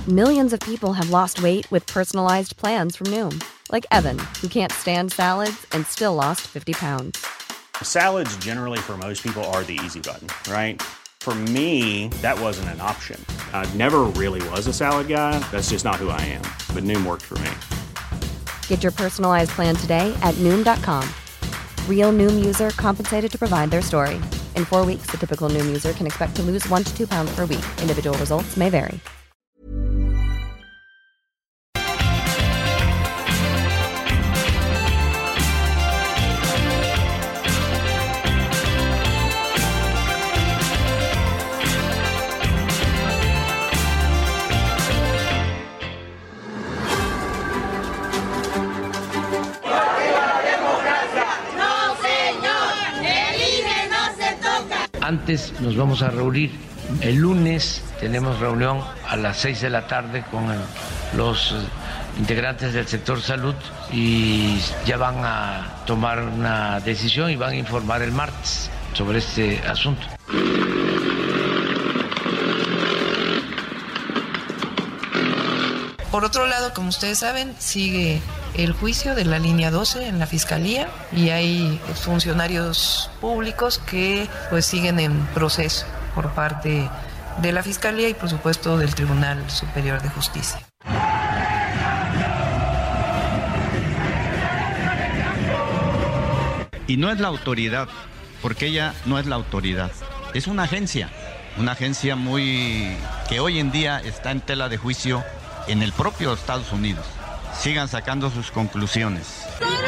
Millions of people have lost weight with personalized plans from Noom. Like Evan, who can't stand salads and still lost 50 pounds. Salads generally for most people are the easy button, right? For me, that wasn't an option. I never really was a salad guy. That's just not who I am. But Noom worked for me. Get your personalized plan today at Noom.com. Real Noom user compensated to provide their story. In 4 weeks, the typical Noom user can expect to lose 1 to 2 pounds per week. Individual results may vary. Antes nos vamos a reunir. El lunes tenemos reunión a las 6 de la tarde con los integrantes del sector salud y ya van a tomar una decisión y van a informar el martes sobre este asunto. Por otro lado, como ustedes saben, sigue el juicio de la línea 12 en la Fiscalía y hay funcionarios públicos que pues siguen en proceso por parte de la Fiscalía y por supuesto del Tribunal Superior de Justicia. Y no es la autoridad, porque ella no es la autoridad, es una agencia muy que hoy en día está en tela de juicio en el propio Estados Unidos. Sigan sacando sus conclusiones.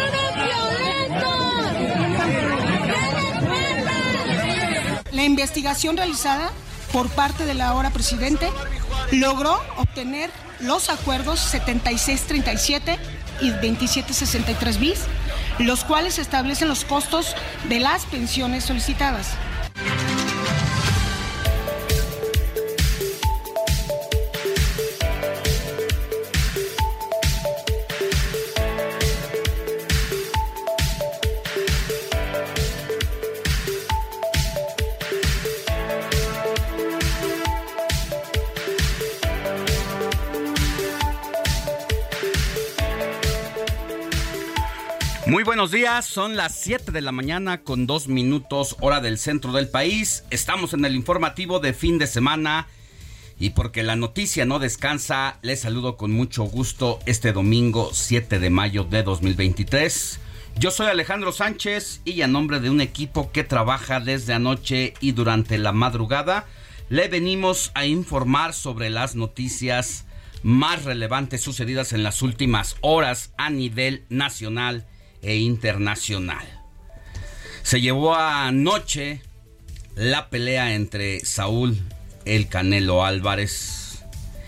La investigación realizada por parte de la ahora presidente logró obtener los acuerdos 7637 y 2763 bis, los cuales establecen los costos de las pensiones solicitadas. Muy buenos días, son las 7 de la mañana con 2 minutos, hora del centro del país. Estamos en el informativo de fin de semana y porque la noticia no descansa, les saludo con mucho gusto este domingo 7 de mayo de 2023. Yo soy Alejandro Sánchez y a nombre de un equipo que trabaja desde anoche y durante la madrugada, le venimos a informar sobre las noticias más relevantes sucedidas en las últimas horas a nivel nacional e internacional. Se llevó anoche la pelea entre Saúl El Canelo Álvarez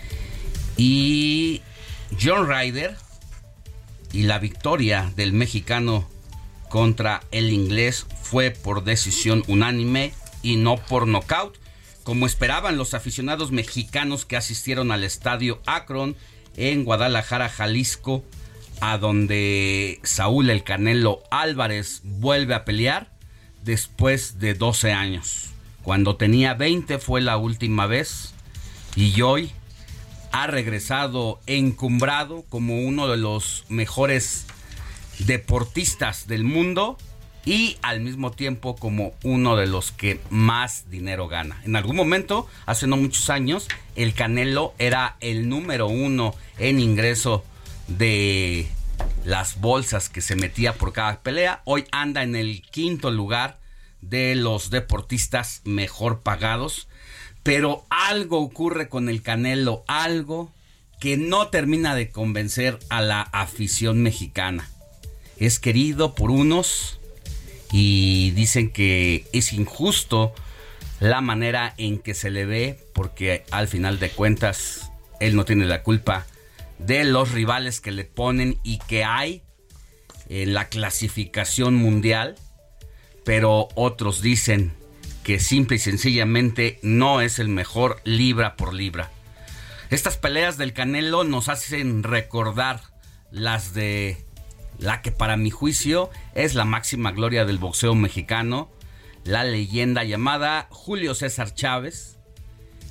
y John Ryder y la victoria del mexicano contra el inglés fue por decisión unánime y no por nocaut, como esperaban los aficionados mexicanos que asistieron al estadio Akron en Guadalajara, Jalisco, a donde Saúl El Canelo Álvarez vuelve a pelear después de 12 años. Cuando tenía 20 fue la última vez y hoy ha regresado encumbrado como uno de los mejores deportistas del mundo y al mismo tiempo como uno de los que más dinero gana. En algún momento, hace no muchos años, El Canelo era el número 1 en ingreso de las bolsas que se metía por cada pelea. Hoy anda en el 5º lugar de los deportistas mejor pagados, pero algo ocurre con el Canelo, algo que no termina de convencer a la afición mexicana. Es querido por unos y dicen que es injusto la manera en que se le ve, porque al final de cuentas él no tiene la culpa de los rivales que le ponen y que hay en la clasificación mundial, pero otros dicen que simple y sencillamente no es el mejor libra por libra. Estas peleas del Canelo nos hacen recordar las de la que para mi juicio es la máxima gloria del boxeo mexicano, la leyenda llamada Julio César Chávez,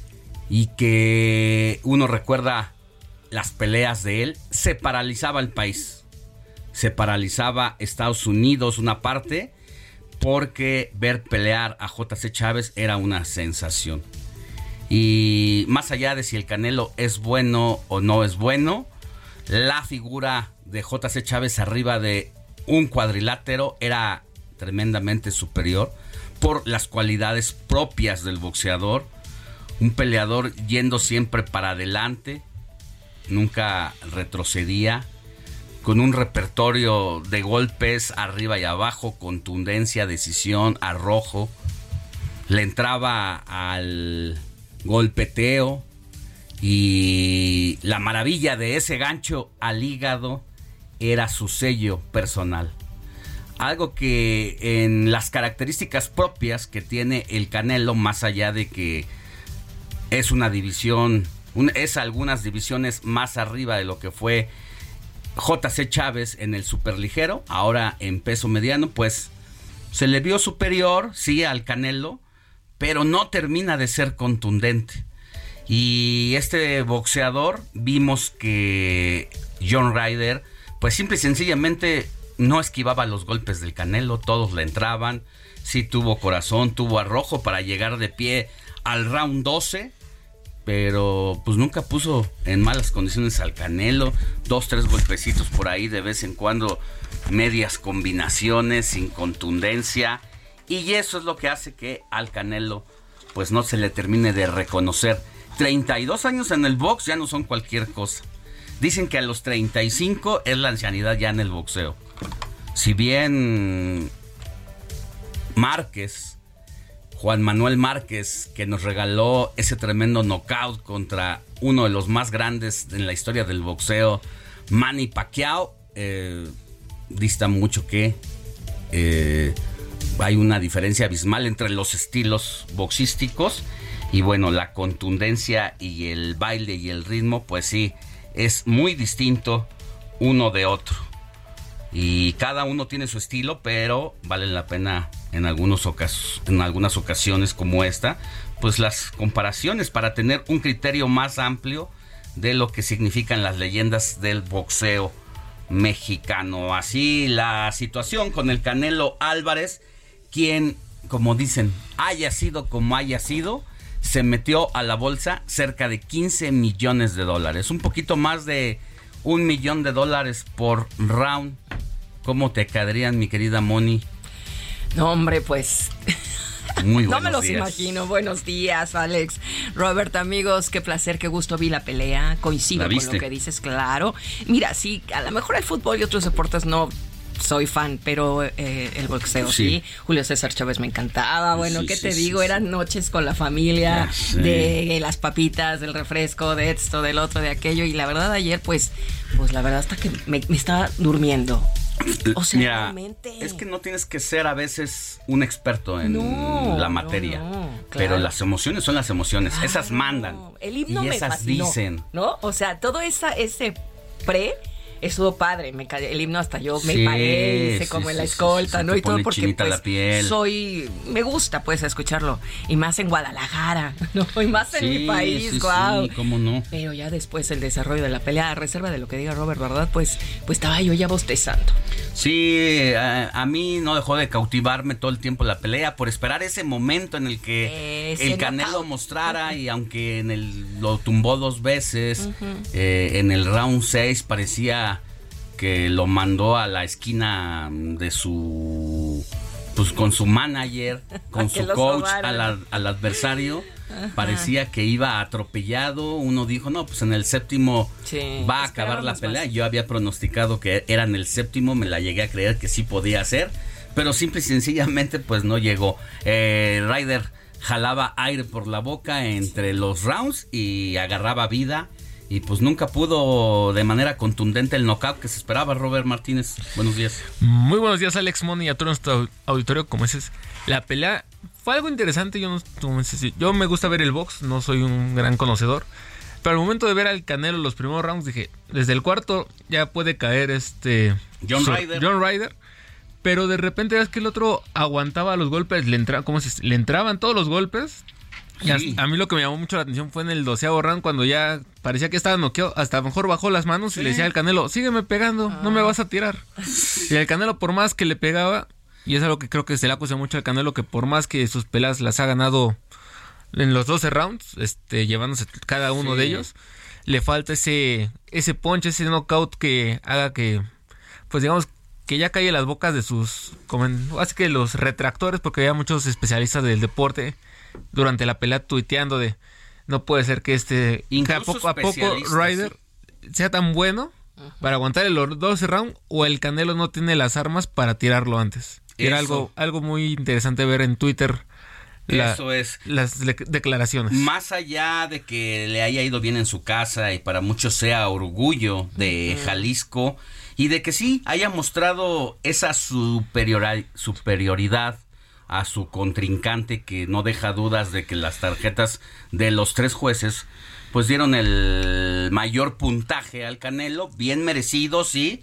y que uno recuerda las peleas de él, se paralizaba el país. Se paralizaba Estados Unidos una parte, porque ver pelear a J.C. Chávez era una sensación. Y más allá de si el Canelo es bueno o no es bueno, la figura de J.C. Chávez arriba de un cuadrilátero era tremendamente superior por las cualidades propias del boxeador. Un peleador yendo siempre para adelante, nunca retrocedía, con un repertorio de golpes arriba y abajo, contundencia, decisión, arrojo. Le entraba al golpeteo, y la maravilla de ese gancho al hígado era su sello personal. Algo que en las características propias que tiene el Canelo, más allá de que es una división, es algunas divisiones más arriba de lo que fue J.C. Chávez en el superligero, ahora en peso mediano, pues se le vio superior, sí, al Canelo, pero no termina de ser contundente. Y este boxeador, vimos que John Ryder, pues simple y sencillamente no esquivaba los golpes del Canelo, todos le entraban, sí tuvo corazón, tuvo arrojo para llegar de pie al round 12, pero pues nunca puso en malas condiciones al Canelo. 2-3 golpecitos por ahí de vez en cuando, medias combinaciones sin contundencia, y eso es lo que hace que al Canelo pues no se le termine de reconocer. 32 años en el box ya no son cualquier cosa. Dicen que a los 35 es la ancianidad ya en el boxeo. Si bien Márquez, Juan Manuel Márquez, que nos regaló ese tremendo knockout contra uno de los más grandes en la historia del boxeo, Manny Pacquiao, dista mucho que hay una diferencia abismal entre los estilos boxísticos, y bueno, la contundencia y el baile y el ritmo, pues sí, es muy distinto uno de otro, y cada uno tiene su estilo, pero vale la pena en algunas ocasiones como esta, pues las comparaciones para tener un criterio más amplio de lo que significan las leyendas del boxeo mexicano. Así la situación con el Canelo Álvarez, quien, como dicen, haya sido como haya sido, se metió a la bolsa cerca de $15 millones, un poquito más de $1 millón por round. ¿Cómo te caerían, mi querida Moni? No, hombre, pues muy buenos no me los días. imagino. Buenos días, Alex, Robert, amigos, qué placer, qué gusto. Vi la pelea, coincido con lo que dices, claro. Mira, sí, a lo mejor el fútbol y otros deportes no soy fan, pero el boxeo sí. Julio César Chávez me encantaba. Bueno, ¿qué te digo? Eran noches con la familia, de las papitas, del refresco, de esto, del otro, de aquello. Y la verdad, ayer, pues la verdad, hasta que me estaba durmiendo. O sea, mira, realmente es que no tienes que ser a veces un experto en la materia, claro. Pero las emociones son las emociones, Claro. esas mandan. El himno y me esas fascinó, dicen, ¿no? O sea, todo ese pre estuvo padre, el himno hasta yo me paré, hice como en la escolta, ¿no? Y todo porque pues la piel. me gusta pues escucharlo, y más en Guadalajara, ¿no? Y más en mi país, guau. Sí, cómo no. Pero ya después el desarrollo de la pelea, a reserva de lo que diga Robert, ¿verdad? Pues estaba yo ya bostezando. Sí, a mí no dejó de cautivarme todo el tiempo la pelea, por esperar ese momento en el que el Canelo mostrara, y aunque lo tumbó 2 veces, en el round 6 parecía que lo mandó a la esquina de con su manager, con su coach al adversario. Ajá. Parecía que iba atropellado. Uno dijo, no, pues en el 7º va a acabar la pelea. Yo había pronosticado que era en el 7º, me la llegué a creer que sí podía ser, pero simple y sencillamente pues no llegó. Ryder jalaba aire por la boca entre los rounds y agarraba vida, y pues nunca pudo de manera contundente el knockout que se esperaba. Robert Martínez, buenos días. Muy buenos días, Alex, Moni, y a todo nuestro auditorio. Como dices, la pelea fue algo interesante. Yo me gusta ver el box, no soy un gran conocedor, pero al momento de ver al Canelo los primeros rounds dije, desde el cuarto ya puede caer John Ryder, pero de repente es que el otro aguantaba los golpes, le entraban todos los golpes, Sí. A mí lo que me llamó mucho la atención fue en el 12º round, cuando ya parecía que estaba noqueado, hasta mejor bajó las manos y le decía al Canelo, sígueme pegando, no me vas a tirar. Y el Canelo, por más que le pegaba, y es algo que creo que se le acusa mucho al Canelo, que por más que sus peleas las ha ganado en los 12 rounds, llevándose cada uno de ellos, le falta ese punch, ese knockout que haga que, pues digamos, que ya calle las bocas de sus, así que los retractores, porque había muchos especialistas del deporte durante la pelea tuiteando de no puede ser que poco a poco Ryder sea tan bueno para aguantar el 12 round, o el Canelo no tiene las armas para tirarlo antes. Era algo muy interesante ver en Twitter. Eso es. Las declaraciones. Más allá de que le haya ido bien en su casa y para muchos sea orgullo de Jalisco, y de que sí haya mostrado esa superioridad a su contrincante, que no deja dudas de que las tarjetas de los 3 jueces pues dieron el mayor puntaje al Canelo, bien merecido, sí,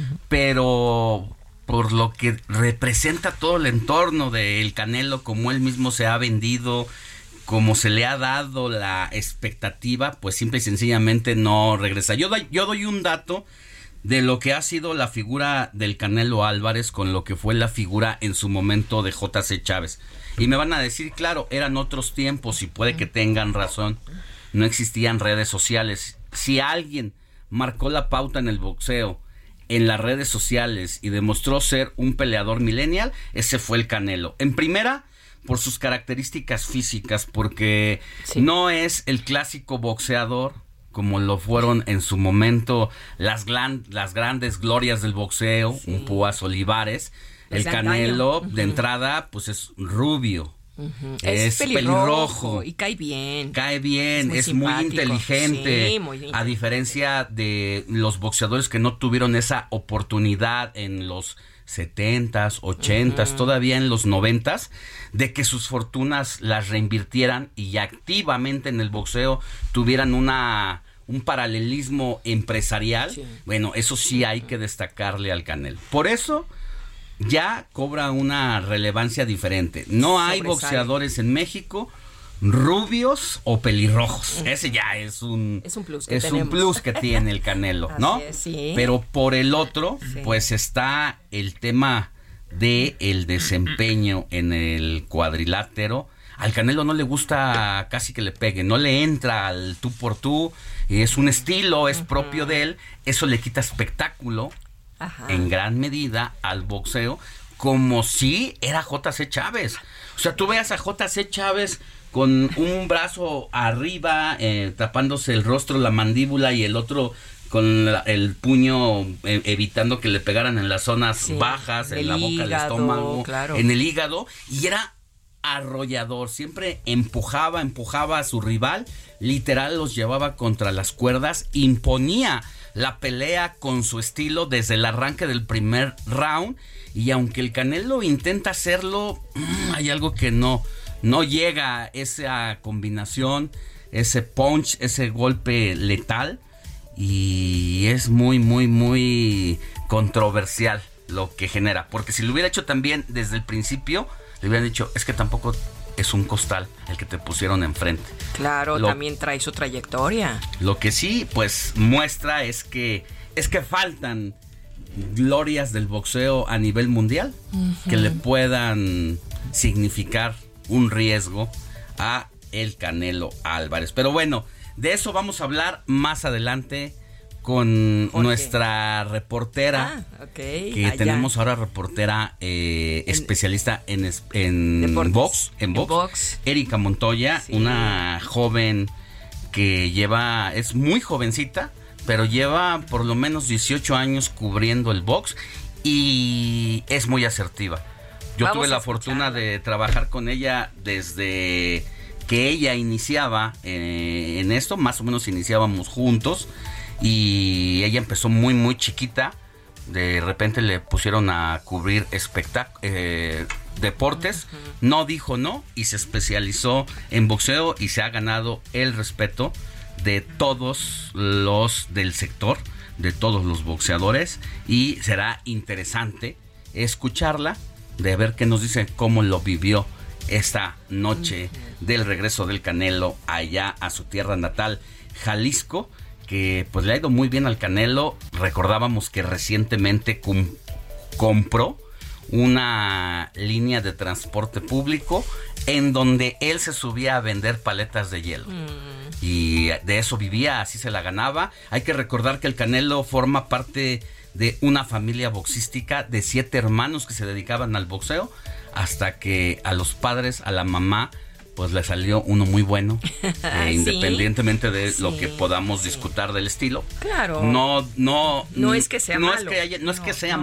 pero por lo que representa todo el entorno del Canelo, como él mismo se ha vendido, como se le ha dado la expectativa, pues simple y sencillamente no regresa. Yo doy un dato de lo que ha sido la figura del Canelo Álvarez con lo que fue la figura en su momento de J.C. Chávez. Y me van a decir, claro, eran otros tiempos y puede que tengan razón. No existían redes sociales. Si alguien marcó la pauta en el boxeo, en las redes sociales, y demostró ser un peleador millennial, ese fue el Canelo. En primera, por sus características físicas, porque no es el clásico boxeador como lo fueron en su momento las grandes glorias del boxeo, un Púas Olivares. El Canelo, de entrada, pues es rubio. Es pelirrojo y cae bien. Es muy inteligente. Sí, muy a diferencia de los boxeadores que no tuvieron esa oportunidad en los 70s, 80s, todavía en los 90s, de que sus fortunas las reinvirtieran y activamente en el boxeo tuvieran un paralelismo empresarial. Bueno, eso sí hay que destacarle al Canelo. Por eso ya cobra una relevancia diferente. No hay boxeadores en México rubios o pelirrojos. Ese ya es un plus que tiene el Canelo, ¿no? Pero por el otro, pues está el tema de el desempeño en el cuadrilátero. Al Canelo no le gusta casi que le pegue, no le entra al tú por tú, es un estilo, es propio de él. Eso le quita espectáculo en gran medida al boxeo, como si era J.C. Chávez. O sea, tú veas a J.C. Chávez con un brazo arriba, tapándose el rostro, la mandíbula, y el otro con el puño evitando que le pegaran en las zonas bajas, en la boca, el estómago, en el hígado, y era arrollador, siempre empujaba a su rival, literal los llevaba contra las cuerdas, imponía la pelea con su estilo desde el arranque del primer round, y aunque el Canelo intenta hacerlo, hay algo que no llega, esa combinación, ese punch, ese golpe letal, y es muy, muy, muy controversial lo que genera, porque si lo hubiera hecho también desde el principio, le hubieran dicho, es que tampoco es un costal el que te pusieron enfrente. Claro, también trae su trayectoria. Lo que sí, pues, muestra es que faltan glorias del boxeo a nivel mundial que le puedan significar un riesgo a el Canelo Álvarez. Pero bueno, de eso vamos a hablar más adelante con nuestra reportera, que tenemos ahora reportera especialista en box, Erika Montoya, una joven que es muy jovencita, pero lleva por lo menos 18 años cubriendo el box y es muy asertiva. Yo tuve la fortuna de trabajar con ella desde que ella iniciaba en esto, más o menos iniciábamos juntos. Y ella empezó muy muy chiquita, de repente le pusieron a cubrir deportes, no dijo no y se especializó en boxeo y se ha ganado el respeto de todos los del sector, de todos los boxeadores, y será interesante escucharla, de ver qué nos dice, cómo lo vivió esta noche del regreso del Canelo allá a su tierra natal, Jalisco, que pues le ha ido muy bien al Canelo. Recordábamos que recientemente compró una línea de transporte público en donde él se subía a vender paletas de hielo. Y de eso vivía, así se la ganaba. Hay que recordar que el Canelo forma parte de una familia boxística de 7 hermanos que se dedicaban al boxeo, hasta que a los padres, a la mamá, pues le salió uno muy bueno, independientemente de lo que podamos discutir del estilo. Claro. No es que sea malo. No es que sea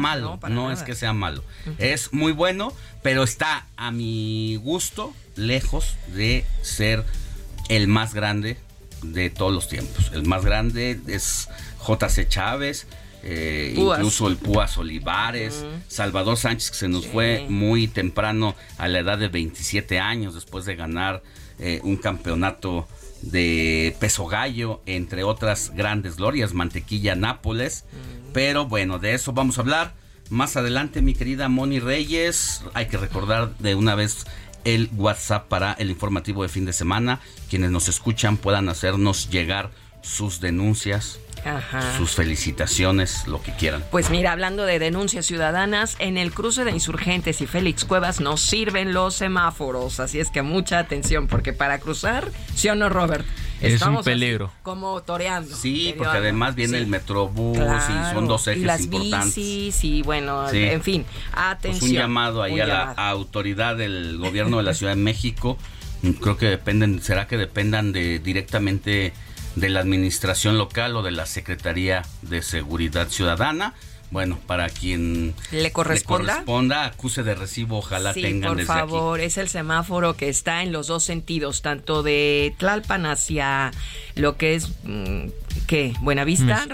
malo. Es muy bueno, pero está, a mi gusto, lejos de ser el más grande de todos los tiempos. El más grande es J.C. Chávez, incluso el Púas Olivares, Salvador Sánchez, que se nos fue muy temprano a la edad de 27 años después de ganar un campeonato de peso gallo, entre otras grandes glorias, Mantequilla Nápoles. Pero bueno, de eso vamos a hablar más adelante, mi querida Moni Reyes. Hay que recordar de una vez el WhatsApp para el informativo de fin de semana. Quienes nos escuchan puedan hacernos llegar sus denuncias, sus felicitaciones, lo que quieran. Pues mira, hablando de denuncias ciudadanas, en el cruce de Insurgentes y Félix Cuevas no sirven los semáforos, así es que mucha atención, porque para cruzar, ¿sí o no, Robert? Estamos un peligro. Como toreando. Sí, porque además viene el Metrobús, y son 2 ejes importantes. Y las bicis, y bueno, en fin, atención. Pues un llamado ahí a la autoridad del gobierno de la Ciudad de México. Creo que será que dependan directamente de la administración local o de la Secretaría de Seguridad Ciudadana. Bueno, para quien le corresponda, acuse de recibo, ojalá tengan desde aquí. Por favor, es el semáforo que está en los 2 sentidos, tanto de Tlalpan hacia lo que es, ¿qué? Buenavista,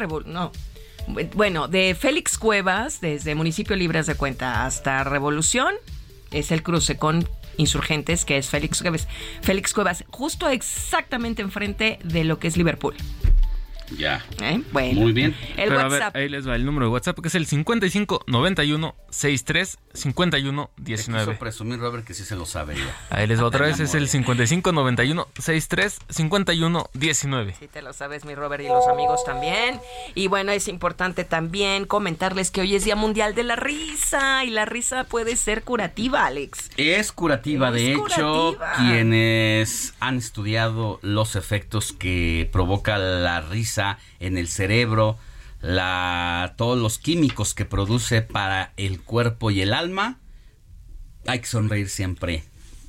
bueno, de Félix Cuevas, desde Municipio Libre de Cuenta hasta Revolución, es el cruce con Insurgentes, que es Félix Cuevas, justo exactamente enfrente de lo que es Liverpool. Ya. Bueno. Muy bien. El Pero WhatsApp. A ver, ahí les va el número de WhatsApp, que es el 55 91 63 51 19. Quiso presumir, Robert, que sí se lo sabe ya. Ahí les va otra vez, es el 55 91 63 51 19. Sí te lo sabes, mi Robert, y los amigos también. Y bueno, es importante también comentarles que hoy es Día Mundial de la Risa, y la risa puede ser curativa, Alex. Es curativa, de hecho, quienes han estudiado los efectos que provoca la risa en el cerebro, todos los químicos que produce para el cuerpo y el alma, hay que sonreír siempre.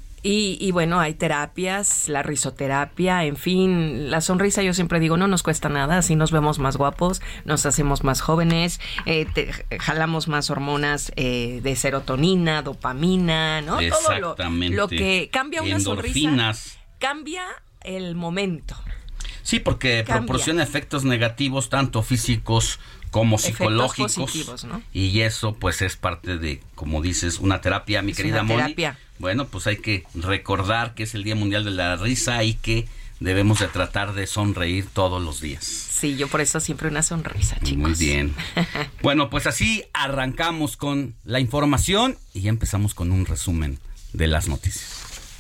Y bueno, hay terapias, la risoterapia, en fin, la sonrisa, yo siempre digo, no nos cuesta nada, así nos vemos más guapos, nos hacemos más jóvenes, jalamos más hormonas de serotonina, dopamina, ¿no? Exactamente. Todo lo que cambia una endorfinas. Sonrisa, cambia el momento. Sí, porque proporciona efectos negativos, tanto físicos como psicológicos. Efectos positivos, ¿no? Y eso, pues, es parte de, como dices, una terapia, mi querida Moni. Bueno, pues hay que recordar que es el Día Mundial de la Risa y que debemos de tratar de sonreír todos los días. Sí, yo por eso siempre una sonrisa, chicos. Muy bien. Bueno, pues así arrancamos con la información y ya empezamos con un resumen de las noticias.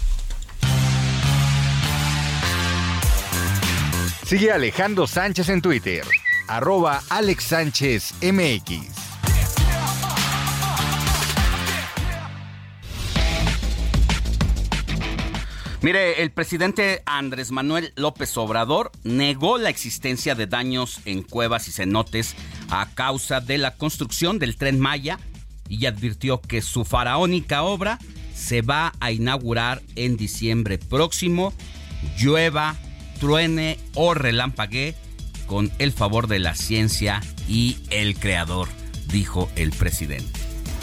Sigue a Alejandro Sánchez en Twitter, @AlexSánchezMX. Mire, el presidente Andrés Manuel López Obrador negó la existencia de daños en cuevas y cenotes a causa de la construcción del Tren Maya y advirtió que su faraónica obra se va a inaugurar en diciembre próximo, llueva, truene o relampaguee, con el favor de la ciencia y el creador, dijo el presidente.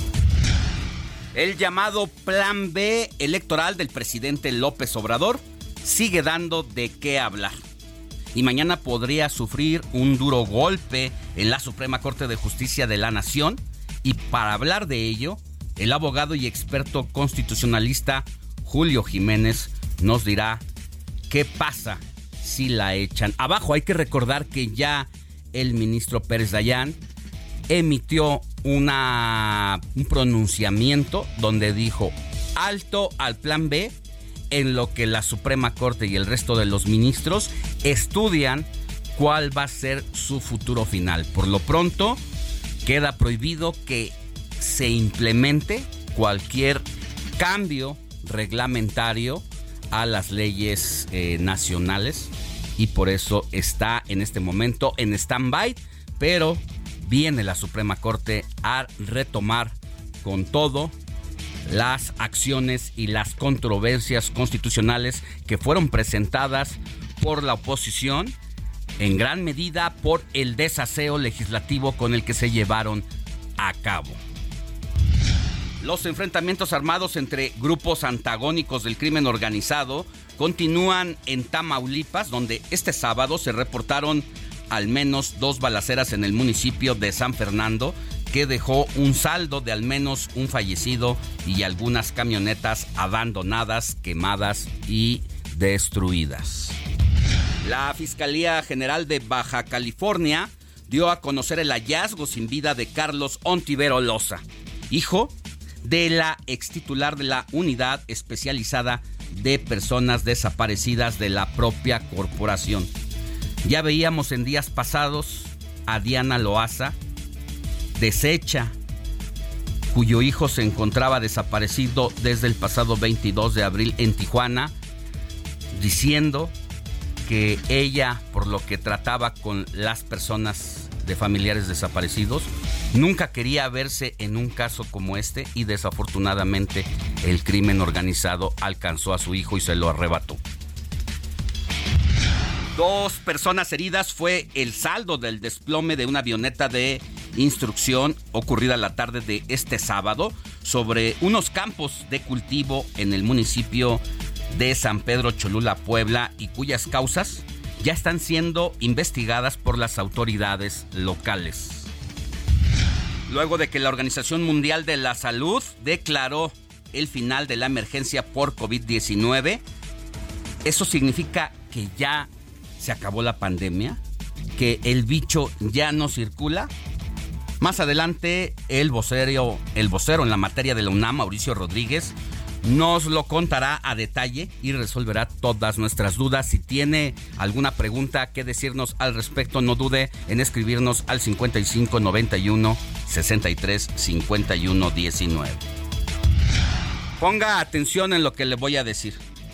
El llamado Plan B electoral del presidente López Obrador sigue dando de qué hablar. Y mañana podría sufrir un duro golpe en la Suprema Corte de Justicia de la Nación. Y para hablar de ello, el abogado y experto constitucionalista Julio Jiménez nos dirá qué pasa si la echan abajo. Hay que recordar que ya el ministro Pérez Dayán emitió un pronunciamiento donde dijo: alto al plan B, en lo que la Suprema Corte y el resto de los ministros estudian cuál va a ser su futuro final. Por lo pronto, queda prohibido que se implemente cualquier cambio reglamentario a las leyes nacionales, y por eso está en este momento en stand-by, pero viene la Suprema Corte a retomar con todo las acciones y las controversias constitucionales que fueron presentadas por la oposición, en gran medida por el desaseo legislativo con el que se llevaron a cabo. Los enfrentamientos armados entre grupos antagónicos del crimen organizado continúan en Tamaulipas, donde este sábado se reportaron al menos 2 balaceras en el municipio de San Fernando, que dejó un saldo de al menos un fallecido y algunas camionetas abandonadas, quemadas y destruidas. La Fiscalía General de Baja California dio a conocer el hallazgo sin vida de Carlos Ontivero Loza, hijo de la extitular de la Unidad Especializada de Personas Desaparecidas de la propia corporación. Ya veíamos en días pasados a Diana Loaza, deshecha, cuyo hijo se encontraba desaparecido desde el pasado 22 de abril en Tijuana, diciendo que ella, por lo que trataba con las personas de familiares desaparecidos, nunca quería verse en un caso como este, y desafortunadamente el crimen organizado alcanzó a su hijo y se lo arrebató. 2 personas heridas fue el saldo del desplome de una avioneta de instrucción ocurrida la tarde de este sábado sobre unos campos de cultivo en el municipio de San Pedro Cholula, Puebla, y cuyas causas ya están siendo investigadas por las autoridades locales. Luego de que la Organización Mundial de la Salud declaró el final de la emergencia por COVID-19, ¿eso significa que ya se acabó la pandemia? ¿Que el bicho ya no circula? Más adelante, el vocero en la materia de la UNAM, Mauricio Rodríguez, nos lo contará a detalle y resolverá todas nuestras dudas. Si tiene alguna pregunta que decirnos al respecto, no dude en escribirnos al 55 91 63 51 19. Ponga atención en lo que le voy a decir.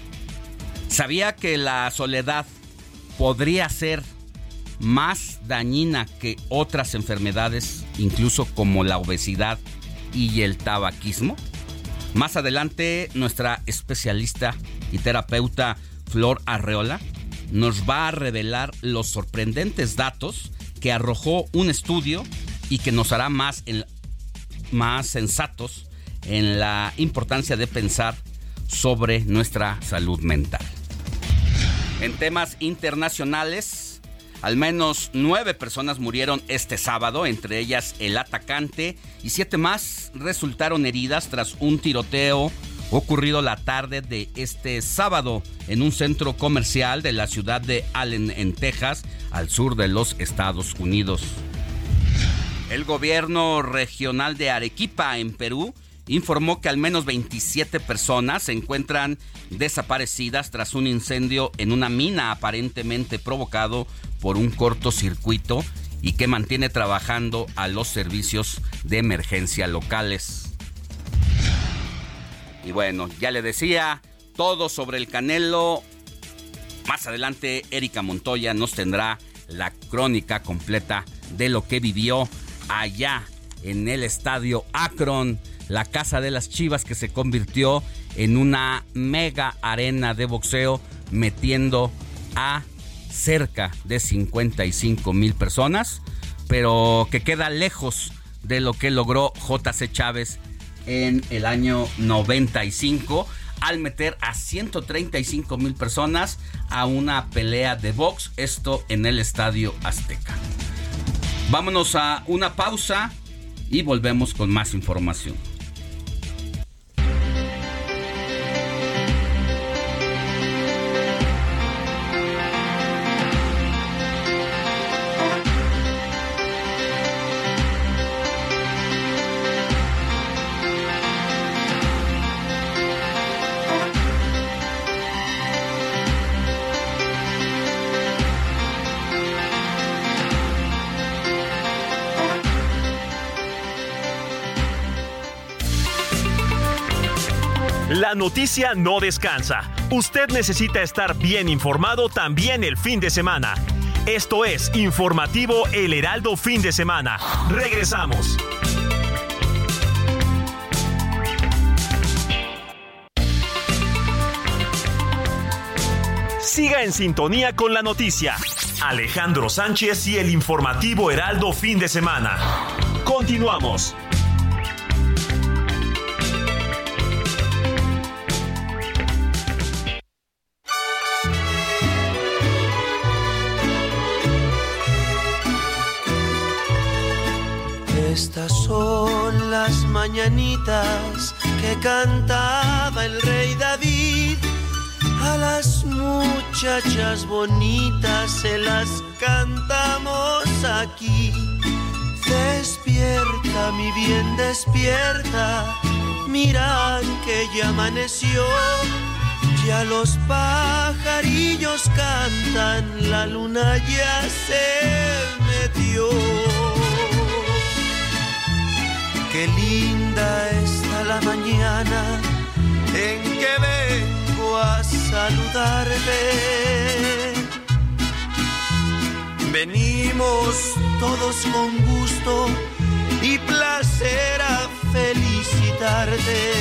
¿Sabía que la soledad podría ser más dañina que otras enfermedades, incluso como la obesidad y el tabaquismo? Más adelante, nuestra especialista y terapeuta Flor Arreola nos va a revelar los sorprendentes datos que arrojó un estudio y que nos hará más sensatos en la importancia de pensar sobre nuestra salud mental. En temas internacionales, al menos 9 personas murieron este sábado, entre ellas el atacante, y 7 más resultaron heridas tras un tiroteo ocurrido la tarde de este sábado en un centro comercial de la ciudad de Allen, en Texas, al sur de los Estados Unidos. El gobierno regional de Arequipa, en Perú, informó que al menos 27 personas se encuentran desaparecidas tras un incendio en una mina aparentemente provocado por un cortocircuito y que mantiene trabajando a los servicios de emergencia locales. Y bueno, ya le decía todo sobre el Canelo. Más adelante, Erika Montoya nos tendrá la crónica completa de lo que vivió allá en el estadio Akron, la casa de las Chivas, que se convirtió en una mega arena de boxeo, metiendo a cerca de 55,000 personas, pero que queda lejos de lo que logró J.C. Chávez en el año 95, al meter a 135,000 personas a una pelea de box, esto en el Estadio Azteca. Vámonos a una pausa y volvemos con más información. La noticia no descansa. Usted necesita estar bien informado también el fin de semana. Esto es Informativo El Heraldo Fin de Semana. Regresamos. Siga en sintonía con la noticia. Alejandro Sánchez y el Informativo Heraldo Fin de Semana. Continuamos. Estas son las mañanitas que cantaba el rey David. A las muchachas bonitas se las cantamos aquí. Despierta, mi bien, despierta. Mira que ya amaneció. Ya los pajarillos cantan, la luna ya se metió. Qué linda está la mañana en que vengo a saludarte. Venimos todos con gusto y placer a felicitarte.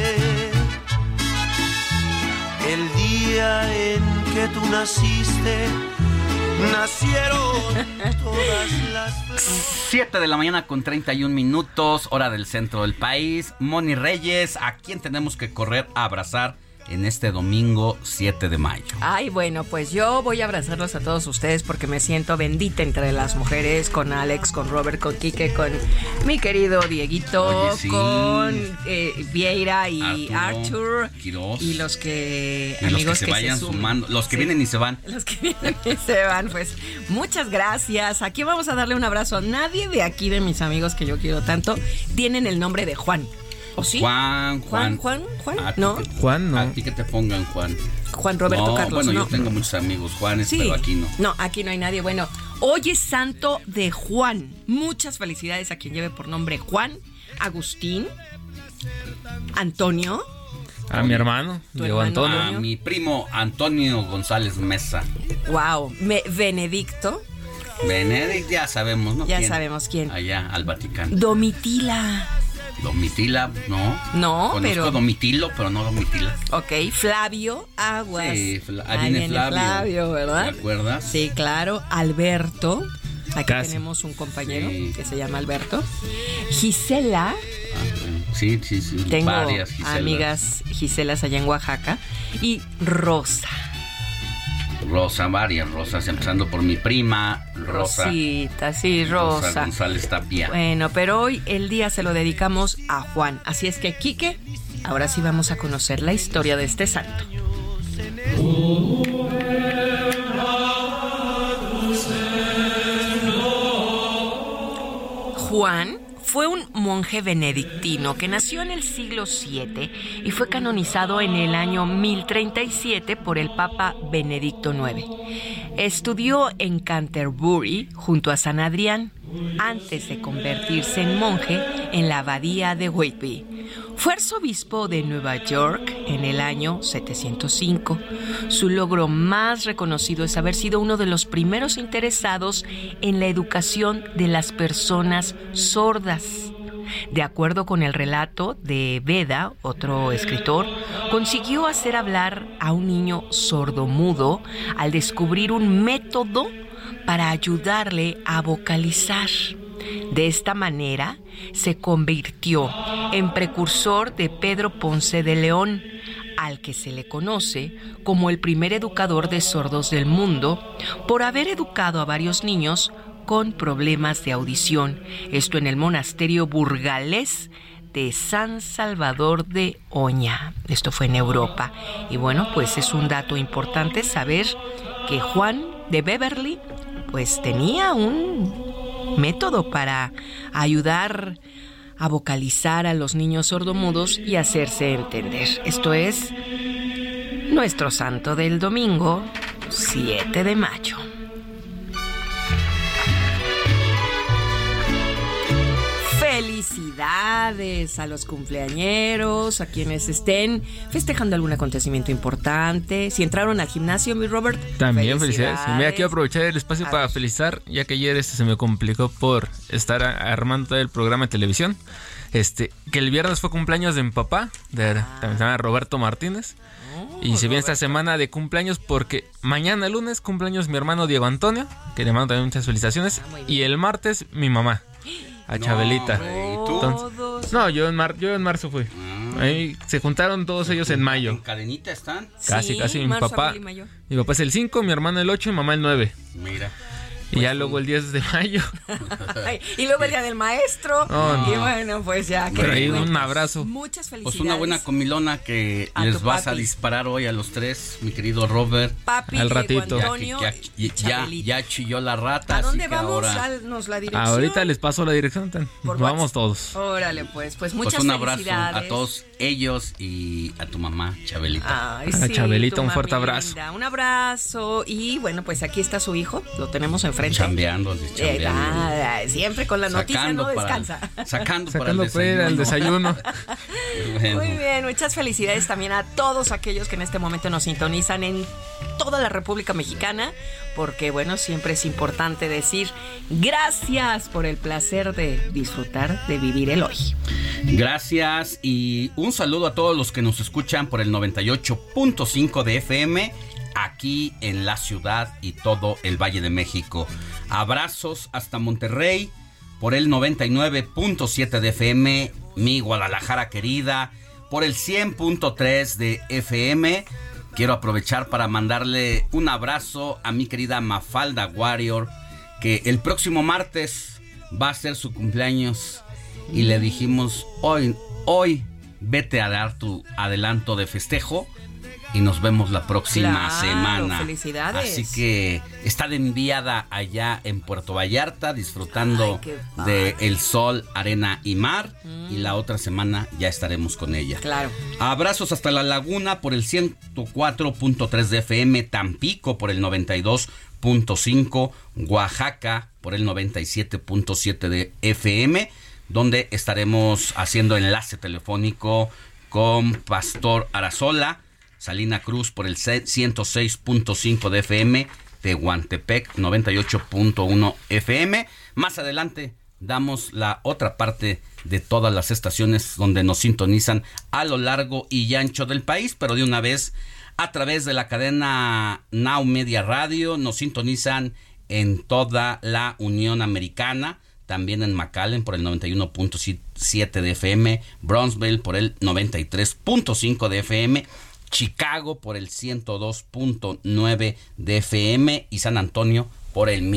El día en que tú naciste, nacieron todas las flores. 7 de la mañana con 31 minutos, hora del centro del país. Moni Reyes, ¿a quién tenemos que correr a abrazar en este domingo 7 de mayo? Ay, bueno, pues yo voy a abrazarlos a todos ustedes porque me siento bendita entre las mujeres, con Alex, con Robert, con Quique, con mi querido Dieguito, oye, sí, con Vieira y Arthur Quiroz, y los que y amigos los que se vayan sumando, los que vienen y se van. Los que vienen y se van, pues muchas gracias. Aquí vamos a darle un abrazo a nadie de aquí de mis amigos que yo quiero tanto tienen el nombre de Juan. ¿O sí? Juan. No. Juan, no. A ti que te pongan Juan. Juan Roberto no, Carlos, bueno, no. yo tengo muchos amigos Juanes, sí, pero aquí no. No, aquí no hay nadie. Bueno, hoy es santo de Juan. Muchas felicidades a quien lleve por nombre Juan, Agustín, Antonio. A mi hermano, Diego Antonio. A mi primo Antonio González Mesa. Wow, Benedicto. Benedict, ya sabemos, ¿no? Ya sabemos quién. Allá al Vaticano. Domitila, no. No, conozco pero Domitilo, pero no Domitila. Ok, Flavio Aguas. Sí, ahí viene Flavio, ¿verdad? ¿Te acuerdas? Sí, claro. Alberto. Aquí Casi. tenemos un compañero Sí. que se llama Alberto. Gisela. Sí. Tengo varias Giselas. amigas Giselas allá en Oaxaca. Y Rosa. Varias Rosas, empezando por mi prima Rosa. Rosita, sí, Rosa. González Tapia. Bueno, pero hoy el día se lo dedicamos a Juan. Así es que, Quique, ahora sí vamos a conocer la historia de este santo. Juan fue un monje benedictino que nació en el siglo VII y fue canonizado en el año 1037 por el Papa Benedicto IX. Estudió en Canterbury junto a San Adrián antes de convertirse en monje en la abadía de Whitby. Fue arzobispo de Nueva York en el año 705. Su logro más reconocido es haber sido uno de los primeros interesados en la educación de las personas sordas. De acuerdo con el relato de Beda, otro escritor, consiguió hacer hablar a un niño sordomudo al descubrir un método para ayudarle a vocalizar. De esta manera, se convirtió en precursor de Pedro Ponce de León, al que se le conoce como el primer educador de sordos del mundo, por haber educado a varios niños con problemas de audición, esto en el monasterio burgalés de San Salvador de Oña. Esto fue en Europa. Y bueno, pues es un dato importante saber que Juan de Beverly pues tenía un método para ayudar a vocalizar a los niños sordomudos y hacerse entender. Esto es nuestro santo del domingo, 7 de mayo. ¡Feliz felicidades a los cumpleañeros, a quienes estén festejando algún acontecimiento importante. Si entraron al gimnasio, mi Robert. También felicidades. Mira, quiero aprovechar el espacio para felicitar, ya que ayer se me complicó por estar armando el programa de televisión. Que el viernes fue cumpleaños de mi papá, también se llama Roberto Martínez. Y se viene esta semana de cumpleaños porque mañana lunes cumpleaños mi hermano Diego Antonio, que le mando también muchas felicitaciones. Y el martes mi mamá, a Chabelita. ¿Y tú? Entonces, no, yo en marzo fui. Ahí se juntaron todos ellos en mayo. ¿En cadenita están? Casi. Mi marzo, papá es el 5, mi hermano el 8 y mamá el 9. Mira. Y ya luego el 10 de mayo. Y luego el día del maestro. Y bueno, pues ya. Pero ahí un abrazo. Muchas felicidades. Pues una buena comilona que les vas a disparar hoy a los tres, mi querido Robert. Papi, al ratito. Ya chilló la rata. ¿A dónde así que vamos? ahora... Danos la dirección. Ahorita les paso la dirección. Vamos todos. Órale, pues muchas un abrazo felicidades a todos ellos y a tu mamá, Chabelita. Ay, a Chabelita, un fuerte abrazo. Un abrazo. Y bueno, pues aquí está su hijo. Lo tenemos enfrente. Chambeando. Siempre con la noticia no descansa. Sacando para el desayuno. Bueno. Muy bien, muchas felicidades también a todos aquellos que en este momento nos sintonizan en toda la República Mexicana, porque bueno, siempre es importante decir gracias por el placer de disfrutar de vivir el hoy. Gracias y un saludo a todos los que nos escuchan por el 98.5 de FM aquí en la ciudad y todo el Valle de México. Abrazos hasta Monterrey por el 99.7 de FM, mi Guadalajara querida, por el 100.3 de FM. Quiero aprovechar para mandarle un abrazo a mi querida Mafalda Warrior, que el próximo martes va a ser su cumpleaños y le dijimos, hoy vete a dar tu adelanto de festejo y nos vemos la próxima semana. Felicidades. Así que está de enviada allá en Puerto Vallarta, disfrutando de el sol, arena y mar. Y la otra semana ya estaremos con ella. Claro. Abrazos hasta La Laguna por el 104.3 de FM, Tampico por el 92.5, Oaxaca por el 97.7 de FM, donde estaremos haciendo enlace telefónico con Pastor Arazola. Salina Cruz por el 106.5 de FM, Tehuantepec 98.1 FM. Más adelante damos la otra parte de todas las estaciones donde nos sintonizan a lo largo y ancho del país, pero de una vez a través de la cadena Now Media Radio nos sintonizan en toda la Unión Americana, también en McAllen por el 91.7 de FM, Brownsville por el 93.5 de FM, Chicago por el 102.9 de FM y San Antonio por el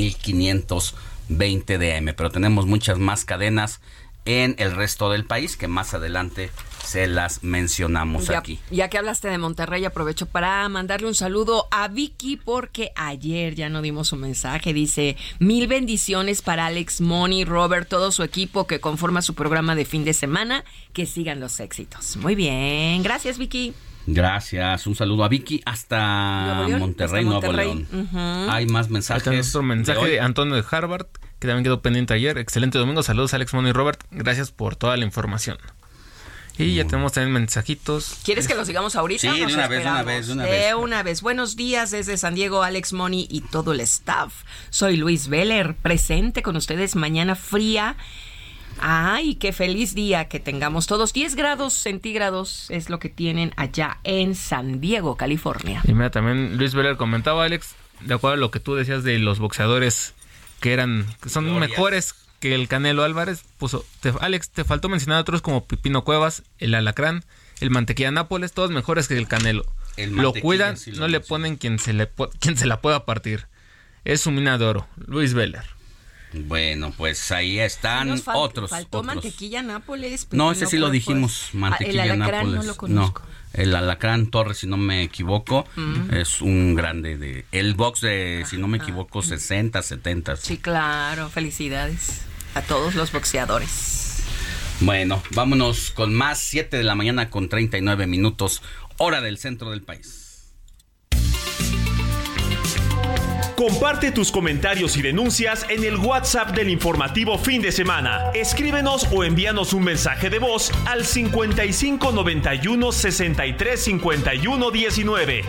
1520 de AM. Pero tenemos muchas más cadenas en el resto del país que más adelante se las mencionamos aquí. Ya que hablaste de Monterrey, aprovecho para mandarle un saludo a Vicky porque ayer ya no dimos su mensaje. Dice, 1000 bendiciones para Alex, Moni, Robert, todo su equipo que conforma su programa de fin de semana. Que sigan los éxitos. Muy bien, gracias Vicky. Gracias, un saludo a Vicky hasta Monterrey, Nuevo León. Hay más mensajes. Hay otro mensaje de Antonio de Harvard, que también quedó pendiente ayer. Excelente domingo, saludos Alex, Mono y Robert. Gracias por toda la información. Y ya tenemos también mensajitos. ¿Quieres que los sigamos ahorita? Sí, de una vez. Buenos días desde San Diego, Alex, Moni y todo el staff. Soy Luis Veller, presente con ustedes mañana fría. Ay, qué feliz día que tengamos todos. 10 grados centígrados es lo que tienen allá en San Diego, California. Y mira, también Luis Veller comentaba, Alex, de acuerdo a lo que tú decías de los boxeadores que son mejores que el Canelo Álvarez, puso, Alex, te faltó mencionar a otros como Pipino Cuevas, el Alacrán, el Mantequilla Nápoles, todos mejores que el Canelo. Lo cuidan, sí no le ponen quien se la pueda partir. Es su mina de oro, Luis Veller. Bueno, pues ahí están otros. Faltó Mantequilla Nápoles. No, ese sí lo dijimos, Mantequilla el Alacrán Nápoles. No lo conozco. No, el Alacrán Torres, si no me equivoco, es un grande el box de, si no me equivoco, 60, 70. Sí, claro, felicidades a todos los boxeadores. Bueno, vámonos con más, 7 de la mañana con 39 minutos, hora del centro del país. Comparte tus comentarios y denuncias en el WhatsApp del informativo Fin de Semana. Escríbenos o envíanos un mensaje de voz al 55 91 63 51 19.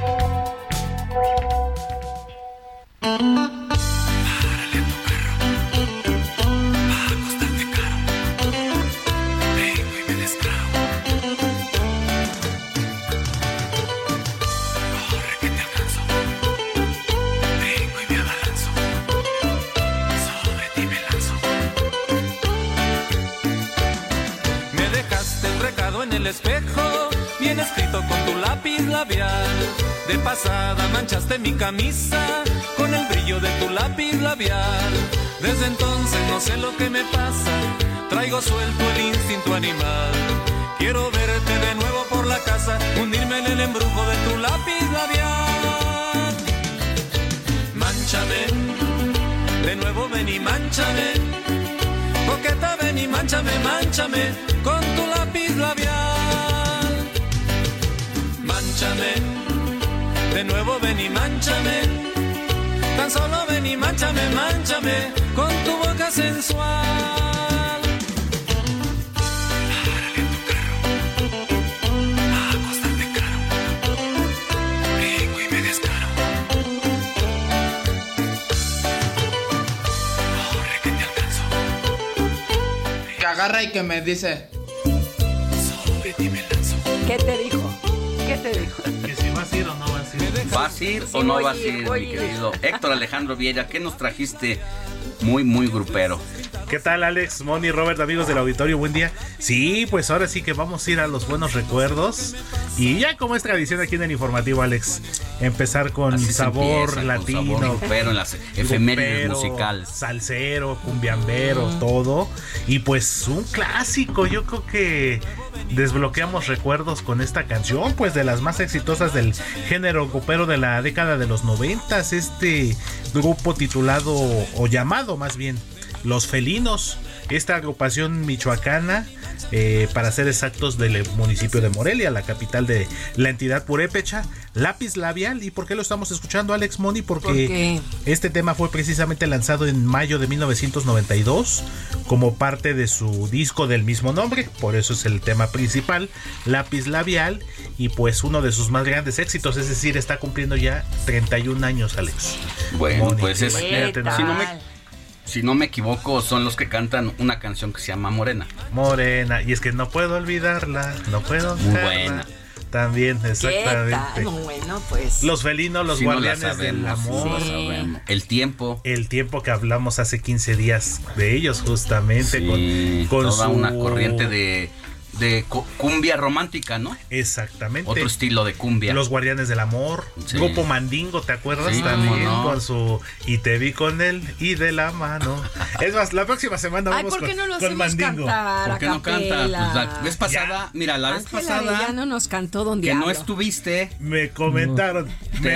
El espejo, bien escrito con tu lápiz labial. De pasada manchaste mi camisa con el brillo de tu lápiz labial. Desde entonces no sé lo que me pasa, traigo suelto el instinto animal. Quiero verte de nuevo por la casa, hundirme en el embrujo de tu lápiz labial. Mánchame, de nuevo ven y mánchame. Coqueta ven y mánchame, mánchame con tu lápiz labial. Mánchame, de nuevo ven y mánchame. Tan solo ven y mánchame, mánchame con tu boca sensual. Párale en tu carro, va a costarte caro. Vengo y me descaro. Corre que te alcanzo. Que agarra y que me dice. Sobre ti me lanzo. ¿Qué te dijo? ¿Qué te dijo? Que si vas a ir o no vas a ir. ¿Vas a ir o no vas a ir, mi querido Héctor Alejandro Vieira? ¿Qué nos trajiste muy, muy grupero? ¿Qué tal, Alex, Moni, Robert, amigos del auditorio? Buen día. Sí, pues ahora sí que vamos a ir a los buenos recuerdos. Y ya como es tradición aquí en el informativo, Alex, empezar con Así sabor latino, con sabor grupero en las efemérides musicales. Salsero, cumbiambero, todo. Y pues un clásico, yo creo que desbloqueamos recuerdos con esta canción, pues de las más exitosas del género grupero de la década de los 90. Este grupo titulado, o llamado más bien, Los Felinos, esta agrupación michoacana, para ser exactos, del municipio de Morelia, la capital de la entidad purépecha. Lápiz labial. ¿Y por qué lo estamos escuchando, Alex, Moni? Porque este tema fue precisamente lanzado en mayo de 1992 como parte de su disco del mismo nombre, por eso es el tema principal, Lápiz labial, y pues uno de sus más grandes éxitos, es decir, está cumpliendo ya 31 años, Alex. Bueno, Moni, pues es, si no me equivoco, son los que cantan una canción que se llama Morena. Morena, y es que no puedo olvidarla, no puedo. Muy buena. También, exactamente. ¿Qué tal? Bueno, pues. Los Felinos, los guardianes del amor. Sí. El tiempo que hablamos hace 15 días de ellos, justamente. Sí, con toda una corriente de cumbia romántica, ¿no? Exactamente. Otro estilo de cumbia. Los Guardianes del Amor. Sí. Grupo Mandingo, ¿te acuerdas? Sí, también no. Con su Y te vi con él y de la mano. Es más, la próxima semana vamos ¿por qué no lo con Mandingo. ¿Por qué no canta? Pues la vez pasada, ya. Mira, la vez pasada ya no nos cantó Don que Diablo. no estuviste. Me comentaron. Te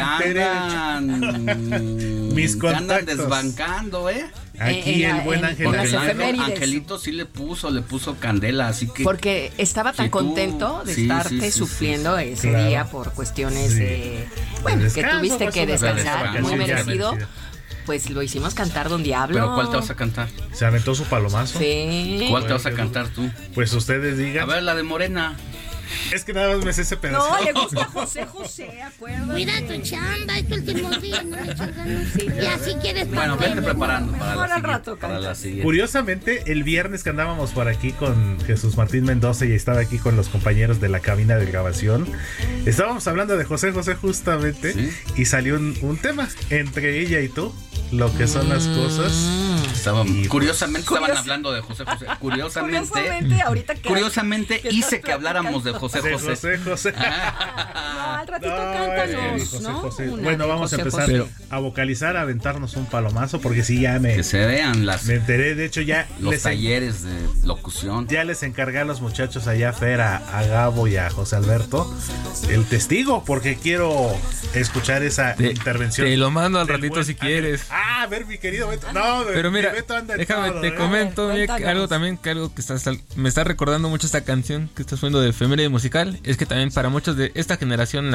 andan mis contactos. Te andan desbancando, Aquí el buen Angelito sí le puso candela, así que porque estaba tan contento de estarte supliendo ese día por cuestiones de que tuviste que descansar, muy merecido. Pues lo hicimos cantar Don Diablo. ¿Pero cuál te vas a cantar? Se aventó su palomazo. Sí. ¿Cuál te vas a cantar tú? Pues ustedes digan. A ver, la de Morena. Es que nada más me sé ese pedazo. No, le gusta José, acuérdate. Cuida tu chamba, este último día no le echas ganas. Y así quieres. Bueno, vete preparando para la siguiente. Curiosamente, el viernes que andábamos por aquí con Jesús Martín Mendoza y estaba aquí con los compañeros de la cabina de grabación, estábamos hablando de José justamente, ¿sí? Y salió un tema entre ella y tú, lo que son las cosas. Curiosamente estaban hablando de José. Curiosamente hice que hablamos de José. No, al ratito cántanos, ¿no? Bueno, vamos a empezar a vocalizar, a aventarnos un palomazo, porque sí, ya que se vean me enteré, de hecho ya los talleres de locución. Ya les encargué a los muchachos allá, Fer, a Gabo y a José Alberto, el testigo, porque quiero escuchar esa intervención. Te lo mando al ratito si quieres. A ver, mi querido Beto. No, pero mira, Beto anda déjame, todo, te comento algo que me está recordando mucho esta canción que estás poniendo de efeméride musical. Es que también para muchos de esta generación,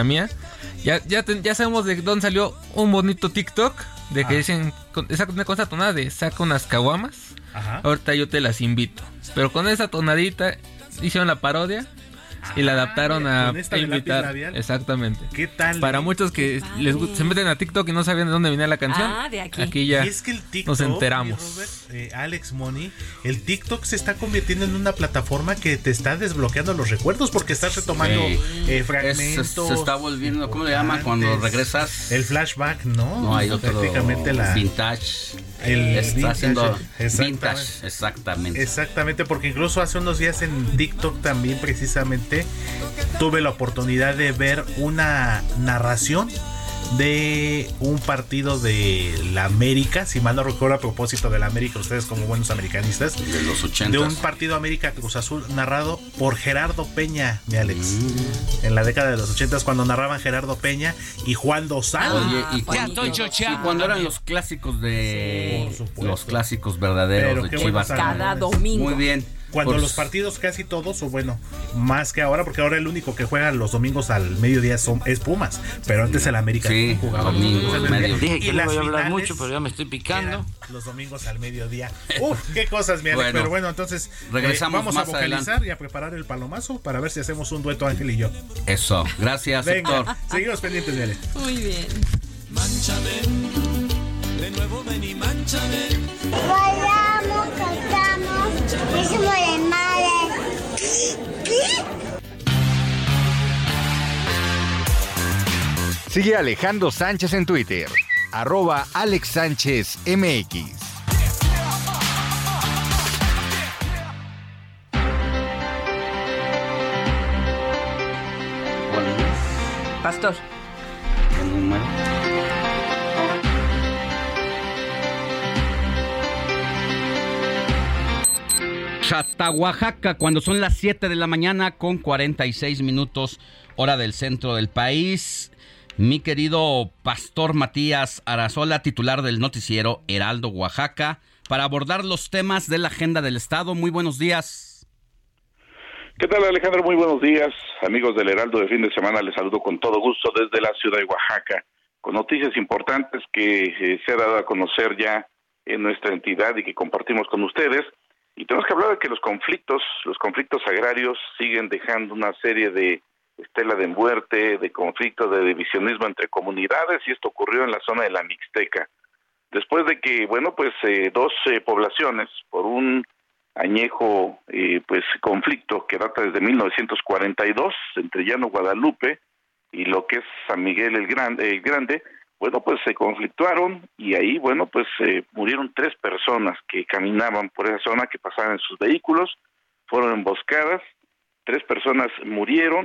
la mía. Ya sabemos de dónde salió un bonito TikTok de que dicen con esa tonada de saca unas caguamas. Ajá. Ahorita yo te las invito. Pero con esa tonadita hicieron la parodia y la adaptaron a invitar. Exactamente. ¿Qué tal? Para muchos que se meten a TikTok y no sabían de dónde venía la canción. De aquí. Aquí ya y es que el TikTok, nos enteramos. Robert, Alex Money, el TikTok se está convirtiendo en una plataforma que te está desbloqueando los recuerdos porque estás retomando fragmentos. Se está volviendo, ¿cómo le llaman cuando regresas? El flashback, ¿no? No, hay otro prácticamente vintage. Está haciendo vintage, exactamente. Exactamente, porque incluso hace unos días en TikTok también precisamente tuve la oportunidad de ver una narración de un partido de la América, si mal no recuerdo, a propósito de la América, ustedes como buenos americanistas, de los 80s, de un partido América Cruz Azul narrado por Gerardo Peña, mi Alex, en la década de los 80s, cuando narraban Gerardo Peña y Juan Dosal. Oye, y cuando eran los clásicos los clásicos verdaderos de Chivas cada domingo. Muy bien. Cuando los partidos casi todos, o bueno, más que ahora, porque ahora el único que juega los domingos al mediodía es Pumas, pero antes el América jugaba domingos al mediodía. Dije que no voy a hablar mucho, pero ya me estoy picando. Los domingos al mediodía. Qué cosas, mi Alex. Pero bueno, entonces regresamos vamos a vocalizar y a preparar el palomazo para ver si hacemos un dueto Ángel y yo. Eso, gracias, Héctor. Seguimos pendientes, mi Alex. Muy bien. Mánchame, de nuevo ven y mánchame. Bailamos, cantamos, hicimos el madre. Sigue a Alejandro Sánchez en Twitter, @AlexSánchezMX. Pastor. Hasta Oaxaca, cuando son las 7 de la mañana con 46 minutos, hora del centro del país. Mi querido Pastor Matías Arazola, titular del noticiero Heraldo Oaxaca, para abordar los temas de la agenda del Estado. Muy buenos días. ¿Qué tal, Alejandro? Muy buenos días. Amigos del Heraldo de fin de semana, les saludo con todo gusto desde la ciudad de Oaxaca, con noticias importantes que se ha dado a conocer ya en nuestra entidad y que compartimos con ustedes. Y tenemos que hablar de que los conflictos agrarios siguen dejando una serie de estela de muerte, de conflictos, de divisionismo entre comunidades, y esto ocurrió en la zona de la Mixteca. Después de que, dos poblaciones, por un añejo conflicto que data desde 1942 entre Llano Guadalupe y lo que es San Miguel el Grande, se conflictuaron y ahí, murieron 3 personas que caminaban por esa zona, que pasaban en sus vehículos, fueron emboscadas, 3 personas murieron,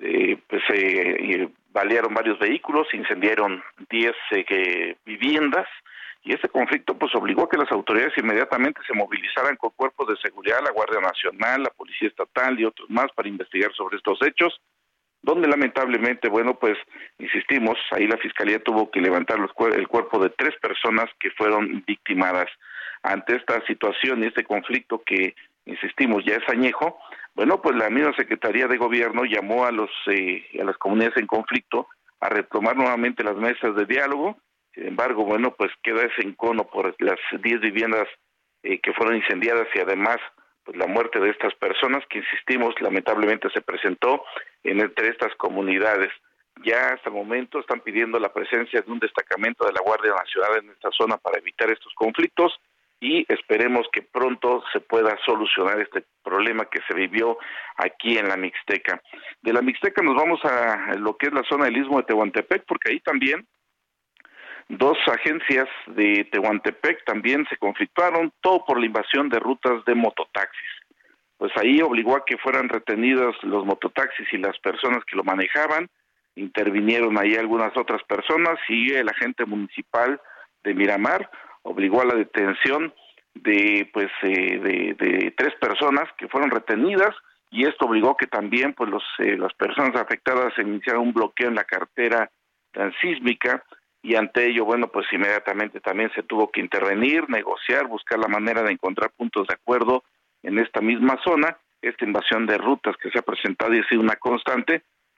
balearon varios vehículos, incendiaron 10 viviendas, y este conflicto obligó a que las autoridades inmediatamente se movilizaran con cuerpos de seguridad, la Guardia Nacional, la Policía Estatal y otros más para investigar sobre estos hechos, donde lamentablemente, insistimos, ahí la Fiscalía tuvo que levantar el cuerpo de 3 personas que fueron victimadas. Ante esta situación y este conflicto que, insistimos, ya es añejo, la misma Secretaría de Gobierno llamó a las comunidades en conflicto a retomar nuevamente las mesas de diálogo. Sin embargo, queda ese encono por las 10 viviendas que fueron incendiadas y además la muerte de estas personas que, insistimos, lamentablemente se presentó entre estas comunidades. Ya hasta el momento están pidiendo la presencia de un destacamento de la Guardia Nacional en esta zona para evitar estos conflictos y esperemos que pronto se pueda solucionar este problema que se vivió aquí en la Mixteca. De la Mixteca nos vamos a lo que es la zona del Istmo de Tehuantepec, porque ahí también 2 agencias de Tehuantepec también se conflictuaron, todo por la invasión de rutas de mototaxis. Ahí obligó a que fueran retenidos los mototaxis y las personas que lo manejaban, intervinieron ahí algunas otras personas y el agente municipal de Miramar obligó a la detención de 3 personas que fueron retenidas, y esto obligó que también las personas afectadas iniciaran un bloqueo en la carretera transísmica. Y ante ello, inmediatamente también se tuvo que intervenir, negociar, buscar la manera de encontrar puntos de acuerdo en esta misma zona. Esta invasión de rutas que se ha presentado y ha sido una constante,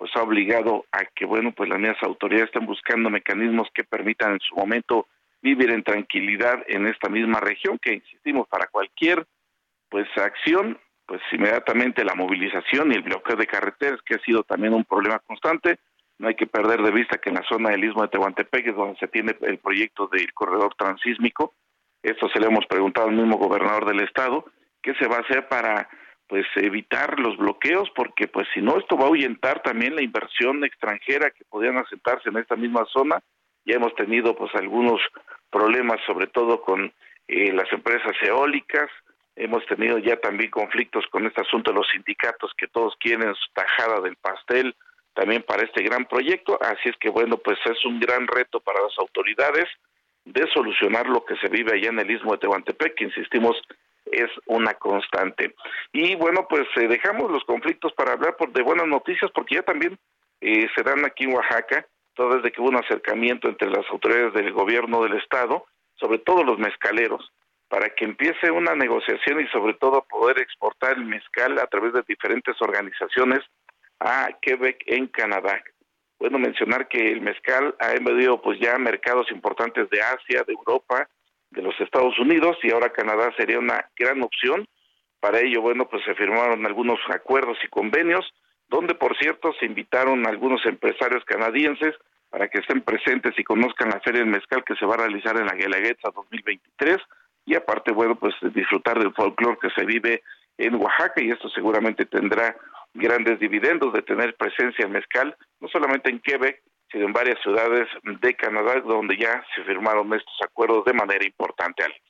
pues ha obligado a que, bueno, pues las mismas autoridades estén buscando mecanismos que permitan en su momento vivir en tranquilidad en esta misma región, que insistimos, para cualquier pues acción, pues inmediatamente la movilización y el bloqueo de carreteras, que ha sido también un problema constante. No hay que perder de vista que en la zona del Istmo de Tehuantepec es donde se tiene el proyecto del corredor transísmico. Esto se le hemos preguntado al mismo gobernador del estado, ¿qué se va a hacer para pues evitar los bloqueos? Porque pues si no, esto va a ahuyentar también la inversión extranjera que podrían asentarse en esta misma zona. Ya hemos tenido pues algunos problemas, sobre todo con las empresas eólicas. Hemos tenido ya también conflictos con este asunto de los sindicatos, que todos quieren su tajada del pastel también para este gran proyecto. Así es que bueno, pues es un gran reto para las autoridades de solucionar lo que se vive allá en el Istmo de Tehuantepec, que insistimos es una constante. Y bueno, pues dejamos los conflictos para hablar de buenas noticias, porque ya también se dan aquí en Oaxaca, todo desde que hubo un acercamiento entre las autoridades del gobierno del estado, sobre todo los mezcaleros, para que empiece una negociación y sobre todo poder exportar el mezcal a través de diferentes organizaciones a Quebec en Canadá. Bueno, mencionar que el mezcal ha invadido pues ya mercados importantes de Asia, de Europa, de los Estados Unidos, y ahora Canadá sería una gran opción. Para ello, bueno, pues se firmaron algunos acuerdos y convenios, donde por cierto se invitaron a algunos empresarios canadienses para que estén presentes y conozcan la Feria del Mezcal que se va a realizar en la Guelaguetza 2023, y aparte, bueno, pues disfrutar del folclore que se vive en Oaxaca, y esto seguramente tendrá grandes dividendos de tener presencia en mezcal, no solamente en Quebec, sino en varias ciudades de Canadá, donde ya se firmaron estos acuerdos de manera importante, Alex.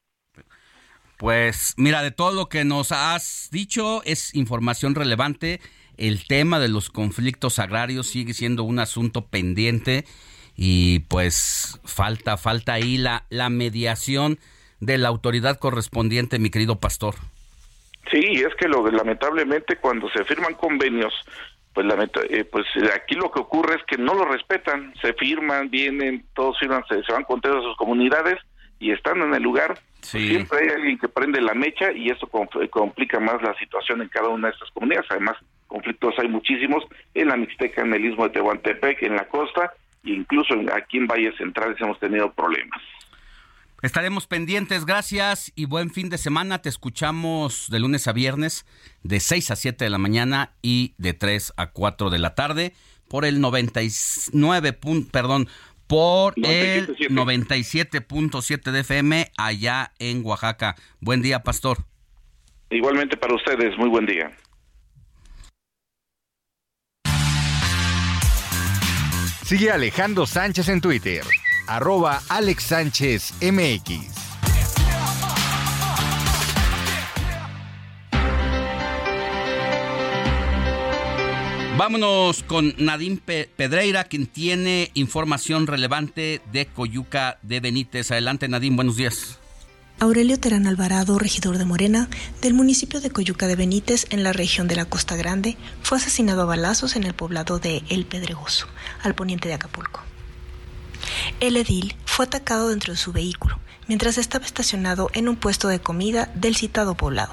Pues mira, de todo lo que nos has dicho es información relevante. El tema de los conflictos agrarios sigue siendo un asunto pendiente, y pues falta ahí la mediación de la autoridad correspondiente, mi querido pastor. Sí, es que lamentablemente cuando se firman convenios, pues aquí lo que ocurre es que no lo respetan, se firman, vienen, todos firman, se van contentos a sus comunidades y están en el lugar. Sí. Pues siempre hay alguien que prende la mecha y eso complica más la situación en cada una de estas comunidades. Además, conflictos hay muchísimos en la Mixteca, en el Istmo de Tehuantepec, en la costa, e incluso aquí en Valles Centrales hemos tenido problemas. Estaremos pendientes, gracias y buen fin de semana. Te escuchamos de lunes a viernes de 6 a 7 de la mañana y de 3 a 4 de la tarde por el 97.7 de FM allá en Oaxaca. Buen día, pastor. Igualmente para ustedes, muy buen día. Sigue a Alejandro Sánchez en Twitter, @AlexSánchezMX. Vámonos con Nadine Pedreira, quien tiene información relevante de Coyuca de Benítez. Adelante, Nadine, buenos días. Aurelio Terán Alvarado, regidor de Morena, del municipio de Coyuca de Benítez, en la región de la Costa Grande, fue asesinado a balazos en el poblado de El Pedregoso, al poniente de Acapulco. El edil fue atacado dentro de su vehículo, mientras estaba estacionado en un puesto de comida del citado poblado.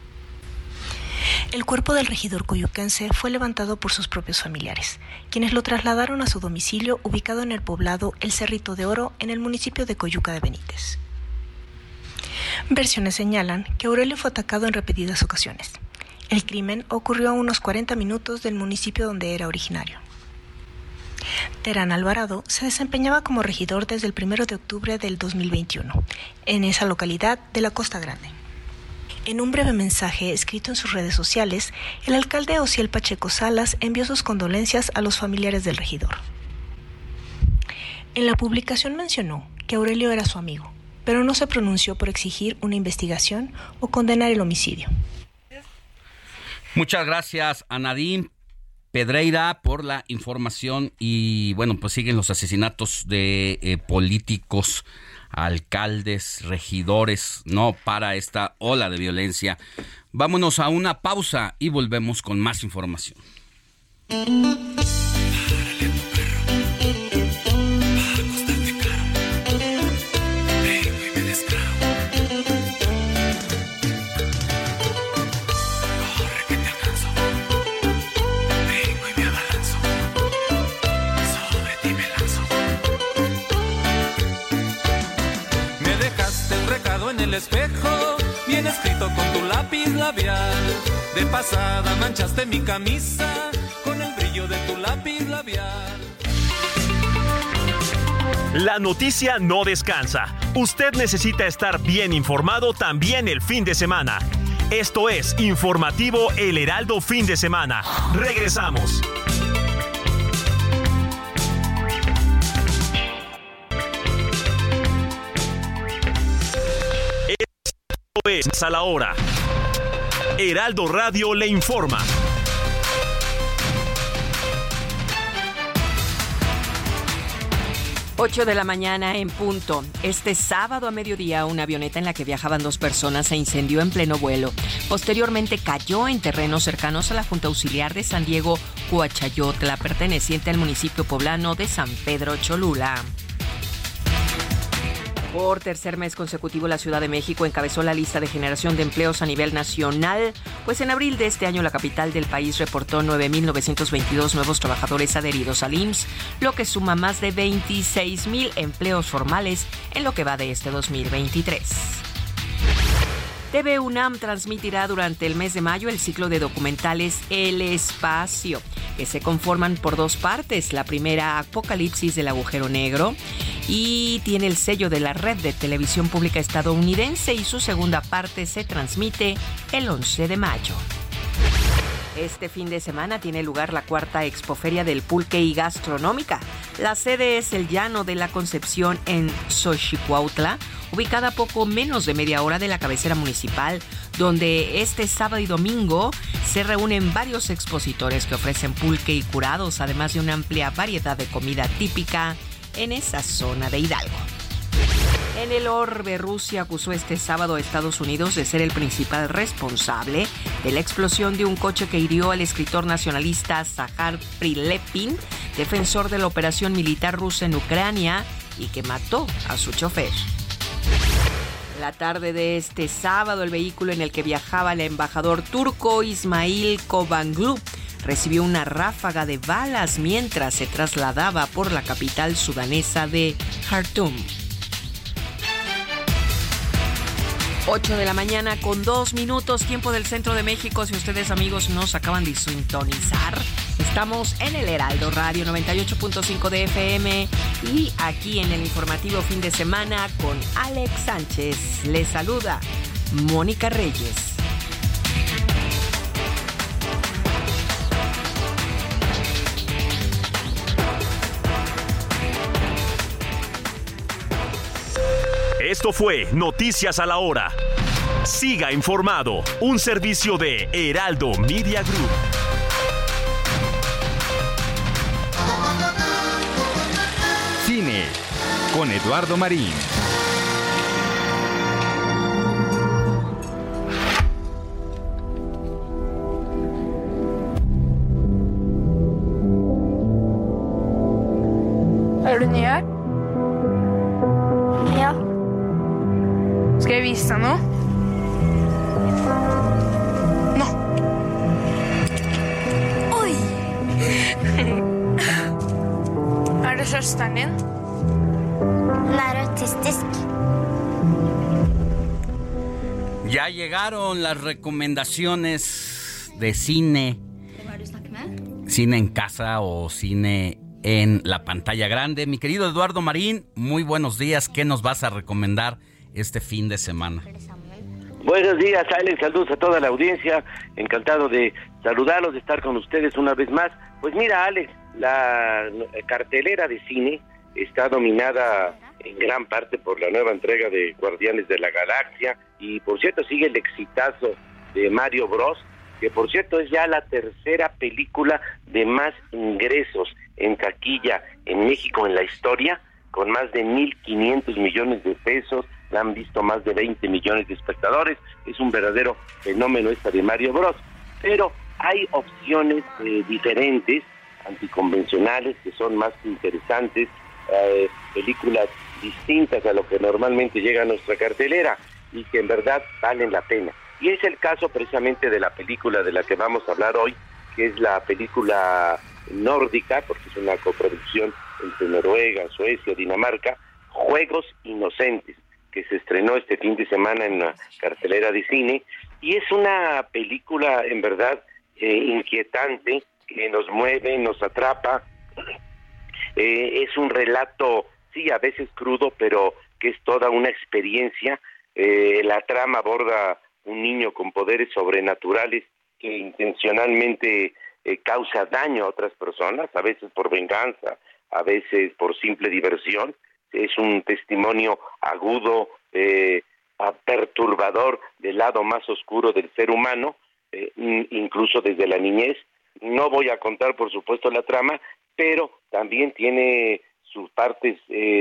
El cuerpo del regidor coyuquense fue levantado por sus propios familiares, quienes lo trasladaron a su domicilio ubicado en el poblado El Cerrito de Oro, en el municipio de Coyuca de Benítez. Versiones señalan que Aurelio fue atacado en repetidas ocasiones. El crimen ocurrió a unos 40 minutos del municipio donde era originario. Terán Alvarado se desempeñaba como regidor desde el 1 de octubre del 2021, en esa localidad de la Costa Grande. En un breve mensaje escrito en sus redes sociales, el alcalde Osiel Pacheco Salas envió sus condolencias a los familiares del regidor. En la publicación mencionó que Aurelio era su amigo, pero no se pronunció por exigir una investigación o condenar el homicidio. Muchas gracias a Nadine Pedreira por la información. Y bueno, pues siguen los asesinatos de políticos, alcaldes, regidores, no para esta ola de violencia. Vámonos a una pausa y volvemos con más información. escrito con tu lápiz labial. De pasada manchaste mi camisa con el brillo de tu lápiz labial. La noticia no descansa. Usted necesita estar bien informado también el fin de semana. Esto es Informativo El Heraldo Fin de Semana. Regresamos. Esto es A la Hora. Heraldo Radio le informa. 8 de la mañana en punto. Este sábado a mediodía, una avioneta en la que viajaban 2 personas se incendió en pleno vuelo. Posteriormente cayó en terrenos cercanos a la Junta Auxiliar de San Diego, Coachayotla, perteneciente al municipio poblano de San Pedro Cholula. Por tercer mes consecutivo, la Ciudad de México encabezó la lista de generación de empleos a nivel nacional, pues en abril de este año la capital del país reportó 9,922 nuevos trabajadores adheridos al IMSS, lo que suma más de 26,000 empleos formales en lo que va de este 2023. TV UNAM transmitirá durante el mes de mayo el ciclo de documentales El Espacio, que se conforman por 2 partes. La primera, Apocalipsis del agujero negro, y tiene el sello de la Red de Televisión Pública estadounidense, y su segunda parte se transmite el 11 de mayo. Este fin de semana tiene lugar la 4ª Expoferia del Pulque y Gastronómica. La sede es el Llano de la Concepción en Xochicuautla, ubicada a poco menos de media hora de la cabecera municipal, donde este sábado y domingo se reúnen varios expositores que ofrecen pulque y curados, además de una amplia variedad de comida típica en esa zona de Hidalgo. En el orbe, Rusia acusó este sábado a Estados Unidos de ser el principal responsable de la explosión de un coche que hirió al escritor nacionalista Zahar Prilepin, defensor de la operación militar rusa en Ucrania, y que mató a su chofer. La tarde de este sábado, el vehículo en el que viajaba el embajador turco Ismail Kovanglu recibió una ráfaga de balas mientras se trasladaba por la capital sudanesa de Jartum. 8 de la mañana con 2 minutos, tiempo del centro de México. Si ustedes, amigos, nos acaban de sintonizar, estamos en el Heraldo Radio 98.5 de FM y aquí en el informativo fin de semana con Alex Sánchez. Les saluda Mónica Reyes. Esto fue Noticias a la Hora. Siga informado, un servicio de Heraldo Media Group. Cine con Eduardo Marín. Är du ner? Ja. Ska jag visa nå? Nå. Oj! Är det søsteren din? Hon är autistisk. Ya llegaron las recomendaciones de cine. Cine en casa o cine en la pantalla grande. Mi querido Eduardo Marín, muy buenos días. ¿Qué nos vas a recomendar este fin de semana? Buenos días, Alex. Saludos a toda la audiencia. Encantado de saludarlos, de estar con ustedes una vez más. Pues mira, Alex, la cartelera de cine está dominada en gran parte por la nueva entrega de Guardianes de la Galaxia, y por cierto sigue el exitazo de Mario Bros, que por cierto es ya la 3ª película de más ingresos en taquilla en México en la historia, con más de 1,500 millones de pesos. La han visto más de 20 millones de espectadores. Es un verdadero fenómeno esta de Mario Bros. Pero hay opciones diferentes, anticonvencionales, que son más interesantes, películas distintas a lo que normalmente llega a nuestra cartelera y que en verdad valen la pena. Y es el caso precisamente de la película de la que vamos a hablar hoy, que es la película nórdica, porque es una coproducción entre Noruega, Suecia, Dinamarca, Juegos Inocentes. que se estrenó este fin de semana en la cartelera de cine, y es una película en verdad inquietante, que nos mueve, nos atrapa. Es un relato, sí, a veces crudo, pero que es toda una experiencia. La trama aborda un niño con poderes sobrenaturales que intencionalmente causa daño a otras personas, a veces por venganza, a veces por simple diversión. Es un testimonio agudo, perturbador del lado más oscuro del ser humano, incluso desde la niñez. No voy a contar, por supuesto, la trama, pero también tiene sus partes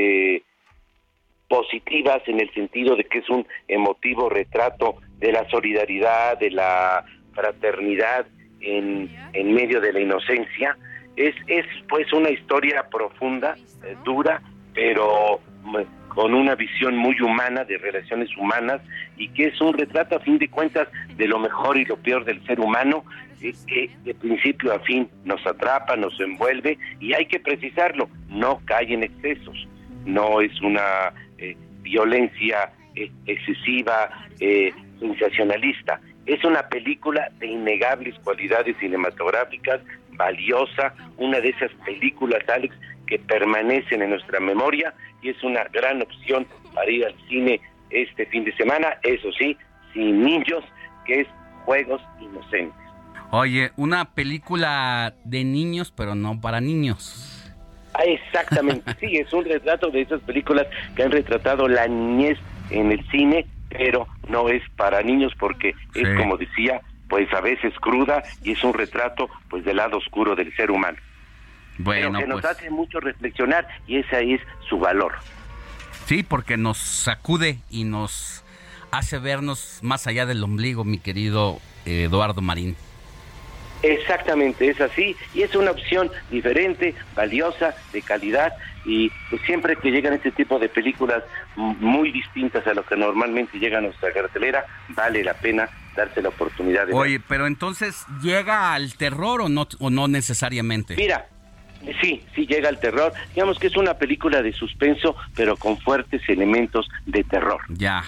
positivas, en el sentido de que es un emotivo retrato de la solidaridad, de la fraternidad en medio de la inocencia. Es pues una historia profunda, dura, pero con una visión muy humana de relaciones humanas, y que es un retrato a fin de cuentas de lo mejor y lo peor del ser humano, que de principio a fin nos atrapa, nos envuelve, y hay que precisarlo, no cae en excesos, no es una violencia excesiva, sensacionalista. Es una película de innegables cualidades cinematográficas, valiosa, una de esas películas, Alex, que permanecen en nuestra memoria, y es una gran opción para ir al cine este fin de semana, eso sí, sin niños, que es Juegos Inocentes. Oye, una película de niños, pero no para niños. Exactamente, sí, es un retrato de esas películas que han retratado la niñez en el cine, pero no es para niños, porque es, como decía, pues a veces cruda, y es un retrato pues del lado oscuro del ser humano. Bueno, pero que nos pues hace mucho reflexionar, y ese es su valor. Sí, porque nos sacude y nos hace vernos más allá del ombligo, mi querido Eduardo Marín. Exactamente, es así, y es una opción diferente, valiosa, de calidad, y pues siempre que llegan este tipo de películas muy distintas a lo que normalmente llega a nuestra cartelera, vale la pena darse la oportunidad de Oye, pero entonces, ¿llega al terror o no necesariamente? Mira, sí llega al terror. Digamos que es una película de suspenso, pero con fuertes elementos de terror. Ya,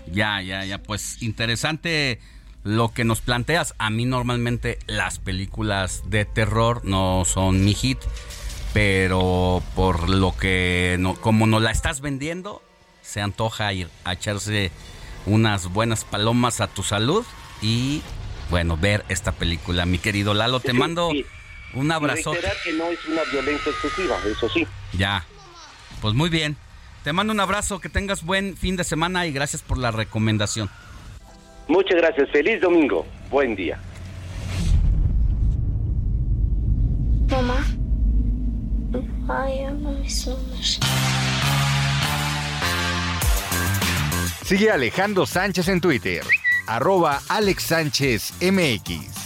pues interesante lo que nos planteas. A mí normalmente las películas de terror no son mi hit, pero por lo que como nos la estás vendiendo, se antoja ir a echarse unas buenas palomas a tu salud y, bueno, ver esta película. Mi querido Lalo, te mando un abrazo. Y reiterar que no es una violencia excesiva, eso sí. Ya, pues muy bien. Te mando un abrazo, que tengas buen fin de semana y gracias por la recomendación. Muchas gracias, feliz domingo, buen día. Mamá, ay, amo mis números. Sigue a Alejandro Sánchez en Twitter, @AlexSánchezMX.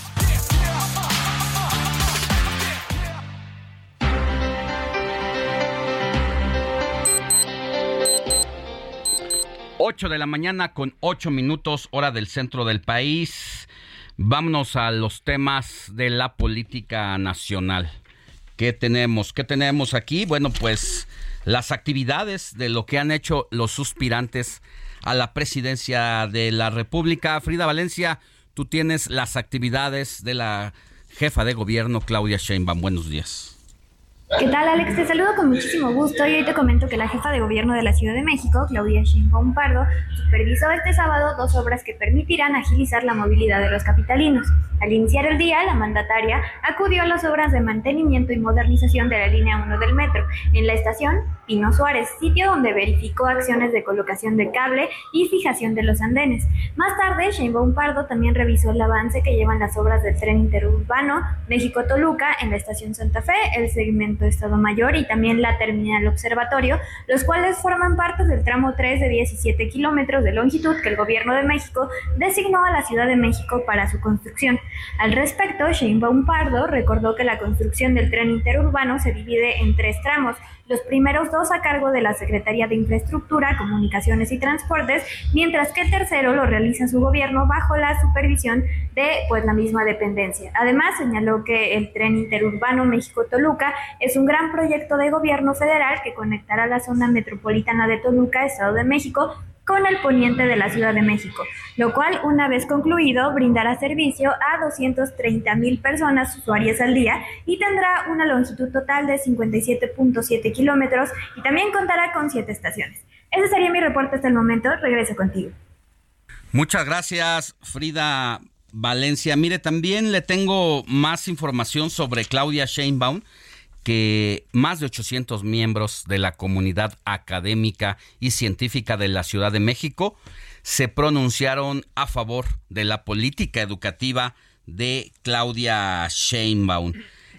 Ocho de la mañana con 8 minutos, hora del centro del país. Vámonos a los temas de la política nacional. ¿Qué tenemos aquí? Bueno, pues las actividades de lo que han hecho los suspirantes a la presidencia de la República. Frida Valencia, tú tienes las actividades de la jefa de gobierno, Claudia Sheinbaum. Buenos días. ¿Qué tal, Alex? Te saludo con muchísimo gusto y hoy te comento que la jefa de gobierno de la Ciudad de México, Claudia Sheinbaum Pardo, supervisó este sábado 2 obras que permitirán agilizar la movilidad de los capitalinos. Al iniciar el día, la mandataria acudió a las obras de mantenimiento y modernización de la línea 1 del metro en la estación Pino Suárez, sitio donde verificó acciones de colocación de cable y fijación de los andenes. Más tarde, Sheinbaum Pardo también revisó el avance que llevan las obras del tren interurbano México-Toluca en la estación Santa Fe, el segmento Estado Mayor y también la terminal Observatorio, los cuales forman parte del tramo 3 de 17 kilómetros de longitud que el gobierno de México designó a la Ciudad de México para su construcción. Al respecto, Sheinbaum Pardo recordó que la construcción del tren interurbano se divide en 3 tramos, los primeros 2 a cargo de la Secretaría de Infraestructura, Comunicaciones y Transportes, mientras que el tercero lo realiza su gobierno bajo la supervisión de la misma dependencia. Además, señaló que el tren interurbano México-Toluca es un gran proyecto de gobierno federal que conectará la zona metropolitana de Toluca, Estado de México, con el poniente de la Ciudad de México, lo cual, una vez concluido, brindará servicio a 230,000 personas usuarias al día y tendrá una longitud total de 57.7 kilómetros y también contará con 7 estaciones. Ese sería mi reporte hasta el momento. Regreso contigo. Muchas gracias, Frida Valencia. Mire, también le tengo más información sobre Claudia Sheinbaum, que más de 800 miembros de la comunidad académica y científica de la Ciudad de México se pronunciaron a favor de la política educativa de Claudia Sheinbaum.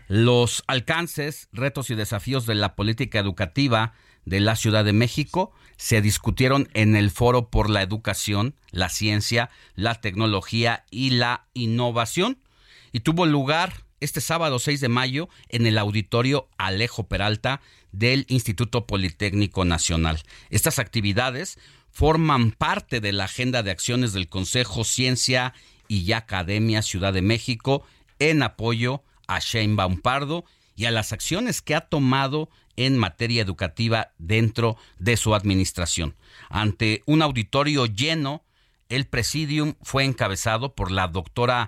Los alcances, retos y desafíos de la política educativa de la Ciudad de México se discutieron en el Foro por la Educación, la Ciencia, la Tecnología y la Innovación, y tuvo lugar este sábado 6 de mayo en el Auditorio Alejo Peralta del Instituto Politécnico Nacional. Estas actividades forman parte de la agenda de acciones del Consejo Ciencia y Academia Ciudad de México en apoyo a Sheinbaum Pardo y a las acciones que ha tomado en materia educativa dentro de su administración. Ante un auditorio lleno, el presidium fue encabezado por la doctora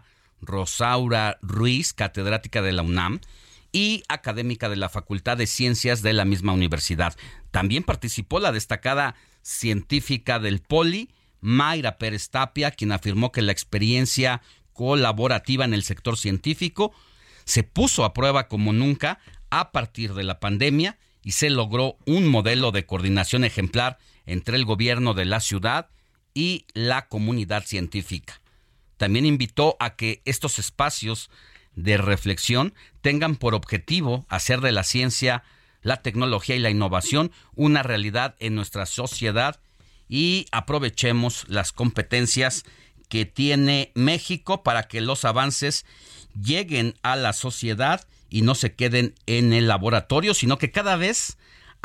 Rosaura Ruiz, catedrática de la UNAM y académica de la Facultad de Ciencias de la misma universidad. También participó la destacada científica del Poli, Mayra Pérez Tapia, quien afirmó que la experiencia colaborativa en el sector científico se puso a prueba como nunca a partir de la pandemia y se logró un modelo de coordinación ejemplar entre el gobierno de la ciudad y la comunidad científica. También invitó a que estos espacios de reflexión tengan por objetivo hacer de la ciencia, la tecnología y la innovación una realidad en nuestra sociedad y aprovechemos las competencias que tiene México para que los avances lleguen a la sociedad y no se queden en el laboratorio, sino que cada vez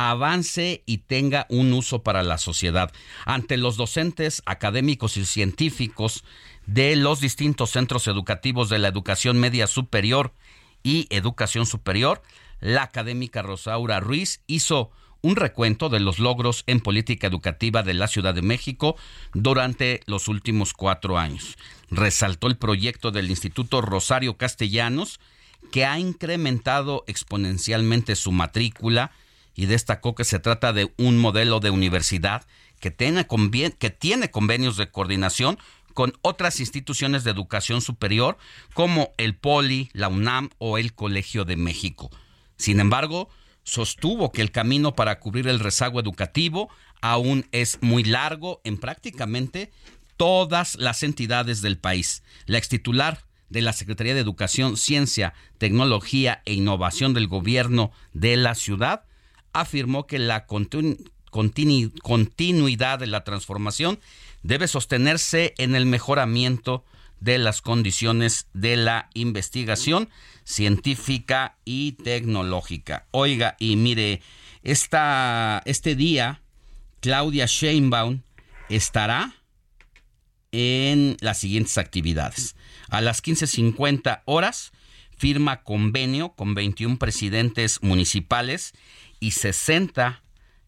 avance y tenga un uso para la sociedad. Ante los docentes, académicos y científicos de los distintos centros educativos de la educación media superior y educación superior, la académica Rosaura Ruiz hizo un recuento de los logros en política educativa de la Ciudad de México durante los últimos 4 años. Resaltó el proyecto del Instituto Rosario Castellanos, que ha incrementado exponencialmente su matrícula, y destacó que se trata de un modelo de universidad que tiene convenios de coordinación con otras instituciones de educación superior como el Poli, la UNAM o el Colegio de México. Sin embargo, sostuvo que el camino para cubrir el rezago educativo aún es muy largo en prácticamente todas las entidades del país. La extitular de la Secretaría de Educación, Ciencia, Tecnología e Innovación del Gobierno de la Ciudad afirmó que la continuidad de la transformación debe sostenerse en el mejoramiento de las condiciones de la investigación científica y tecnológica. Oiga, y mire, este día Claudia Sheinbaum estará en las siguientes actividades. A las 15:50 horas firma convenio con 21 presidentes municipales y 60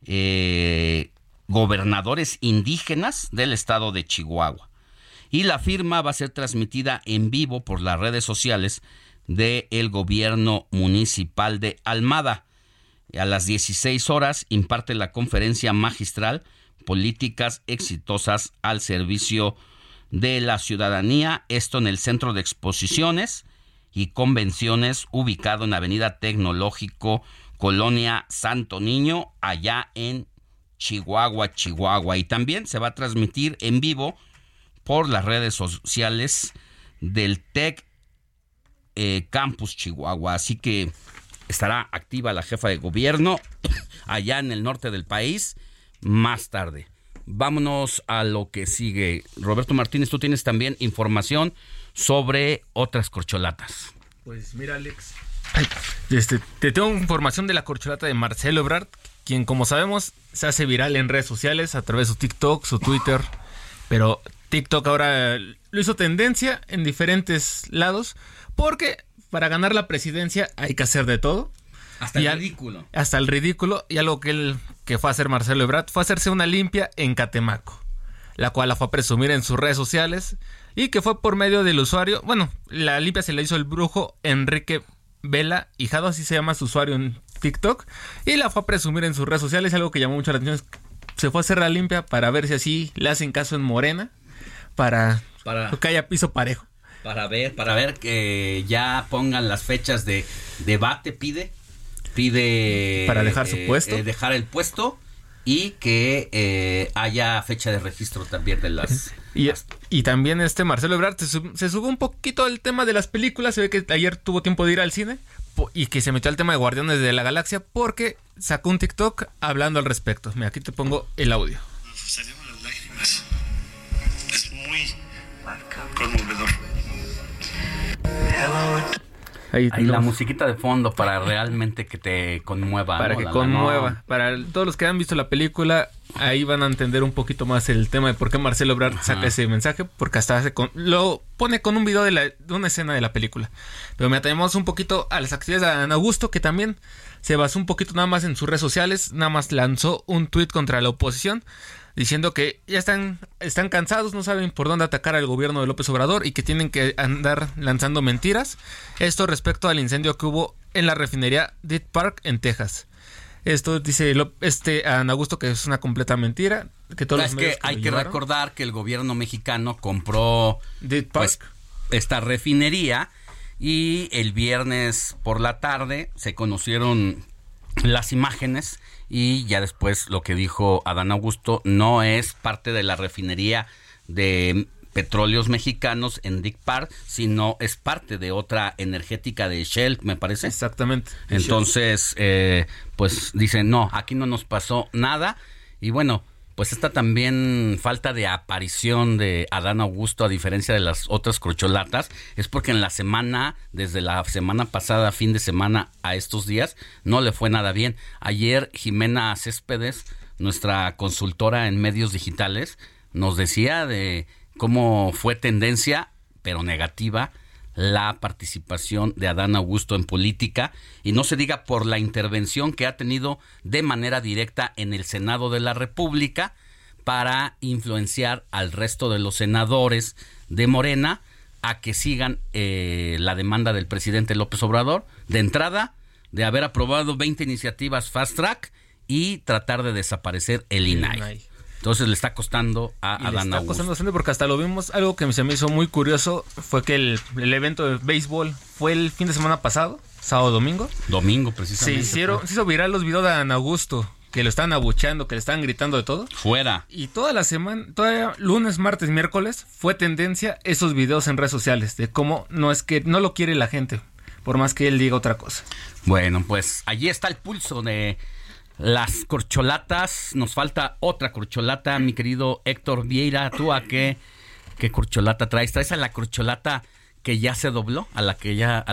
gobernadores indígenas del estado de Chihuahua. Y la firma va a ser transmitida en vivo por las redes sociales del gobierno municipal de Almada. A las 16 horas imparte la conferencia magistral Políticas exitosas al servicio de la ciudadanía, esto en el Centro de Exposiciones y Convenciones ubicado en Avenida Tecnológico, Colonia Santo Niño, allá en Chihuahua. Y también se va a transmitir en vivo por las redes sociales del TEC Campus Chihuahua. Así que estará activa la jefa de gobierno allá en el norte del país más tarde. Vámonos a lo que sigue. Roberto Martínez, tú tienes también información sobre otras corcholatas. Pues mira, Alex, te tengo información de la corcholata de Marcelo Ebrard, quien, como sabemos, se hace viral en redes sociales a través de su TikTok, su Twitter, pero TikTok ahora lo hizo tendencia en diferentes lados, porque para ganar la presidencia hay que hacer de todo. Hasta el ridículo. Hasta el ridículo. Y algo que fue a hacer Marcelo Ebrard fue hacerse una limpia en Catemaco. la cual la fue a presumir en sus redes sociales y que fue por medio del usuario, bueno, la limpia se la hizo el brujo Enrique Vela Hijado, así se llama su usuario en TikTok, y la fue a presumir en sus redes sociales. Algo que llamó mucho la atención, se fue a hacer la limpia para ver si así le hacen caso en Morena, para que haya piso parejo. Para ver que ya pongan las fechas de debate, pide para dejar su puesto, dejar el puesto, y que haya fecha de registro también de las... Y también Marcelo Ebrard se sube un poquito al tema de las películas. Se ve que ayer tuvo tiempo de ir al cine y que se metió al tema de Guardianes de la Galaxia porque sacó un TikTok hablando al respecto. Mira, aquí te pongo el audio. Salieron las lágrimas. Es muy conmovedor. Ahí la musiquita de fondo para realmente que te conmueva. Para que conmueva. Para todos los que han visto la película, ahí van a entender un poquito más el tema de por qué Marcelo Ebrard saca ese mensaje, porque hasta lo pone con un video de una escena de la película. Pero me atenemos un poquito a las actividades de Adán Augusto, que también se basó un poquito nada más en sus redes sociales. Nada más lanzó un tuit contra la oposición, diciendo que ya están cansados, no saben por dónde atacar al gobierno de López Obrador y que tienen que andar lanzando mentiras. Esto respecto al incendio que hubo en la refinería Deer Park en Texas. Esto dice Adán Augusto que es una completa mentira. Que todos los medios hay que recordar que el gobierno mexicano compró esta refinería y el viernes por la tarde se conocieron las imágenes. Y ya después lo que dijo Adán Augusto, no es parte de la refinería de Petróleos Mexicanos en Deer Park, sino es parte de otra energética de Shell, me parece. Exactamente. Entonces, pues dicen, no, aquí no nos pasó nada. Y bueno, pues esta también falta de aparición de Adán Augusto, a diferencia de las otras corcholatas, es porque en la semana, desde la semana pasada, fin de semana a estos días, no le fue nada bien. Ayer Jimena Céspedes, nuestra consultora en medios digitales, nos decía de cómo fue tendencia, pero negativa, la participación de Adán Augusto en política, y no se diga por la intervención que ha tenido de manera directa en el Senado de la República para influenciar al resto de los senadores de Morena a que sigan la demanda del presidente López Obrador, de entrada, de haber aprobado 20 iniciativas Fast Track y tratar de desaparecer el INAI. Entonces le está costando a Adán Augusto. Le está costando bastante porque hasta lo vimos. Algo que se me hizo muy curioso fue que el evento de béisbol fue el fin de semana pasado, sábado, domingo. Domingo, precisamente. Se hizo viral los videos de Adán Augusto, que lo están abucheando, que le están gritando de todo. Fuera. Y toda la semana, todavía lunes, martes, miércoles, fue tendencia esos videos en redes sociales de cómo no es que no lo quiere la gente, por más que él diga otra cosa. Bueno, pues allí está el pulso de las corcholatas. Nos falta otra corcholata, mi querido Héctor Vieira. ¿Tú a qué corcholata traes? ¿Traes a la corcholata que ya se dobló? A la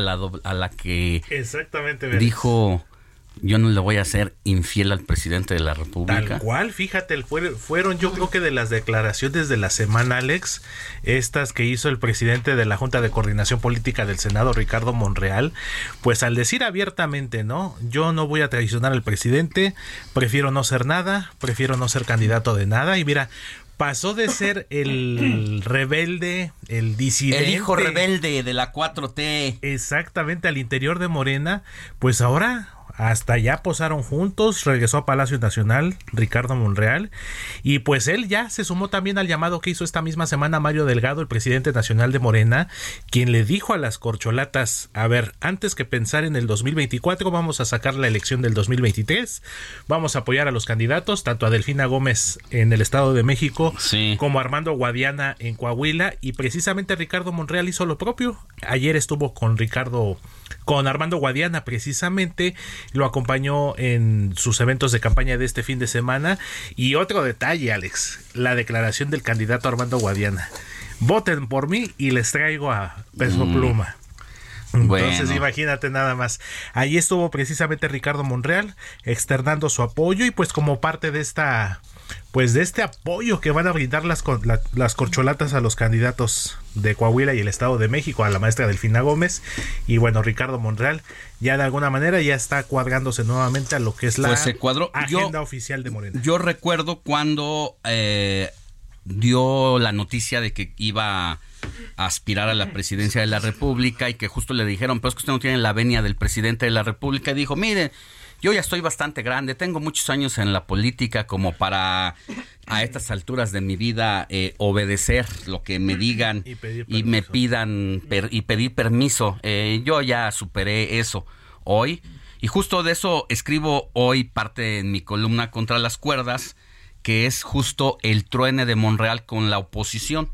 que exactamente dijo, yo no le voy a ser infiel al presidente de la República. Tal cual, fíjate, fueron yo creo que de las declaraciones de la semana, Alex, estas que hizo el presidente de la Junta de Coordinación Política del Senado, Ricardo Monreal, pues al decir abiertamente, ¿no? Yo no voy a traicionar al presidente, prefiero no ser nada, prefiero no ser candidato de nada, y mira, pasó de ser el rebelde, el disidente, el hijo rebelde de la 4T. Exactamente, al interior de Morena, pues ahora hasta ya posaron juntos, regresó a Palacio Nacional Ricardo Monreal, y pues él ya se sumó también al llamado que hizo esta misma semana Mario Delgado, el presidente nacional de Morena, quien le dijo a las corcholatas, a ver, antes que pensar en el 2024, vamos a sacar la elección del 2023, vamos a apoyar a los candidatos, tanto a Delfina Gómez en el Estado de México, como a Armando Guadiana en Coahuila, y precisamente Ricardo Monreal hizo lo propio. Ayer estuvo con Armando Guadiana, precisamente lo acompañó en sus eventos de campaña de este fin de semana. Y otro detalle, Alex, la declaración del candidato Armando Guadiana: voten por mí y les traigo a Peso Pluma. Entonces, imagínate nada más. Ahí estuvo precisamente Ricardo Monreal externando su apoyo, y pues como parte de este apoyo que van a brindar las corcholatas a los candidatos de Coahuila y el Estado de México, a la maestra Delfina Gómez, y bueno, Ricardo Monreal ya de alguna manera ya está cuadrándose nuevamente a lo que es la agenda oficial de Morena. Yo recuerdo cuando dio la noticia de que iba a aspirar a la presidencia de la República y que justo le dijeron, pero es que usted no tiene la venia del presidente de la República, y dijo, mire, yo ya estoy bastante grande, tengo muchos años en la política como para a estas alturas de mi vida obedecer lo que me digan y me pidan y pedir permiso. Yo ya superé eso hoy, y justo de eso escribo hoy parte en mi columna Contra las Cuerdas, que es justo el truene de Monreal con la oposición.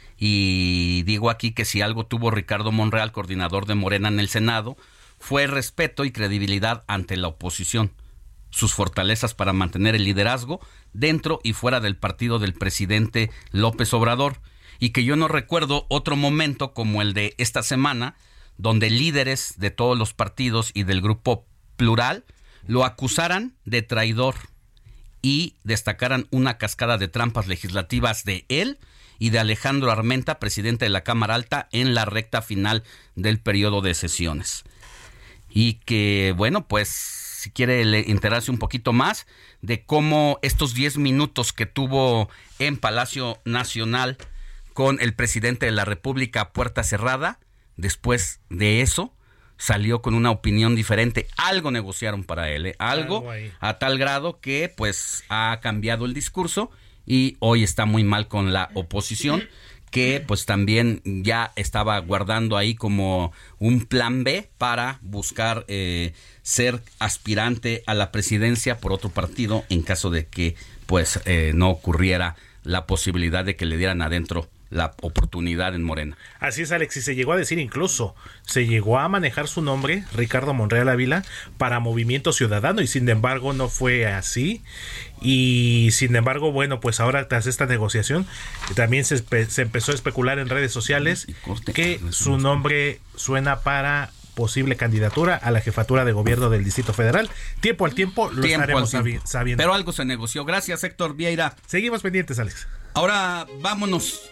Y digo aquí que si algo tuvo Ricardo Monreal, coordinador de Morena en el Senado, fue respeto y credibilidad ante la oposición, sus fortalezas para mantener el liderazgo dentro y fuera del partido del presidente López Obrador, y que yo no recuerdo otro momento como el de esta semana, donde líderes de todos los partidos y del Grupo Plural lo acusaran de traidor y destacaran una cascada de trampas legislativas de él y de Alejandro Armenta, presidente de la Cámara Alta, en la recta final del periodo de sesiones. Y que, bueno, pues, si quiere enterarse un poquito más de cómo estos 10 minutos que tuvo en Palacio Nacional con el presidente de la República a puerta cerrada, después de eso salió con una opinión diferente. Algo negociaron para él, algo a tal grado que, pues, ha cambiado el discurso y hoy está muy mal con la oposición, que pues también ya estaba guardando ahí como un plan B para buscar ser aspirante a la presidencia por otro partido en caso de que pues no ocurriera la posibilidad de que le dieran adentro la oportunidad en Morena. Así es, Alex, y se llegó a decir incluso, se llegó a manejar su nombre, Ricardo Monreal Ávila, para Movimiento Ciudadano, y sin embargo no fue así. Y sin embargo, bueno, pues ahora tras esta negociación también se empezó a especular en redes sociales que su nombre suena para posible candidatura a la jefatura de gobierno del Distrito Federal. Tiempo al tiempo lo estaremos sabiendo. Pero algo se negoció. Gracias, Héctor Vieira. Seguimos pendientes, Alex. Ahora vámonos.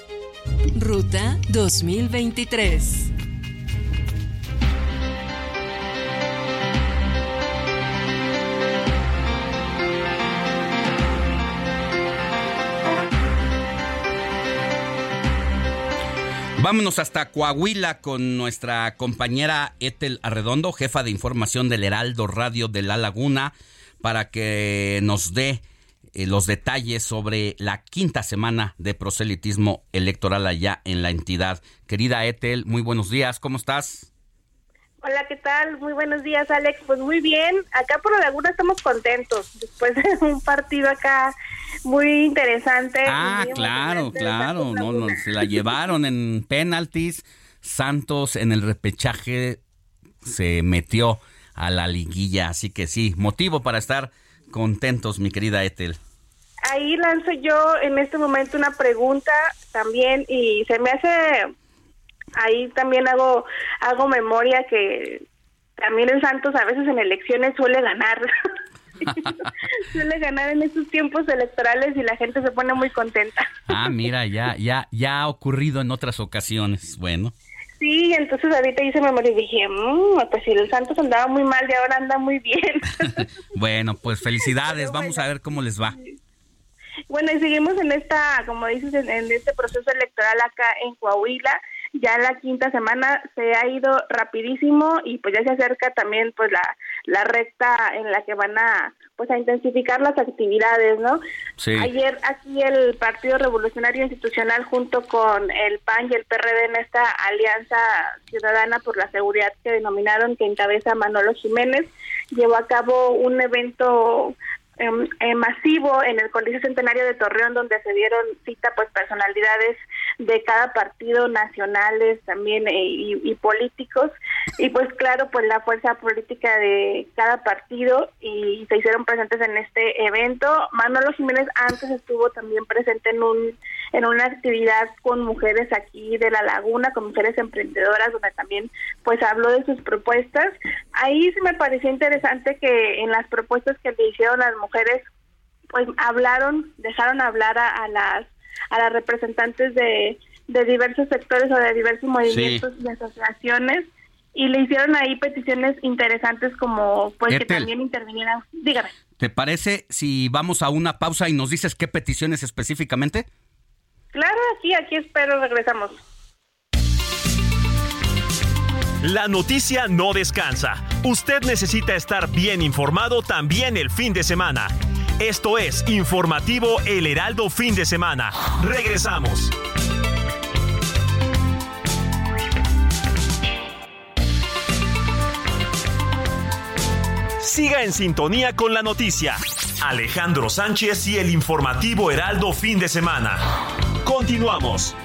Ruta 2023. Vámonos hasta Coahuila con nuestra compañera Ethel Arredondo, jefa de información del Heraldo Radio de La Laguna, para que nos dé los detalles sobre la quinta semana de proselitismo electoral allá en la entidad. Querida Ethel, muy buenos días, ¿cómo estás? Hola, ¿qué tal? Muy buenos días, Alex. Pues muy bien, acá por La Laguna estamos contentos, después de un partido acá muy interesante. Ah, muy claro, no, se la llevaron en penaltis. Santos en el repechaje se metió a la liguilla, así que sí, motivo para estar contentos, mi querida Ethel. Ahí lanzo yo en este momento una pregunta también, y se me hace, ahí también hago memoria que también el Santos a veces en elecciones suele ganar. Suele ganar en estos tiempos electorales y la gente se pone muy contenta. Ah, mira, ya ha ocurrido en otras ocasiones. Bueno. Sí, entonces ahorita hice memoria y dije, pues si el Santos andaba muy mal y ahora anda muy bien. Bueno, pues felicidades, vamos a ver cómo les va. Bueno, y seguimos en esta, como dices, en este proceso electoral acá en Coahuila. Ya la quinta semana se ha ido rapidísimo y pues ya se acerca también pues la recta en la que van a intensificar las actividades, ¿no? Sí. Ayer aquí el Partido Revolucionario Institucional junto con el PAN y el PRD en esta Alianza Ciudadana por la Seguridad que denominaron, que encabeza Manolo Jiménez, llevó a cabo un evento masivo en el Coliseo Centenario de Torreón, donde se dieron cita pues personalidades de cada partido, nacionales también y políticos, y pues claro, pues la fuerza política de cada partido, y se hicieron presentes en este evento. Manolo Jiménez antes estuvo también presente en una actividad con mujeres aquí de La Laguna, con mujeres emprendedoras, donde también pues habló de sus propuestas. Ahí sí me pareció interesante que en las propuestas que le hicieron las mujeres, pues dejaron hablar a las representantes de diversos sectores o de diversos movimientos y asociaciones, y le hicieron ahí peticiones interesantes como pues Ethel, que también intervinieran. Dígame. ¿Te parece si vamos a una pausa y nos dices qué peticiones específicamente? Claro, aquí espero, regresamos. La noticia no descansa. Usted necesita estar bien informado también el fin de semana. Esto es Informativo El Heraldo Fin de Semana. Regresamos. Siga en sintonía con la noticia. Alejandro Sánchez y el Informativo Heraldo Fin de Semana. Continuamos.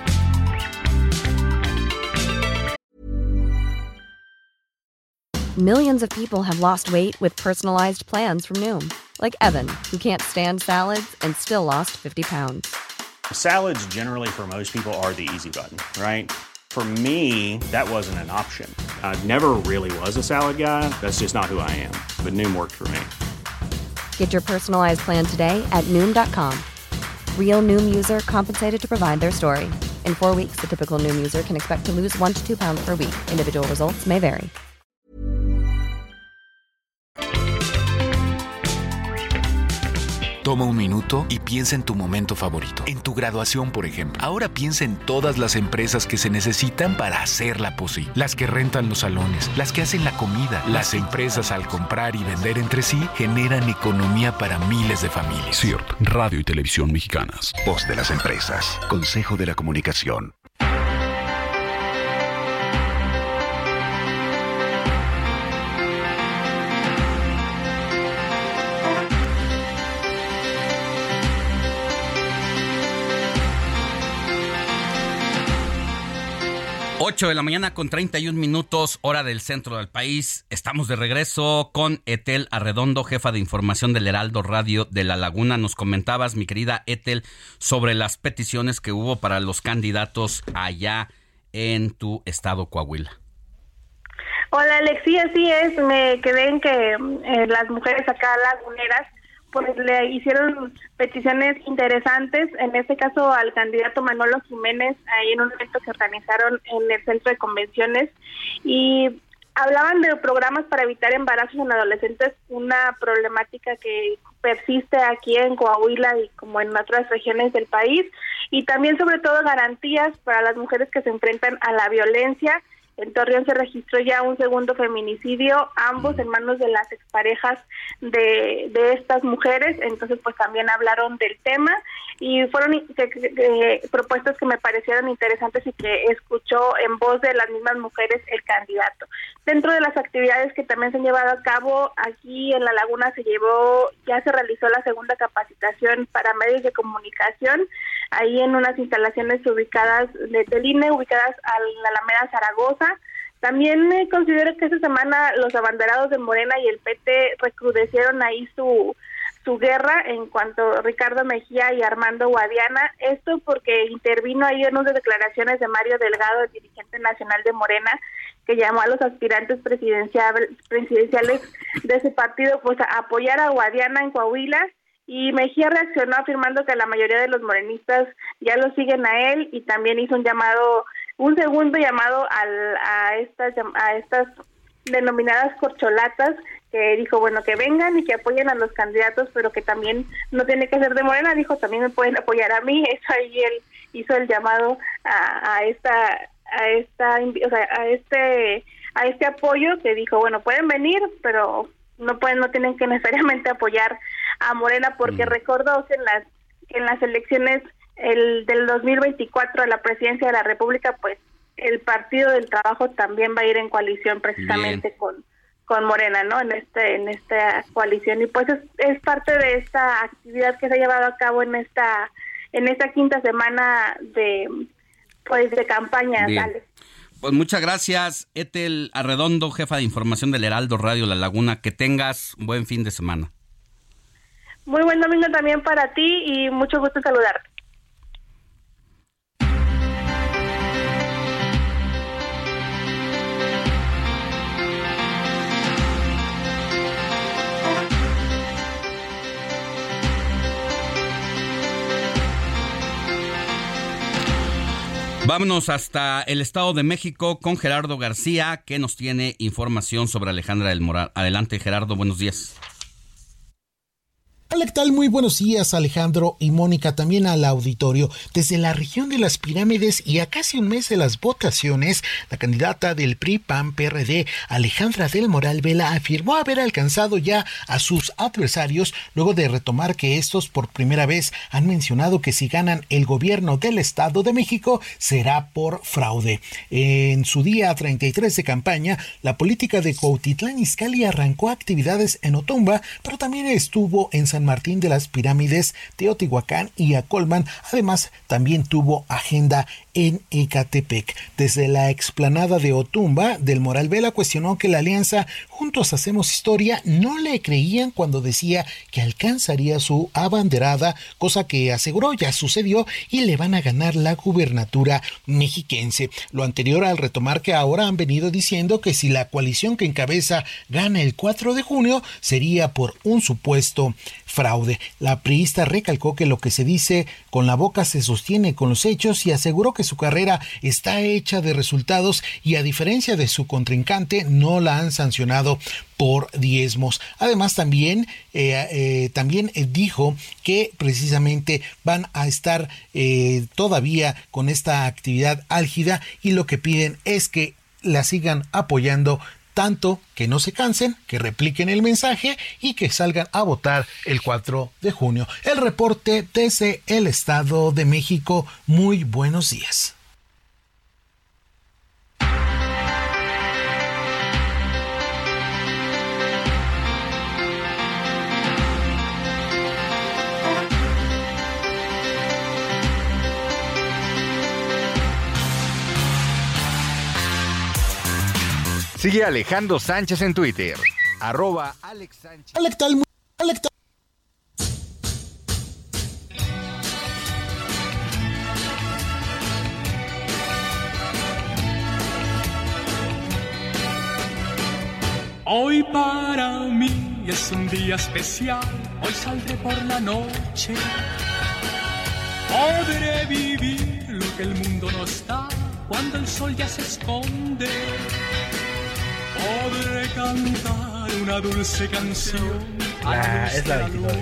Millions of people have lost weight with personalized plans from Noom. Like Evan, who can't stand salads and still lost 50 pounds. Salads generally for most people are the easy button, right? For me, that wasn't an option. I never really was a salad guy. That's just not who I am. But Noom worked for me. Get your personalized plan today at Noom.com. Real Noom user compensated to provide their story. In 4 weeks, the typical Noom user can expect to lose 1 to 2 pounds per week. Individual results may vary. Toma un minuto y piensa en tu momento favorito. En tu graduación, por ejemplo. Ahora piensa en todas las empresas que se necesitan para hacerla posible. Las que rentan los salones, las que hacen la comida. Las empresas, al comprar y vender entre sí, generan economía para miles de familias. CIRT, Radio y Televisión Mexicanas. Voz de las empresas. Consejo de la Comunicación. Ocho de la mañana con 31 minutos, hora del centro del país. Estamos de regreso con Ethel Arredondo, jefa de información del Heraldo Radio de La Laguna. Nos comentabas, mi querida Ethel, sobre las peticiones que hubo para los candidatos allá en tu estado, Coahuila. Hola, Alex, sí, así es. Me quedé en que las mujeres acá laguneras pues le hicieron peticiones interesantes, en este caso al candidato Manolo Jiménez, ahí en un evento que organizaron en el centro de convenciones, y hablaban de programas para evitar embarazos en adolescentes, una problemática que persiste aquí en Coahuila y como en otras regiones del país, y también sobre todo garantías para las mujeres que se enfrentan a la violencia. En Torreón se registró ya un segundo feminicidio, ambos en manos de las exparejas de estas mujeres, entonces pues también hablaron del tema y fueron propuestas que me parecieron interesantes y que escuchó en voz de las mismas mujeres el candidato. Dentro de las actividades que también se han llevado a cabo, aquí en La Laguna ya se realizó la segunda capacitación para medios de comunicación, ahí en unas instalaciones ubicadas del INE, ubicadas a la Alameda Zaragoza. También considero que esta semana los abanderados de Morena y el PT recrudecieron ahí su guerra en cuanto a Ricardo Mejía y Armando Guadiana, esto porque intervino ahí en unas declaraciones de Mario Delgado, el dirigente nacional de Morena, que llamó a los aspirantes presidenciales de ese partido pues a apoyar a Guadiana en Coahuila, y Mejía reaccionó afirmando que la mayoría de los morenistas ya lo siguen a él, y también hizo un segundo llamado a estas denominadas corcholatas, que dijo, bueno, que vengan y que apoyen a los candidatos, pero que también no tiene que ser de Morena, dijo, también me pueden apoyar a mí. Eso ahí él hizo el llamado a este apoyo, que dijo, bueno, pueden venir, pero no tienen que necesariamente apoyar a Morena, porque recordó que en las elecciones del 2024 a la presidencia de la República, pues el Partido del Trabajo también va a ir en coalición precisamente con Morena, ¿no? En esta coalición, y pues es parte de esta actividad que se ha llevado a cabo en esta quinta semana de campaña. Dale. Pues muchas gracias, Ethel Arredondo, jefa de información del Heraldo Radio La Laguna. Que tengas un buen fin de semana. Muy buen domingo también para ti y mucho gusto en saludarte. Vámonos hasta el Estado de México con Gerardo García, que nos tiene información sobre Alejandra del Moral. Adelante, Gerardo, buenos días. Hola, ¿qué tal? Muy buenos días, Alejandro y Mónica, también al auditorio. Desde la región de las Pirámides y a casi un mes de las votaciones, la candidata del PRI-PAN-PRD, Alejandra del Moral Vela, afirmó haber alcanzado ya a sus adversarios luego de retomar que estos por primera vez han mencionado que si ganan el gobierno del Estado de México será por fraude. En su día 33 de campaña, la política de Cuautitlán Izcalli arrancó actividades en Otumba, pero también estuvo en San Martín de las Pirámides, Teotihuacán y Acolman. Además, también tuvo agenda en Ecatepec. Desde la explanada de Otumba, del Moral Vela cuestionó que la alianza Juntos Hacemos Historia no le creían cuando decía que alcanzaría su abanderada, cosa que aseguró ya sucedió y le van a ganar la gubernatura mexiquense. Lo anterior al retomar que ahora han venido diciendo que si la coalición que encabeza gana el 4 de junio sería por un supuesto fraude. La priista recalcó que lo que se dice con la boca se sostiene con los hechos y aseguró que su carrera está hecha de resultados y a diferencia de su contrincante no la han sancionado por diezmos. Además también dijo que precisamente van a estar todavía con esta actividad álgida y lo que piden es que la sigan apoyando, tanto que no se cansen, que repliquen el mensaje y que salgan a votar el 4 de junio. El reporte desde el Estado de México. Muy buenos días. Sigue a Alejandro Sánchez en Twitter. @Alex Sánchez. Hola, ¿qué tal? Hoy para mí es un día especial. Hoy saldré por la noche. Podré vivir lo que el mundo no está cuando el sol ya se esconde. Podré cantar una dulce canción es la 29.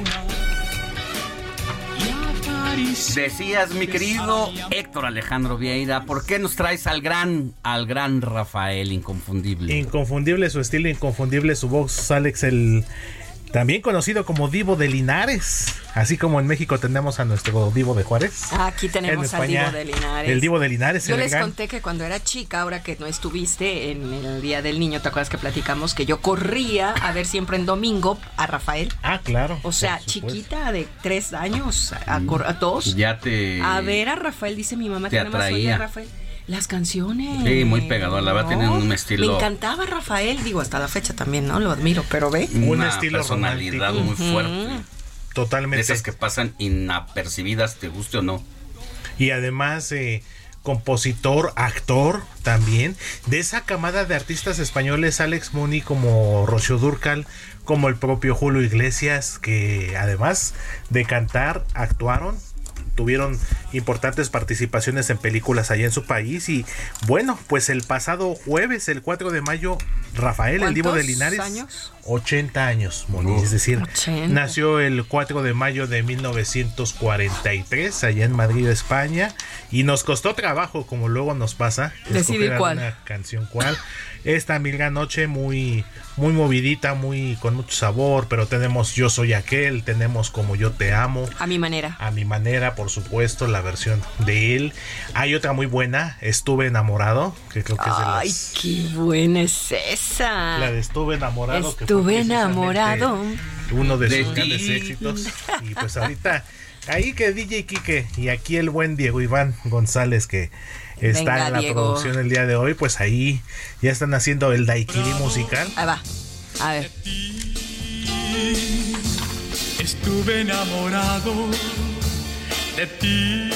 Decías, mi querido Héctor Alejandro Vieira, ¿por qué nos traes al gran Rafael inconfundible? Inconfundible su estilo, inconfundible su voz, Alex, el también conocido como Divo de Linares, así como en México tenemos a nuestro Divo de Juárez. Aquí tenemos al Divo de Linares. El Divo de Linares. Yo les conté que cuando era chica, ahora que no estuviste en el Día del Niño, ¿te acuerdas que platicamos que yo corría a ver siempre en domingo a Rafael? Ah, claro. O sea, chiquita de 3 años a 2. Ya te... A ver a Rafael, dice mi mamá, te atraía. A Rafael. Las canciones. Sí, muy pegador, la verdad, tienen un estilo. Me encantaba Rafael, digo, hasta la fecha también, ¿no? Lo admiro, pero ve. Un estilo personalidad romántico. Muy fuerte. Totalmente. De esas que pasan inapercibidas, te guste o no. Y además, compositor, actor también. De esa camada de artistas españoles, Alex Muni, como Rocío Dúrcal, como el propio Julio Iglesias, que además de cantar, actuaron. Tuvieron importantes participaciones en películas allá en su país. Y bueno, pues el pasado jueves, el 4 de mayo, Rafael, el Divo de Linares, años? 80 años, Moni, es decir, 80. Nació el 4 de mayo de 1943 allá en Madrid, España, y nos costó trabajo, como luego nos pasa, decidir cuál. Una canción cuál. Esta Milga Noche muy movidita, con mucho sabor, pero tenemos Yo Soy Aquel, tenemos Como Yo Te Amo. A mi manera. A mi manera, por supuesto, la versión de él. Hay otra muy buena, Estuve Enamorado, que creo que es de las... ¡Ay, qué buena es esa! La de Estuve Enamorado. Estuve enamorado. Uno de sus grandes éxitos. Y pues ahorita, ahí que DJ Quique y aquí el buen Diego Iván González, que está Venga, en la Diego. Producción el día de hoy, pues ahí ya están haciendo el daiquiri musical. Ahí va, a ver. Estuve enamorado de ti,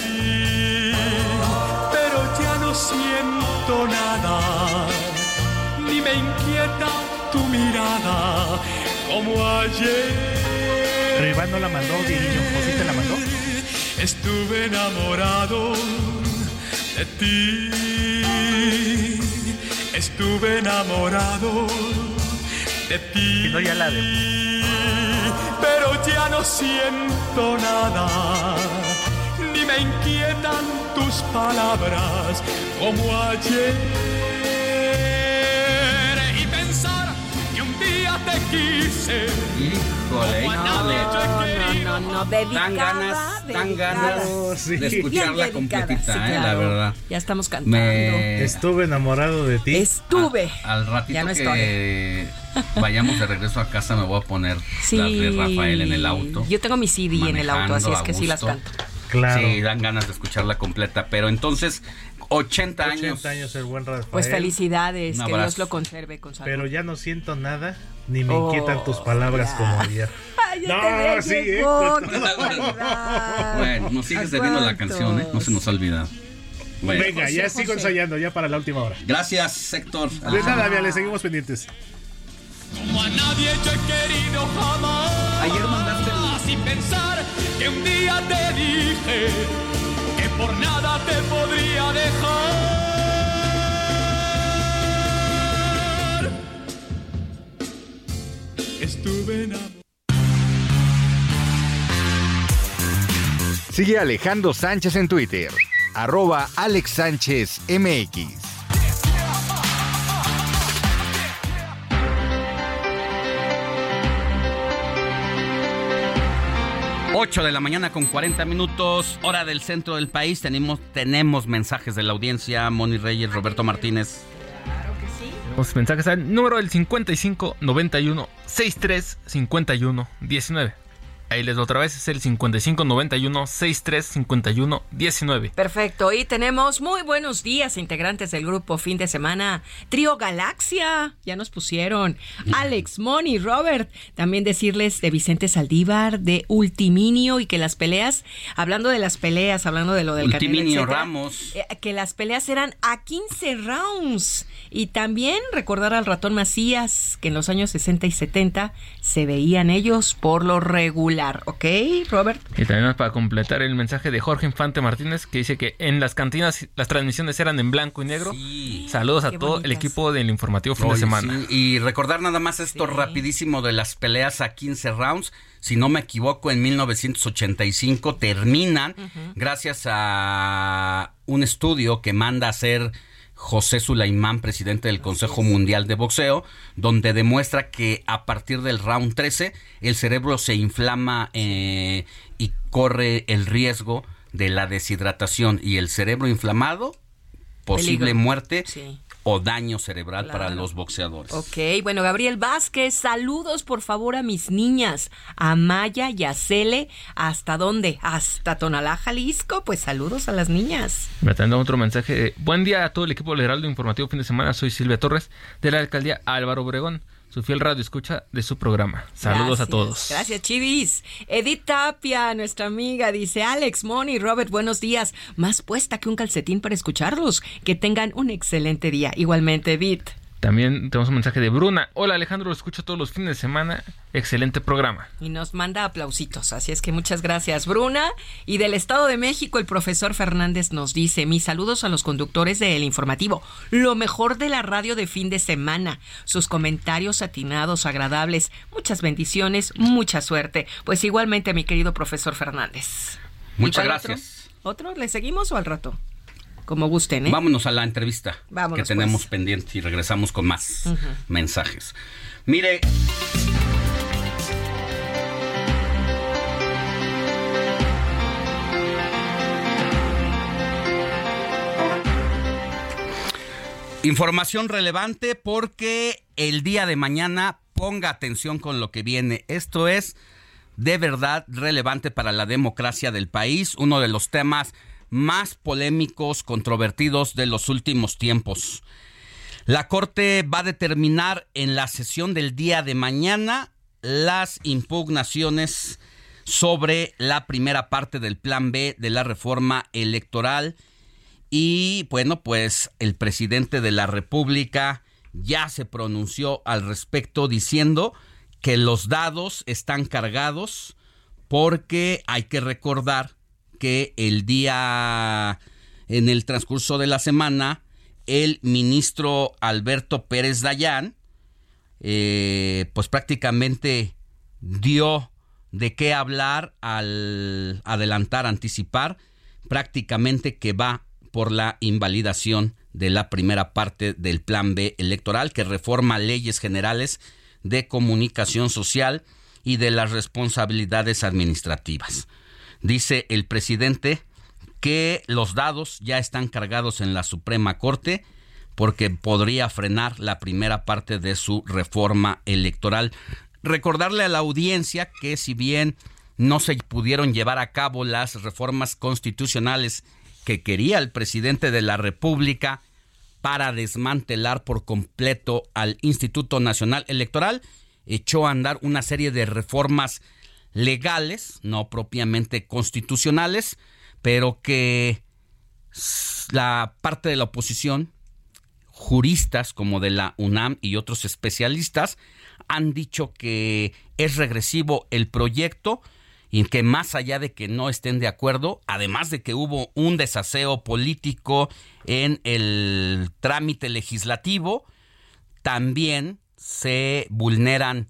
pero ya no siento nada, ni me inquieta tu mirada como ayer. Pero Iván no la mandó, Dieguillo, ¿o sí te la mandó? Estuve enamorado de ti, estuve enamorado de ti, y no ya la de... pero ya ya no siento nada, ni me inquietan tus palabras como ayer. Y pensar que un día te quise. Híjole, no, dedicada. Dan ganas de escucharla completita, sí, claro. La verdad. Ya estamos cantando. Estuve enamorado de ti. Estuve. Al ratito ya no que vayamos de regreso a casa me voy a poner las de Rafael en el auto. Yo tengo mi CD en el auto, así es que sí las canto. Claro. Sí, dan ganas de escucharla completa, pero entonces 80 años. 80 años el buen Rafael. Pues felicidades, que Dios lo conserve con salud. Pero ya no siento nada, ni me inquietan tus palabras como ayer. No, sí, Bueno, nos sigues debiendo la canción, no se nos ha olvidado. Bueno. Venga, ya sigo ensayando, ya para la última hora. Gracias, Héctor. De nada, le seguimos pendientes. Como a nadie yo he querido jamás. Ayer mandaste sin pensar que un día te dije que por nada te podría dejar. Estuve enamorado. Sigue a Alejandro Sánchez en Twitter, @AlexSánchezMX. 8 de la mañana con 40 minutos, hora del centro del país. Tenemos mensajes de la audiencia. Moni Reyes, Roberto Martínez. Claro que sí. Los mensajes al número del 55 91 63 51 19. Ahí les doy otra vez, es el 55 91 63 51 19. Perfecto, y tenemos muy buenos días, integrantes del grupo Fin de Semana Trío Galaxia, ya nos pusieron Alex, Moni, Robert, también decirles de Vicente Saldívar, de Ultiminio, y que las peleas, hablando de las peleas, hablando de lo del Ultiminio Canelo, Ramos, que las peleas eran a 15 rounds, y también recordar al Ratón Macías, que en los años 60 y 70 se veían ellos por lo regular. ¿Ok, Robert? Y también para completar el mensaje de Jorge Infante Martínez, que dice que en las cantinas las transmisiones eran en blanco y negro. Sí. Saludos a todo el equipo del informativo Fin de Semana. Sí. Y recordar nada más esto rapidísimo de las peleas a 15 rounds. Si no me equivoco, en 1985 terminan gracias a un estudio que manda a hacer José Sulaimán, presidente del Consejo Mundial de Boxeo, donde demuestra que a partir del round 13 el cerebro se inflama y corre el riesgo de la deshidratación, y el cerebro inflamado, posible muerte o daño cerebral para los boxeadores. Ok, bueno, Gabriel Vázquez, saludos por favor a mis niñas, a Maya y a Cele. ¿Hasta dónde? ¿Hasta Tonalá, Jalisco? Pues saludos a las niñas. Me están dando otro mensaje. Buen día a todo el equipo del Heraldo Informativo Fin de Semana. Soy Silvia Torres, de la alcaldía Álvaro Obregón, su fiel radio escucha de su programa. Saludos a todos. Gracias, Chivis. Edith Tapia, nuestra amiga, dice: Alex, Moni, Robert, buenos días. Más puesta que un calcetín para escucharlos. Que tengan un excelente día. Igualmente, Edith. También tenemos un mensaje de Bruna. Hola, Alejandro, lo escucho todos los fines de semana. Excelente programa. Y nos manda aplausitos, así es que muchas gracias, Bruna. Y del Estado de México, el profesor Fernández nos dice: mis saludos a los conductores del informativo, lo mejor de la radio de fin de semana, sus comentarios atinados, agradables, muchas bendiciones, mucha suerte. Pues igualmente, mi querido profesor Fernández. Muchas gracias. ¿Otro? ¿Le seguimos o al rato? Como gusten, ¿eh? Vámonos a la entrevista. Vámonos, que tenemos pues pendiente, y regresamos con más mensajes. Mire, información relevante, porque el día de mañana, ponga atención con lo que viene. Esto es de verdad relevante para la democracia del país, uno de los temas más polémicos, controvertidos de los últimos tiempos. La Corte va a determinar en la sesión del día de mañana las impugnaciones sobre la primera parte del Plan B de la reforma electoral. Y bueno, pues el presidente de la República ya se pronunció al respecto, diciendo que los dados están cargados, porque hay que recordar que en el transcurso de la semana, el ministro Alberto Pérez Dayán, pues prácticamente dio de qué hablar al anticipar prácticamente que va por la invalidación de la primera parte del Plan B electoral, que reforma leyes generales de comunicación social y de las responsabilidades administrativas. Dice el presidente que los dados ya están cargados en la Suprema Corte porque podría frenar la primera parte de su reforma electoral. Recordarle a la audiencia que si bien no se pudieron llevar a cabo las reformas constitucionales que quería el presidente de la República para desmantelar por completo al Instituto Nacional Electoral, echó a andar una serie de reformas legales, no propiamente constitucionales, pero que la parte de la oposición, juristas como de la UNAM y otros especialistas, han dicho que es regresivo el proyecto y que más allá de que no estén de acuerdo, además de que hubo un desaseo político en el trámite legislativo, también se vulneran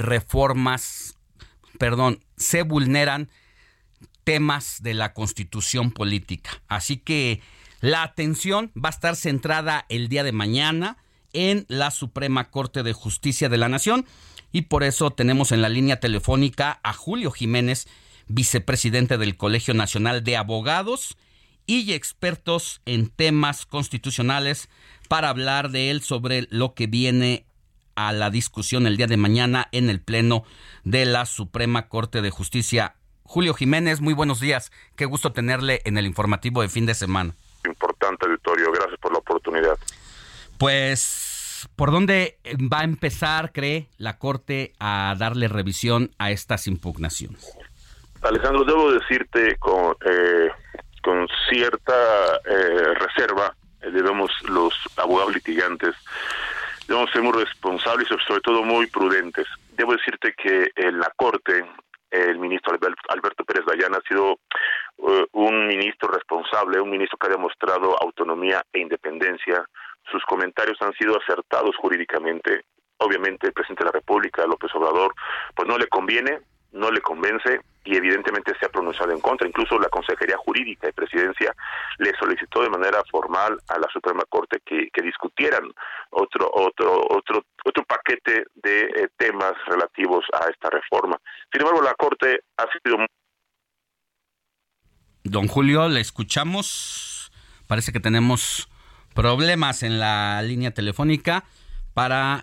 temas de la Constitución política. Así que la atención va a estar centrada el día de mañana en la Suprema Corte de Justicia de la Nación, y por eso tenemos en la línea telefónica a Julio Jiménez, vicepresidente del Colegio Nacional de Abogados y expertos en temas constitucionales, para hablar de él sobre lo que viene a la discusión el día de mañana en el Pleno de la Suprema Corte de Justicia. Julio Jiménez, muy buenos días. Qué gusto tenerle en el informativo de fin de semana. Importante auditorio, gracias por la oportunidad. Pues, ¿por dónde va a empezar, cree, la Corte a darle revisión a estas impugnaciones? Alejandro, debo decirte con cierta reserva, los abogados litigantes, debemos ser muy responsables y sobre todo muy prudentes. Debo decirte que en la Corte, el ministro Alberto Pérez Dayán ha sido un ministro responsable, un ministro que ha demostrado autonomía e independencia. Sus comentarios han sido acertados jurídicamente. Obviamente el presidente de la República, López Obrador, pues no le conviene, no le convence y evidentemente se ha pronunciado en contra. Incluso la Consejería Jurídica de Presidencia le solicitó de manera formal a la Suprema Corte que discutieran otro paquete de temas relativos a esta reforma. Sin embargo, la Corte ha sido... Don Julio, le escuchamos. Parece que tenemos problemas en la línea telefónica para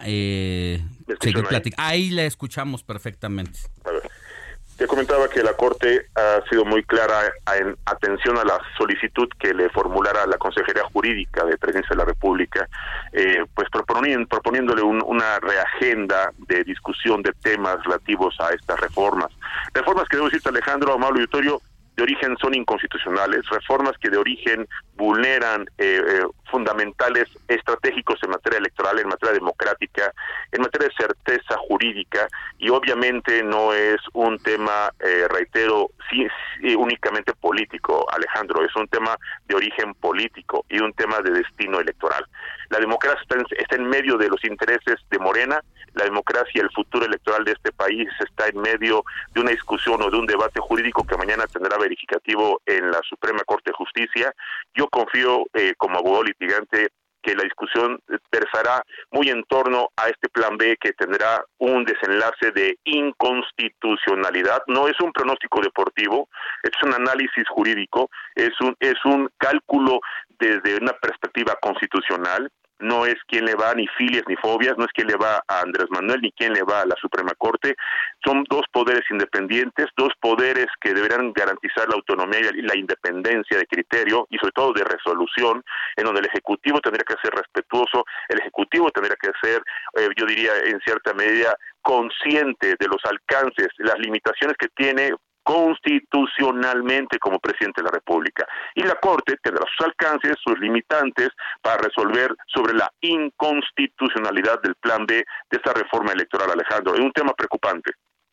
seguir platicando. Ahí le escuchamos perfectamente. A ver. Te comentaba que la Corte ha sido muy clara en atención a la solicitud que le formulara la Consejería Jurídica de Presidencia de la República, pues proponiéndole una reagenda de discusión de temas relativos a estas reformas. Reformas que, debo decirte, Alejandro, amable auditorio, de origen son inconstitucionales, reformas que de origen vulneran fundamentales estratégicos en materia electoral, en materia democrática, en materia de certeza jurídica, y obviamente no es un tema, reitero, únicamente político, Alejandro, es un tema de origen político y un tema de destino electoral. La democracia está en medio de los intereses de Morena, la democracia y el futuro electoral de este país está en medio de una discusión o de un debate jurídico que mañana tendrá verificativo en la Suprema Corte de Justicia. Yo confío, como abogado litigante, que la discusión versará muy en torno a este plan B, que tendrá un desenlace de inconstitucionalidad. No es un pronóstico deportivo, es un análisis jurídico, es un cálculo desde una perspectiva constitucional. No es quién le va ni filias ni fobias, no es quién le va a Andrés Manuel ni quién le va a la Suprema Corte. Son dos poderes independientes, dos poderes que deberán garantizar la autonomía y la independencia de criterio y sobre todo de resolución, en donde el Ejecutivo tendría que ser respetuoso, el Ejecutivo tendría que ser, yo diría, en cierta medida, consciente de los alcances, las limitaciones que tiene constitucionalmente como presidente de la República. Y la Corte tendrá sus alcances, sus limitantes para resolver sobre la inconstitucionalidad del plan B de esta reforma electoral, Alejandro. Es un tema preocupante.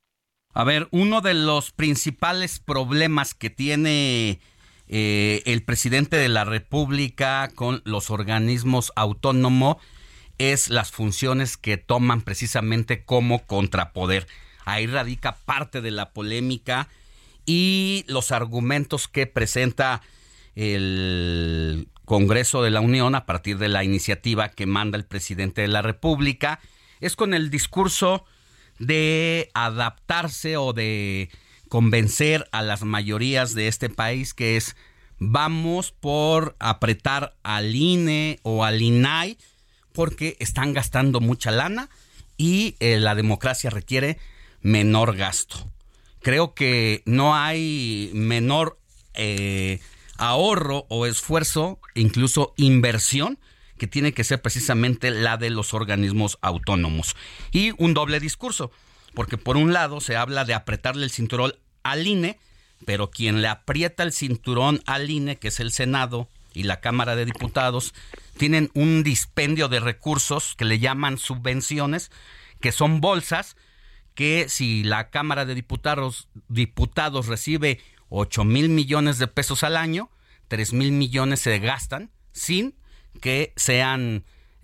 A ver, uno de los principales problemas que tiene el presidente de la República con los organismos autónomos es las funciones que toman precisamente como contrapoder. Ahí radica parte de la polémica y los argumentos que presenta el Congreso de la Unión a partir de la iniciativa que manda el presidente de la República. Es con el discurso de adaptarse o de convencer a las mayorías de este país, que es: vamos por apretar al INE o al INAI porque están gastando mucha lana y la democracia requiere menor gasto. Creo que no hay menor ahorro o esfuerzo, incluso inversión, que tiene que ser precisamente la de los organismos autónomos. Y un doble discurso, porque por un lado se habla de apretarle el cinturón al INE, pero quien le aprieta el cinturón al INE, que es el Senado y la Cámara de Diputados, tienen un dispendio de recursos que le llaman subvenciones, que son bolsas, que si la Cámara de Diputados recibe 8,000 millones de pesos al año, 3,000 millones se gastan sin que sean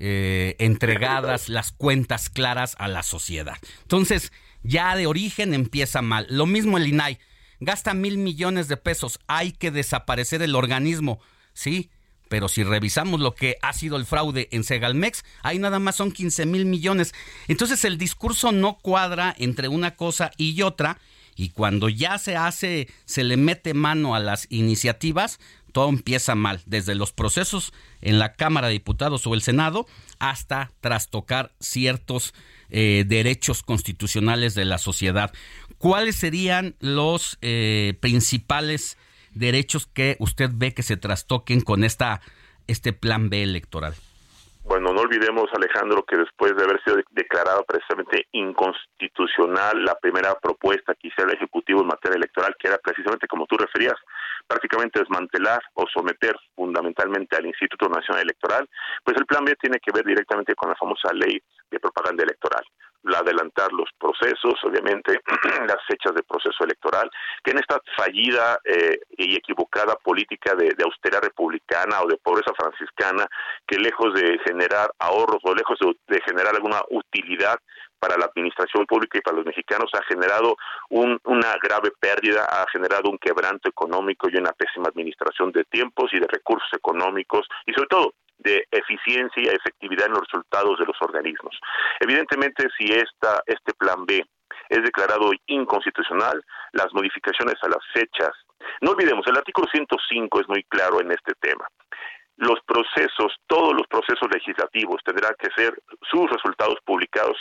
entregadas las cuentas claras a la sociedad. Entonces, ya de origen empieza mal. Lo mismo el INAI, gasta 1,000 millones de pesos, hay que desaparecer el organismo, sí, pero si revisamos lo que ha sido el fraude en Segalmex, ahí nada más son 15,000 millones. Entonces el discurso no cuadra entre una cosa y otra, y cuando ya se le mete mano a las iniciativas, todo empieza mal, desde los procesos en la Cámara de Diputados o el Senado hasta trastocar ciertos derechos constitucionales de la sociedad. ¿Cuáles serían los principales derechos que usted ve que se trastoquen con este plan B electoral? Bueno, no olvidemos, Alejandro, que después de haber sido declarado precisamente inconstitucional la primera propuesta que hiciera el Ejecutivo en materia electoral, que era precisamente como tú referías, prácticamente desmantelar o someter fundamentalmente al Instituto Nacional Electoral, pues el plan B tiene que ver directamente con la famosa ley de propaganda electoral. Adelantar los procesos, obviamente, las fechas de proceso electoral, que en esta fallida y equivocada política de austeridad republicana o de pobreza franciscana, que lejos de generar ahorros o lejos de generar alguna utilidad para la administración pública y para los mexicanos, ha generado una grave pérdida, ha generado un quebranto económico y una pésima administración de tiempos y de recursos económicos y sobre todo de eficiencia y efectividad en los resultados de los organismos. Evidentemente, si este plan B es declarado inconstitucional, las modificaciones a las fechas, no olvidemos, el artículo 105 es muy claro en este tema. Los procesos, todos los procesos legislativos tendrán que ser sus resultados publicados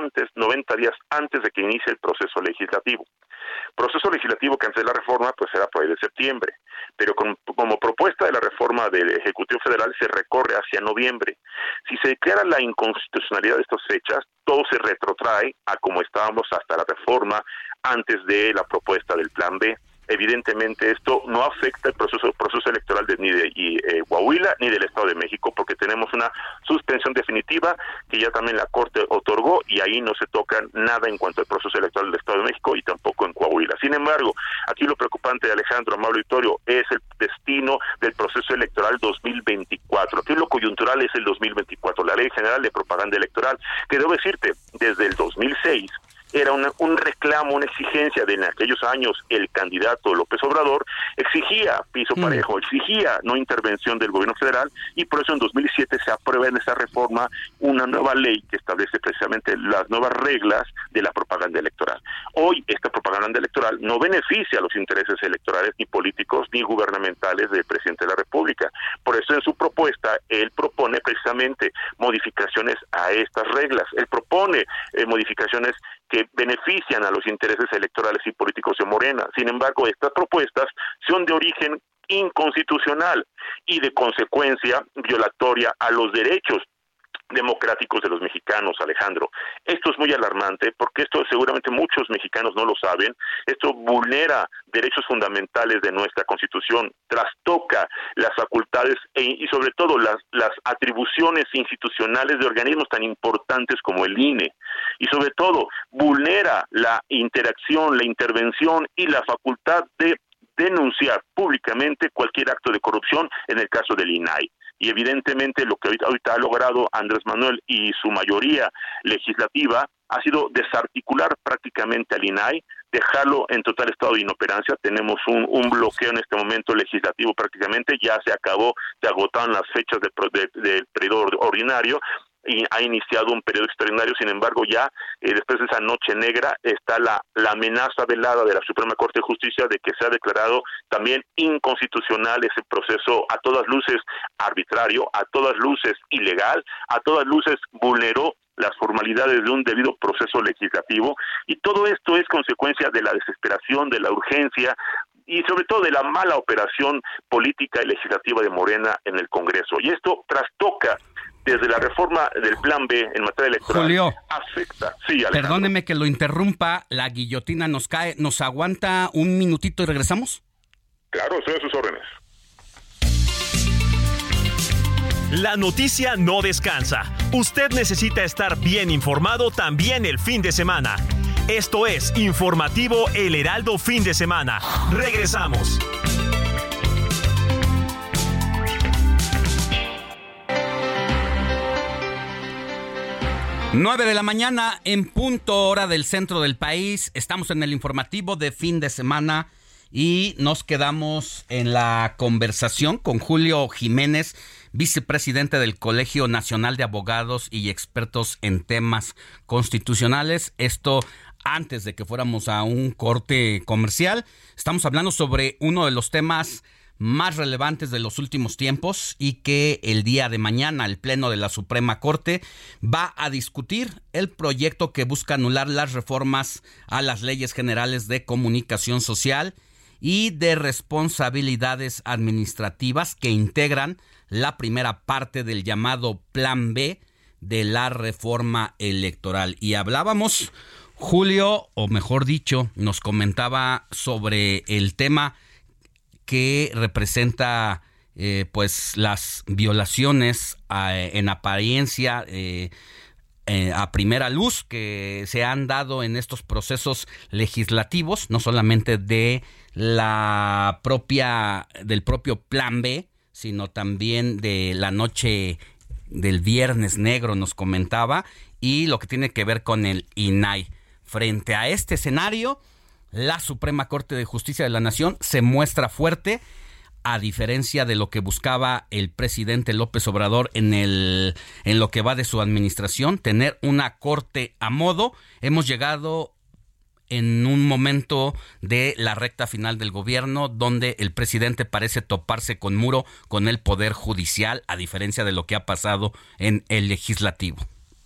90 días antes de que inicie el proceso legislativo. Proceso legislativo que antes de la reforma pues será por ahí de septiembre, pero como propuesta de la reforma del Ejecutivo Federal se recorre hacia noviembre. Si se declara la inconstitucionalidad de estas fechas, todo se retrotrae a como estábamos hasta la reforma antes de la propuesta del Plan B. Evidentemente esto no afecta el proceso electoral ni de Coahuila ni del Estado de México, porque tenemos una suspensión definitiva que ya también la Corte otorgó y ahí no se toca nada en cuanto al proceso electoral del Estado de México y tampoco en Coahuila. Sin embargo, aquí lo preocupante, Alejandro, amable auditorio, es el destino del proceso electoral 2024. Aquí lo coyuntural es el 2024, la Ley General de Propaganda Electoral, que debo decirte, desde el 2006 era un reclamo, una exigencia de en aquellos años el candidato López Obrador exigía piso parejo, exigía no intervención del gobierno federal y por eso en 2007 se aprueba en esa reforma una nueva ley que establece precisamente las nuevas reglas de la propaganda electoral. Hoy esta propaganda electoral no beneficia a los intereses electorales ni políticos ni gubernamentales del presidente de la República. Por eso en su propuesta él propone precisamente modificaciones a estas reglas. Él propone modificaciones que benefician a los intereses electorales y políticos de Morena. Sin embargo, estas propuestas son de origen inconstitucional y de consecuencia violatoria a los derechos democráticos de los mexicanos, Alejandro. Esto es muy alarmante porque esto seguramente muchos mexicanos no lo saben. Esto vulnera derechos fundamentales de nuestra Constitución, trastoca las facultades y sobre todo las atribuciones institucionales de organismos tan importantes como el INE y sobre todo vulnera la interacción, la intervención y la facultad de denunciar públicamente cualquier acto de corrupción en el caso del INAI. Y evidentemente lo que ahorita ha logrado Andrés Manuel y su mayoría legislativa ha sido desarticular prácticamente al INAI, dejarlo en total estado de inoperancia. Tenemos un bloqueo en este momento legislativo prácticamente, ya se agotaron las fechas del periodo ordinario y ha iniciado un periodo extraordinario. Sin embargo, ya después de esa noche negra está la amenaza velada de la Suprema Corte de Justicia de que se ha declarado también inconstitucional ese proceso, a todas luces arbitrario, a todas luces ilegal, a todas luces vulneró las formalidades de un debido proceso legislativo, y todo esto es consecuencia de la desesperación, de la urgencia y sobre todo de la mala operación política y legislativa de Morena en el Congreso. Y esto trastoca desde la reforma del Plan B en materia electoral. Julio, afecta. Sí, Alejandro. Perdóneme que lo interrumpa, la guillotina nos cae. ¿Nos aguanta un minutito y regresamos? Claro, estoy a sus órdenes. La noticia no descansa. Usted necesita estar bien informado también el fin de semana. Esto es Informativo El Heraldo Fin de Semana. Regresamos. Nueve de la mañana en punto, hora del centro del país. Estamos en el informativo de fin de semana y nos quedamos en la conversación con Julio Jiménez, vicepresidente del Colegio Nacional de Abogados y expertos en temas constitucionales. Esto antes de que fuéramos a un corte comercial. Estamos hablando sobre uno de los temas más relevantes de los últimos tiempos y que el día de mañana el Pleno de la Suprema Corte va a discutir el proyecto que busca anular las reformas a las leyes generales de comunicación social y de responsabilidades administrativas que integran la primera parte del llamado Plan B de la reforma electoral. Y hablábamos, Julio, o mejor dicho, nos comentaba sobre el tema que representa pues las violaciones en apariencia a primera luz que se han dado en estos procesos legislativos, no solamente de del propio Plan B, sino también de la noche del Viernes Negro, nos comentaba, y lo que tiene que ver con el INAI. Frente a este escenario, la Suprema Corte de Justicia de la Nación se muestra fuerte, a diferencia de lo que buscaba el presidente López Obrador en lo que va de su administración, tener una corte a modo. Hemos llegado en un momento de la recta final del gobierno donde el presidente parece toparse con muro con el Poder Judicial, a diferencia de lo que ha pasado en el Legislativo.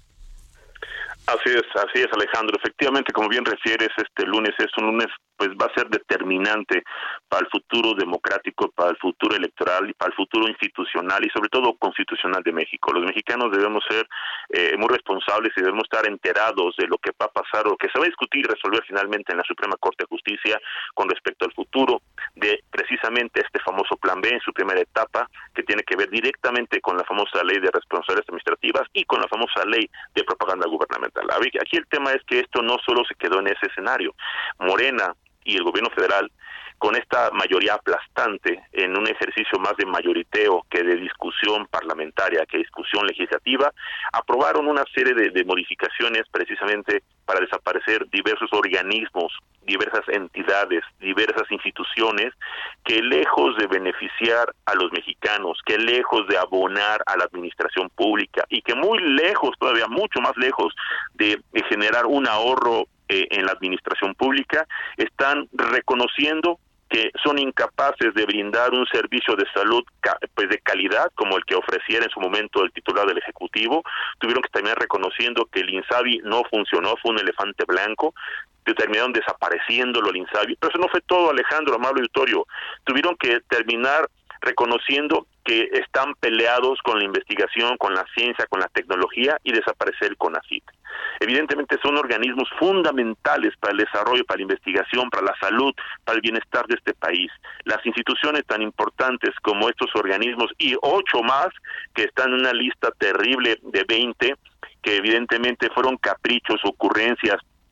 Así es, Alejandro. Efectivamente, como bien refieres, este lunes es un lunes, pues va a ser determinante para el futuro democrático, para el futuro electoral y para el futuro institucional y sobre todo constitucional de México. Los mexicanos debemos ser muy responsables y debemos estar enterados de lo que va a pasar o lo que se va a discutir y resolver finalmente en la Suprema Corte de Justicia con respecto al futuro de precisamente este famoso Plan B en su primera etapa, que tiene que ver directamente con la famosa ley de responsabilidades administrativas y con la famosa ley de propaganda gubernamental. Aquí el tema es que esto no solo se quedó en ese escenario. Morena y el gobierno federal, con esta mayoría aplastante en un ejercicio más de mayoriteo que de discusión parlamentaria, que discusión legislativa, aprobaron una serie de modificaciones precisamente para desaparecer diversos organismos, diversas entidades, diversas instituciones que lejos de beneficiar a los mexicanos, que lejos de abonar a la administración pública y que muy lejos, todavía mucho más lejos de generar un ahorro en la administración pública, están reconociendo que son incapaces de brindar un servicio de salud pues de calidad como el que ofreciera en su momento el titular del Ejecutivo. Tuvieron que terminar reconociendo que el INSABI no funcionó, fue un elefante blanco, terminaron desapareciéndolo el INSABI, pero eso no fue todo, Alejandro, amable auditorio. Tuvieron que terminar reconociendo que están peleados con la investigación, con la ciencia, con la tecnología y desaparecer el CONACYT. Evidentemente son organismos fundamentales para el desarrollo, para la investigación, para la salud, para el bienestar de este país. Las instituciones tan importantes como estos organismos y 8 más que están en una lista terrible de 20, que evidentemente fueron caprichos, ocurrencias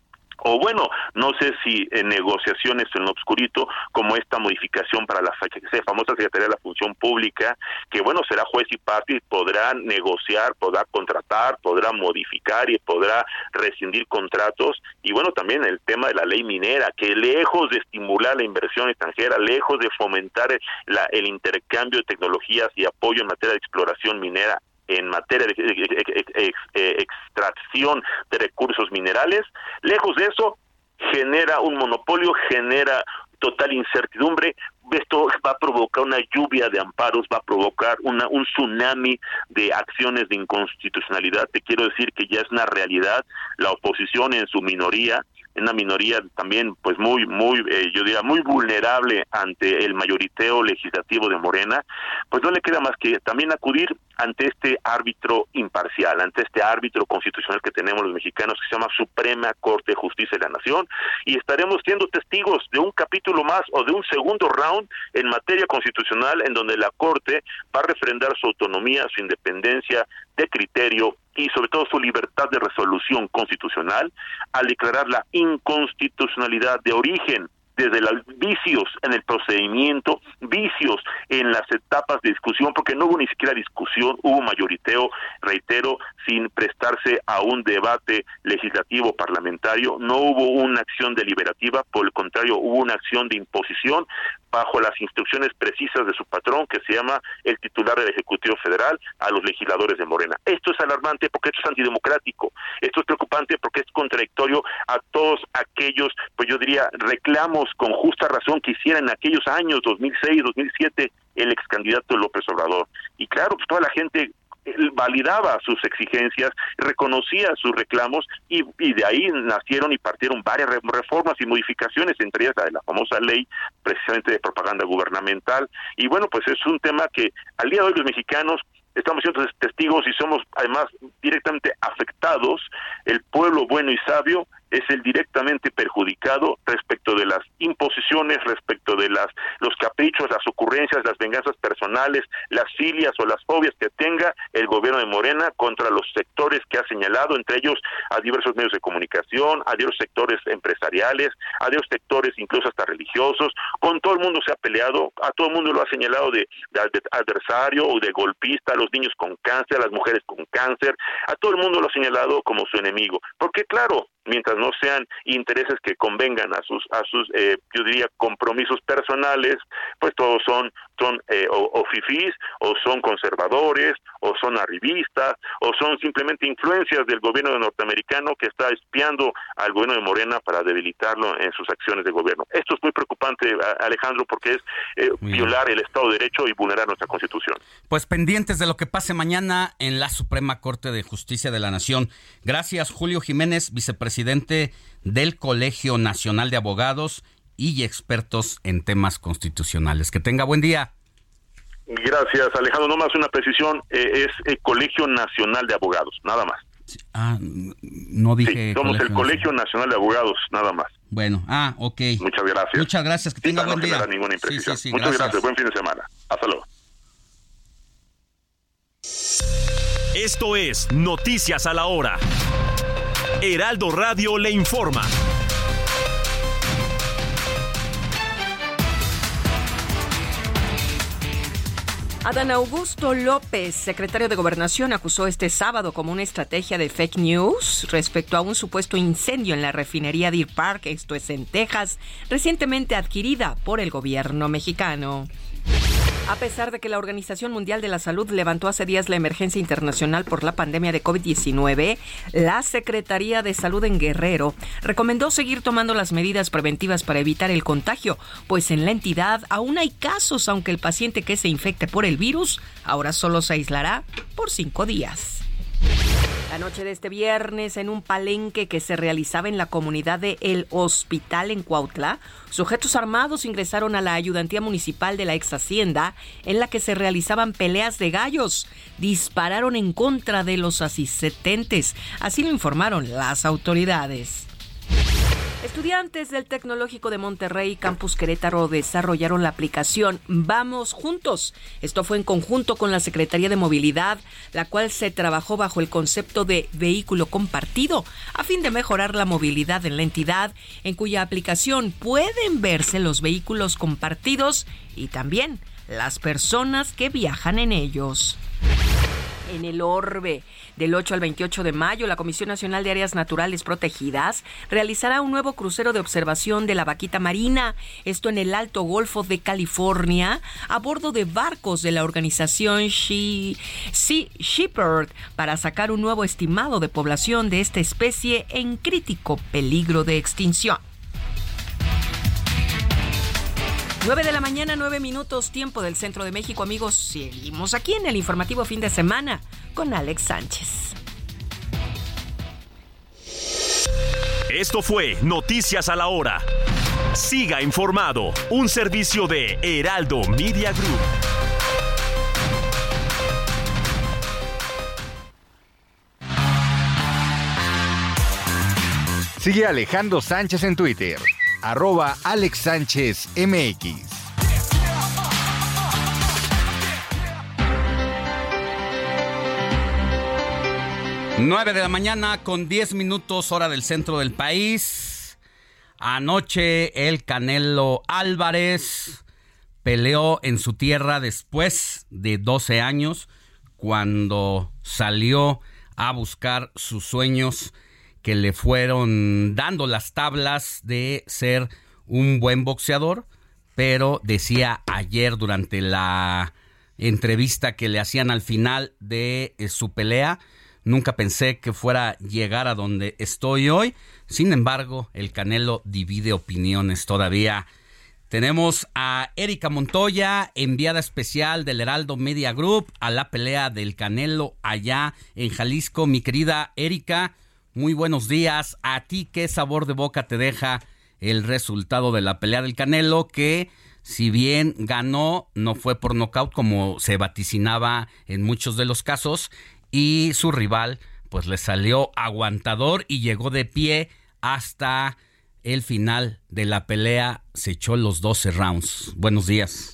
o bueno, no sé si en negociaciones en lo obscurito, como esta modificación para la famosa Secretaría de la Función Pública, que bueno, será juez y parte y podrá negociar, podrá contratar, podrá modificar y podrá rescindir contratos. Y bueno, también el tema de la ley minera, que lejos de estimular la inversión extranjera, lejos de fomentar el intercambio de tecnologías y apoyo en materia de exploración minera, en materia de extracción de recursos minerales, lejos de eso, genera un monopolio, genera total incertidumbre. Esto va a provocar una lluvia de amparos, va a provocar un tsunami de acciones de inconstitucionalidad. Te quiero decir que ya es una realidad. La oposición en su minoría, una minoría también pues muy yo diría muy vulnerable ante el mayoriteo legislativo de Morena, pues no le queda más que también acudir ante este árbitro imparcial, ante este árbitro constitucional que tenemos los mexicanos, que se llama Suprema Corte de Justicia de la Nación, y estaremos siendo testigos de un capítulo más o de un segundo round en materia constitucional, en donde la Corte va a refrendar su autonomía, su independencia de criterio y sobre todo su libertad de resolución constitucional, al declarar la inconstitucionalidad de origen, desde los vicios en el procedimiento, vicios en las etapas de discusión, porque no hubo ni siquiera discusión, hubo mayoriteo, reitero, sin prestarse a un debate legislativo parlamentario, no hubo una acción deliberativa, por el contrario, hubo una acción de imposición bajo las instrucciones precisas de su patrón, que se llama el titular del Ejecutivo Federal, a los legisladores de Morena. Esto es alarmante porque esto es antidemocrático, esto es preocupante porque es contradictorio a todos aquellos, pues yo diría, reclamos con justa razón que hiciera en aquellos años, 2006, 2007, el ex candidato López Obrador. Y claro, pues toda la gente validaba sus exigencias, reconocía sus reclamos y de ahí nacieron y partieron varias reformas y modificaciones, entre ellas la de la famosa ley precisamente de propaganda gubernamental. Y bueno, pues es un tema que al día de hoy los mexicanos estamos siendo testigos y somos además directamente afectados. El pueblo bueno y sabio es el directamente perjudicado respecto de las imposiciones, respecto de los caprichos, las ocurrencias, las venganzas personales, las filias o las fobias que tenga el gobierno de Morena contra los sectores que ha señalado, entre ellos a diversos medios de comunicación, a diversos sectores empresariales, a diversos sectores incluso hasta religiosos. Con todo el mundo se ha peleado, a todo el mundo lo ha señalado de adversario o de golpista, a los niños con cáncer, a las mujeres con cáncer, a todo el mundo lo ha señalado como su enemigo. Porque claro, mientras no sean intereses que convengan a sus yo diría compromisos personales, pues todos son o fifís, o son conservadores, o son arribistas, o son simplemente influencias del gobierno norteamericano que está espiando al gobierno de Morena para debilitarlo en sus acciones de gobierno. Esto es muy preocupante, Alejandro, porque es violar el Estado de Derecho y vulnerar nuestra Constitución. Pues pendientes de lo que pase mañana en la Suprema Corte de Justicia de la Nación. Gracias, Julio Jiménez, vicepresidente del Colegio Nacional de Abogados y expertos en temas constitucionales. Que tenga buen día. Gracias, Alejandro. No más una precisión, es el Colegio Nacional de Abogados, nada más. No dije. Sí, somos el Colegio Nacional de Abogados, nada más. Bueno, ok. Muchas gracias. Muchas gracias, que tenga buen día. No ninguna imprecisión. Sí, Muchas gracias, buen fin de semana. Hasta luego. Esto es Noticias a la Hora. Heraldo Radio le informa. Adán Augusto López, secretario de Gobernación, acusó este sábado como una estrategia de fake news respecto a un supuesto incendio en la refinería Deer Park, esto es en Texas, recientemente adquirida por el gobierno mexicano. A pesar de que la Organización Mundial de la Salud levantó hace días la emergencia internacional por la pandemia de COVID-19, la Secretaría de Salud en Guerrero recomendó seguir tomando las medidas preventivas para evitar el contagio, pues en la entidad aún hay casos, aunque el paciente que se infecte por el virus ahora solo se aislará por 5 días. La noche de este viernes, en un palenque que se realizaba en la comunidad de El Hospital en Cuautla, sujetos armados ingresaron a la ayudantía municipal de la ex hacienda, en la que se realizaban peleas de gallos. Dispararon en contra de los asistentes, así lo informaron las autoridades. Estudiantes del Tecnológico de Monterrey, Campus Querétaro, desarrollaron la aplicación Vamos Juntos. Esto fue en conjunto con la Secretaría de Movilidad, la cual se trabajó bajo el concepto de vehículo compartido, a fin de mejorar la movilidad en la entidad, en cuya aplicación pueden verse los vehículos compartidos y también las personas que viajan en ellos. En el Orbe, del 8 al 28 de mayo, la Comisión Nacional de Áreas Naturales Protegidas realizará un nuevo crucero de observación de la vaquita marina, esto en el Alto Golfo de California, a bordo de barcos de la organización Sea Shepherd, para sacar un nuevo estimado de población de esta especie en crítico peligro de extinción. 9 de la mañana, 9 minutos, tiempo del centro de México. Amigos, seguimos aquí en el informativo fin de semana con Alex Sánchez. Esto fue Noticias a la Hora. Siga informado, un servicio de Heraldo Media Group. Sigue a Alejandro Sánchez en Twitter. @AlexSánchezMX. Nueve de la mañana con 10 minutos, hora del centro del país. Anoche el Canelo Álvarez peleó en su tierra después de 12 años, cuando salió a buscar sus sueños que le fueron dando las tablas de ser un buen boxeador, pero decía ayer durante la entrevista que le hacían al final de su pelea: nunca pensé que fuera a llegar a donde estoy hoy. Sin embargo, el Canelo divide opiniones todavía. Tenemos a Erika Montoya, enviada especial del Heraldo Media Group, a la pelea del Canelo allá en Jalisco. Mi querida Erika, muy buenos días. ¿A ti qué sabor de boca te deja el resultado de la pelea del Canelo, que si bien ganó, no fue por nocaut como se vaticinaba en muchos de los casos, y su rival pues le salió aguantador y llegó de pie hasta el final de la pelea, se echó los 12 rounds? Buenos días.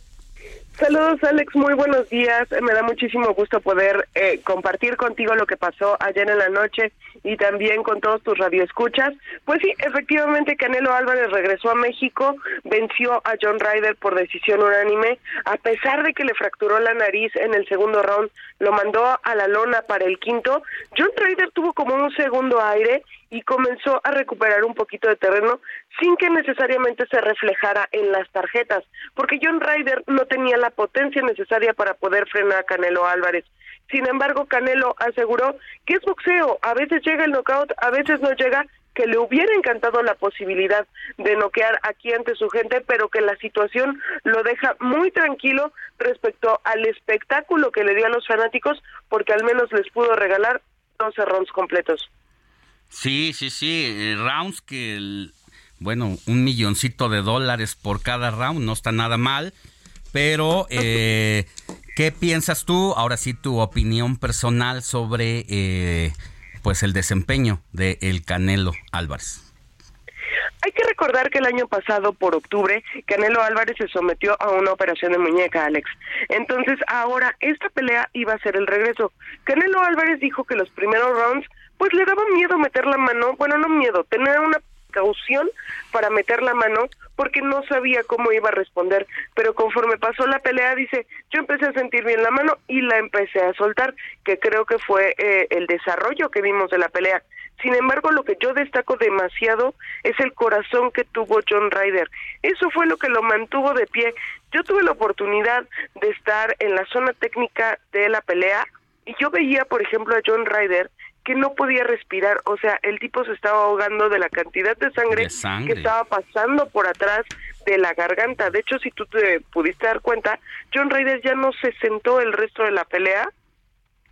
Saludos, Alex, muy buenos días. Me da muchísimo gusto poder compartir contigo lo que pasó ayer en la noche y también con todos tus radioescuchas. Pues sí, efectivamente, Canelo Álvarez regresó a México, venció a John Ryder por decisión unánime, a pesar de que le fracturó la nariz en el segundo round, lo mandó a la lona para el quinto. John Ryder tuvo como un segundo aire y comenzó a recuperar un poquito de terreno sin que necesariamente se reflejara en las tarjetas, porque John Ryder no tenía la potencia necesaria para poder frenar a Canelo Álvarez. Sin embargo, Canelo aseguró que es boxeo, a veces llega el knockout, a veces no llega, que le hubiera encantado la posibilidad de noquear aquí ante su gente, pero que la situación lo deja muy tranquilo respecto al espectáculo que le dio a los fanáticos, porque al menos les pudo regalar 12 rounds completos. Sí, rounds que, bueno, $1,000,000 por cada round, no está nada mal, pero ¿qué piensas tú? Ahora sí, tu opinión personal sobre pues el desempeño de el Canelo Álvarez. Hay que recordar que el año pasado, por octubre, Canelo Álvarez se sometió a una operación de muñeca, Alex. Entonces, ahora, esta pelea iba a ser el regreso. Canelo Álvarez dijo que los primeros rounds pues le daba miedo meter la mano, bueno, no miedo, tener una precaución para meter la mano porque no sabía cómo iba a responder, pero conforme pasó la pelea, dice, yo empecé a sentir bien la mano y la empecé a soltar, que creo que fue el desarrollo que vimos de la pelea. Sin embargo, lo que yo destaco demasiado es el corazón que tuvo John Ryder. Eso fue lo que lo mantuvo de pie. Yo tuve la oportunidad de estar en la zona técnica de la pelea y yo veía, por ejemplo, a John Ryder que no podía respirar, o sea, el tipo se estaba ahogando de la cantidad de sangre que estaba pasando por atrás de la garganta. De hecho, si tú te pudiste dar cuenta, John Ryder ya no se sentó el resto de la pelea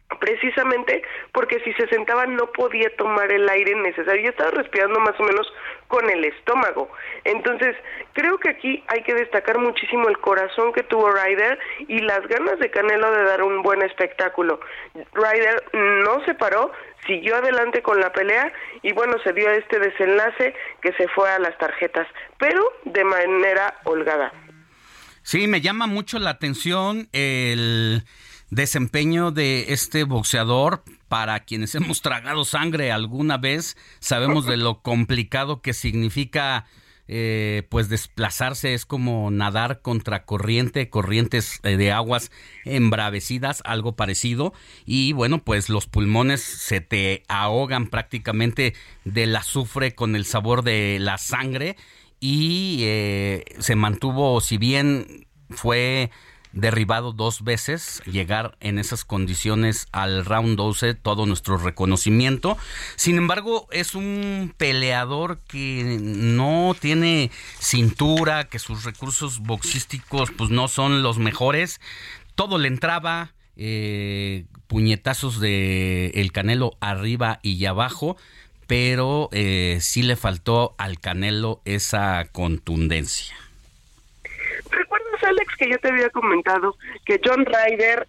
precisamente porque si se sentaba no podía tomar el aire necesario, ya estaba respirando más o menos con el estómago. Entonces, creo que aquí hay que destacar muchísimo el corazón que tuvo Ryder y las ganas de Canelo de dar un buen espectáculo. Ryder no se paró, siguió adelante con la pelea y bueno, se dio este desenlace que se fue a las tarjetas, pero de manera holgada. Sí, me llama mucho la atención el desempeño de este boxeador. Para quienes hemos tragado sangre alguna vez, sabemos de lo complicado que significa pues desplazarse. Es como nadar contra corrientes de aguas embravecidas, algo parecido. Y bueno, pues los pulmones se te ahogan prácticamente del azufre con el sabor de la sangre. Y se mantuvo, si bien fue derribado 2 veces, llegar en esas condiciones al round 12, todo nuestro reconocimiento. Sin embargo, es un peleador que no tiene cintura, que sus recursos boxísticos pues no son los mejores. Todo le entraba, puñetazos de el Canelo arriba y abajo, pero sí le faltó al Canelo esa contundencia. ¿Recuerdas, Alex, que yo te había comentado que John Ryder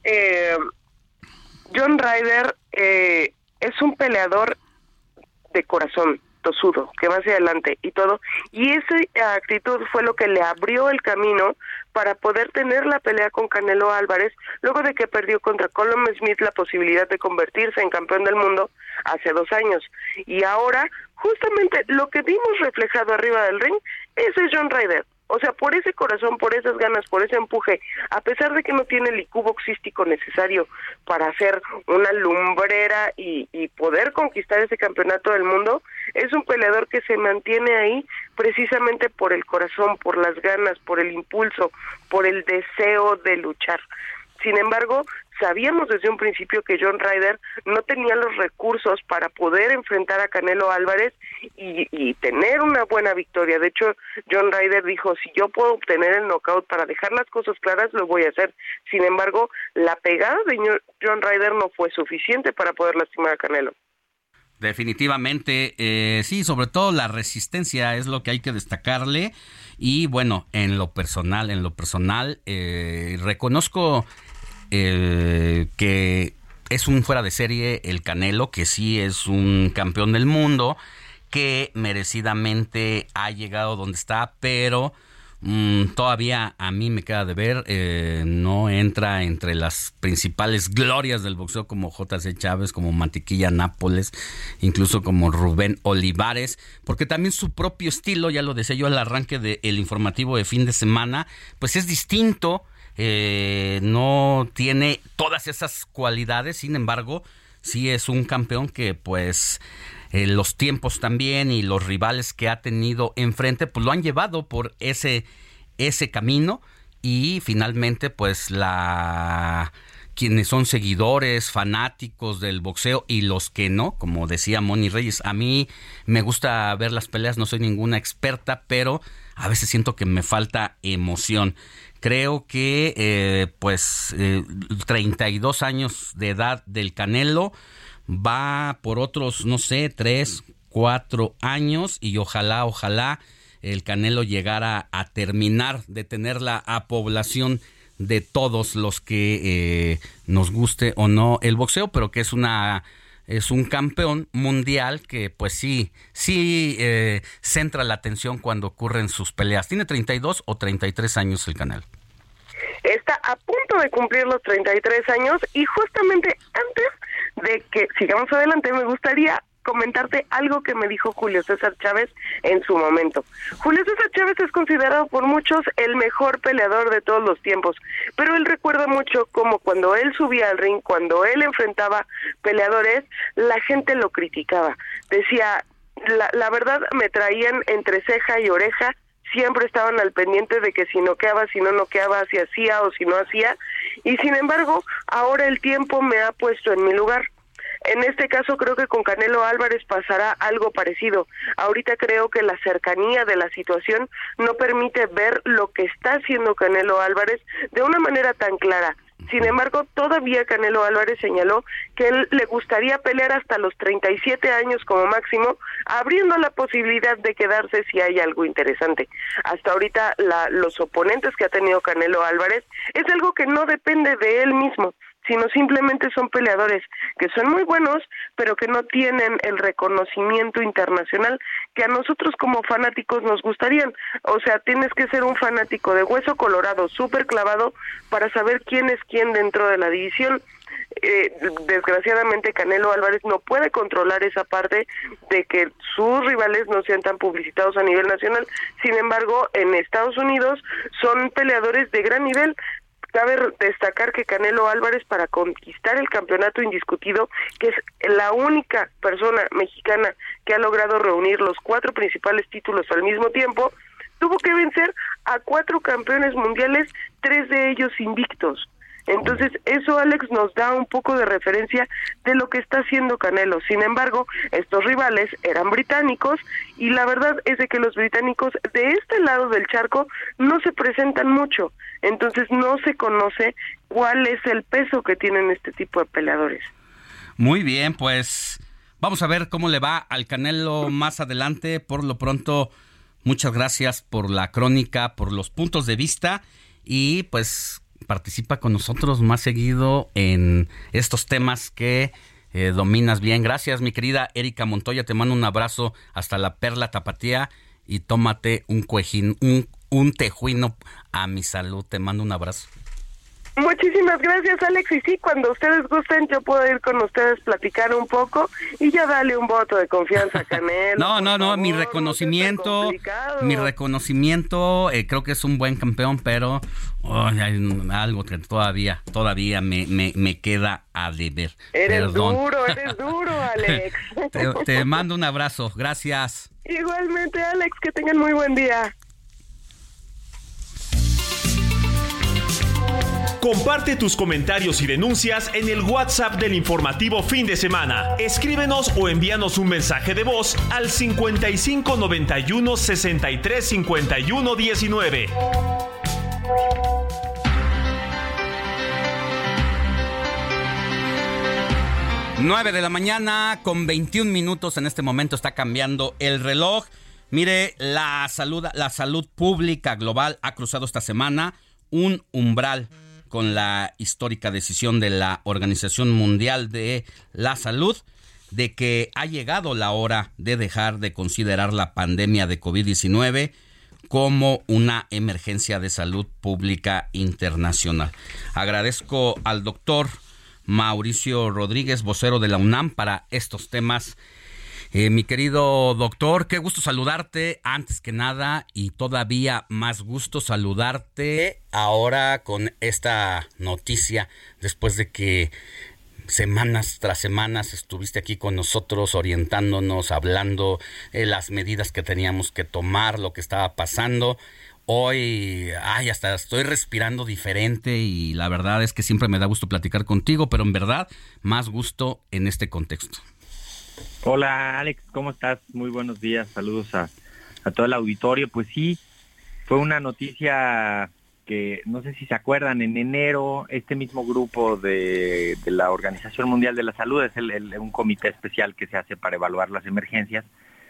es un peleador de corazón, tosudo, que va hacia adelante y todo, y esa actitud fue lo que le abrió el camino para poder tener la pelea con Canelo Álvarez, luego de que perdió contra Callum Smith la posibilidad de convertirse en campeón del mundo hace 2 años? Y ahora, justamente lo que vimos reflejado arriba del ring, ese es John Ryder. O sea, por ese corazón, por esas ganas, por ese empuje, a pesar de que no tiene el IQ boxístico necesario para hacer una lumbrera y poder conquistar ese campeonato del mundo, es un peleador que se mantiene ahí precisamente por el corazón, por las ganas, por el impulso, por el deseo de luchar. Sin embargo, sabíamos desde un principio que John Ryder no tenía los recursos para poder enfrentar a Canelo Álvarez y tener una buena victoria. De hecho, John Ryder dijo, si yo puedo obtener el knockout para dejar las cosas claras, lo voy a hacer. Sin embargo, la pegada de John Ryder no fue suficiente para poder lastimar a Canelo. Definitivamente, sí, sobre todo la resistencia es lo que hay que destacarle. Y bueno, en lo personal, reconozco que es un fuera de serie el Canelo, que sí es un campeón del mundo, que merecidamente ha llegado donde está, pero todavía a mí me queda de ver, no entra entre las principales glorias del boxeo como J.C. Chávez, como Mantequilla Nápoles, incluso como Rubén Olivares, porque también su propio estilo, ya lo decía yo al arranque del informativo de fin de semana, pues es distinto. No tiene todas esas cualidades, sin embargo, sí es un campeón que pues los tiempos también y los rivales que ha tenido enfrente pues lo han llevado por ese camino y finalmente pues quienes son seguidores, fanáticos del boxeo y los que no, como decía Moni Reyes, a mí me gusta ver las peleas, no soy ninguna experta, pero a veces siento que me falta emoción. Creo que 32 años de edad del Canelo va por otros, no sé, 3, 4 años y ojalá el Canelo llegara a terminar de tener la población de todos los que nos guste o no el boxeo, pero que es un campeón mundial que pues sí centra la atención cuando ocurren sus peleas. Tiene 32 o 33 años el Canelo. Está a punto de cumplir los 33 años y justamente antes de que sigamos adelante me gustaría comentarte algo que me dijo Julio César Chávez en su momento. Julio César Chávez es considerado por muchos el mejor peleador de todos los tiempos, pero él recuerda mucho como cuando él subía al ring, cuando él enfrentaba peleadores, la gente lo criticaba. Decía, la verdad me traían entre ceja y oreja, siempre estaban al pendiente de que si noqueaba, si no noqueaba, si hacía o si no hacía, y sin embargo, ahora el tiempo me ha puesto en mi lugar. En este caso creo que con Canelo Álvarez pasará algo parecido. Ahorita creo que la cercanía de la situación no permite ver lo que está haciendo Canelo Álvarez de una manera tan clara. Sin embargo, todavía Canelo Álvarez señaló que él le gustaría pelear hasta los 37 años como máximo, abriendo la posibilidad de quedarse si hay algo interesante. Hasta ahorita los oponentes que ha tenido Canelo Álvarez es algo que no depende de él mismo, sino simplemente son peleadores que son muy buenos, pero que no tienen el reconocimiento internacional que a nosotros como fanáticos nos gustarían. O sea, tienes que ser un fanático de hueso colorado, súper clavado, para saber quién es quién dentro de la división. Desgraciadamente Canelo Álvarez no puede controlar esa parte de que sus rivales no sean tan publicitados a nivel nacional. Sin embargo, en Estados Unidos son peleadores de gran nivel. Cabe destacar que Canelo Álvarez, para conquistar el campeonato indiscutido, que es la única persona mexicana que ha logrado reunir los 4 principales títulos al mismo tiempo, tuvo que vencer a 4 campeones mundiales, 3 de ellos invictos. Entonces, eso, Alex, nos da un poco de referencia de lo que está haciendo Canelo. Sin embargo, estos rivales eran británicos y la verdad es de que los británicos de este lado del charco no se presentan mucho. Entonces, no se conoce cuál es el peso que tienen este tipo de peleadores. Muy bien, pues vamos a ver cómo le va al Canelo más adelante. Por lo pronto, muchas gracias por la crónica, por los puntos de vista y pues participa con nosotros más seguido en estos temas que dominas bien. Gracias, mi querida Erika Montoya. Te mando un abrazo hasta la Perla Tapatía y tómate un tejuino a mi salud. Te mando un abrazo. Muchísimas gracias, Alex. Y sí, cuando ustedes gusten, yo puedo ir con ustedes, platicar un poco y ya darle un voto de confianza a Canelo. No, mi reconocimiento, creo que es un buen campeón, pero hay algo que todavía me queda a deber. Eres duro, Alex. Te mando un abrazo, gracias. Igualmente, Alex, que tengan muy buen día. Comparte tus comentarios y denuncias en el WhatsApp del informativo Fin de Semana. Escríbenos o envíanos un mensaje de voz al 55 91 63 51 19. Nueve de la mañana con 21 minutos. En este momento está cambiando el reloj. Mire, la salud pública global ha cruzado esta semana un umbral con la histórica decisión de la Organización Mundial de la Salud de que ha llegado la hora de dejar de considerar la pandemia de COVID-19 como una emergencia de salud pública internacional. Agradezco al doctor Mauricio Rodríguez, vocero de la UNAM, para estos temas. Mi querido doctor, qué gusto saludarte antes que nada y todavía más gusto saludarte ahora con esta noticia después de que semanas tras semanas estuviste aquí con nosotros orientándonos, hablando las medidas que teníamos que tomar, lo que estaba pasando. Hoy, hasta estoy respirando diferente y la verdad es que siempre me da gusto platicar contigo, pero en verdad más gusto en este contexto. Hola Alex, ¿cómo estás? Muy buenos días, saludos a todo el auditorio. Pues sí, fue una noticia que no sé si se acuerdan, en enero este mismo grupo de la Organización Mundial de la Salud, es un comité especial que se hace para evaluar las emergencias,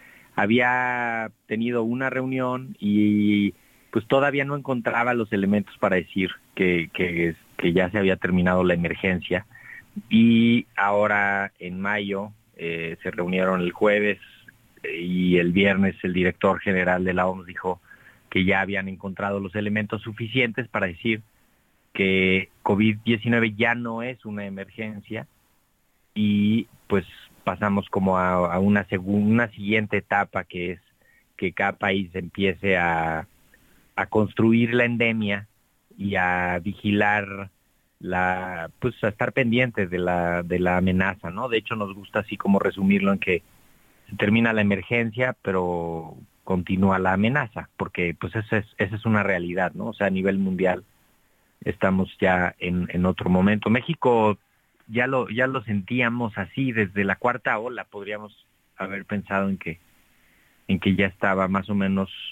había tenido una reunión y pues todavía no encontraba los elementos para decir que ya se había terminado la emergencia, y ahora en mayo se reunieron el jueves y el viernes el director general de la OMS dijo que ya habían encontrado los elementos suficientes para decir que COVID-19 ya no es una emergencia, y pues pasamos como a una siguiente etapa, que es que cada país empiece a construir la endemia y a vigilar pues a estar pendientes de la amenaza, ¿no? De hecho, nos gusta así como resumirlo en que se termina la emergencia, pero continúa la amenaza, porque pues esa es una realidad, ¿no? O sea, a nivel mundial estamos ya en otro momento. México ya lo sentíamos así desde la cuarta ola, podríamos haber pensado en que ya estaba más o menos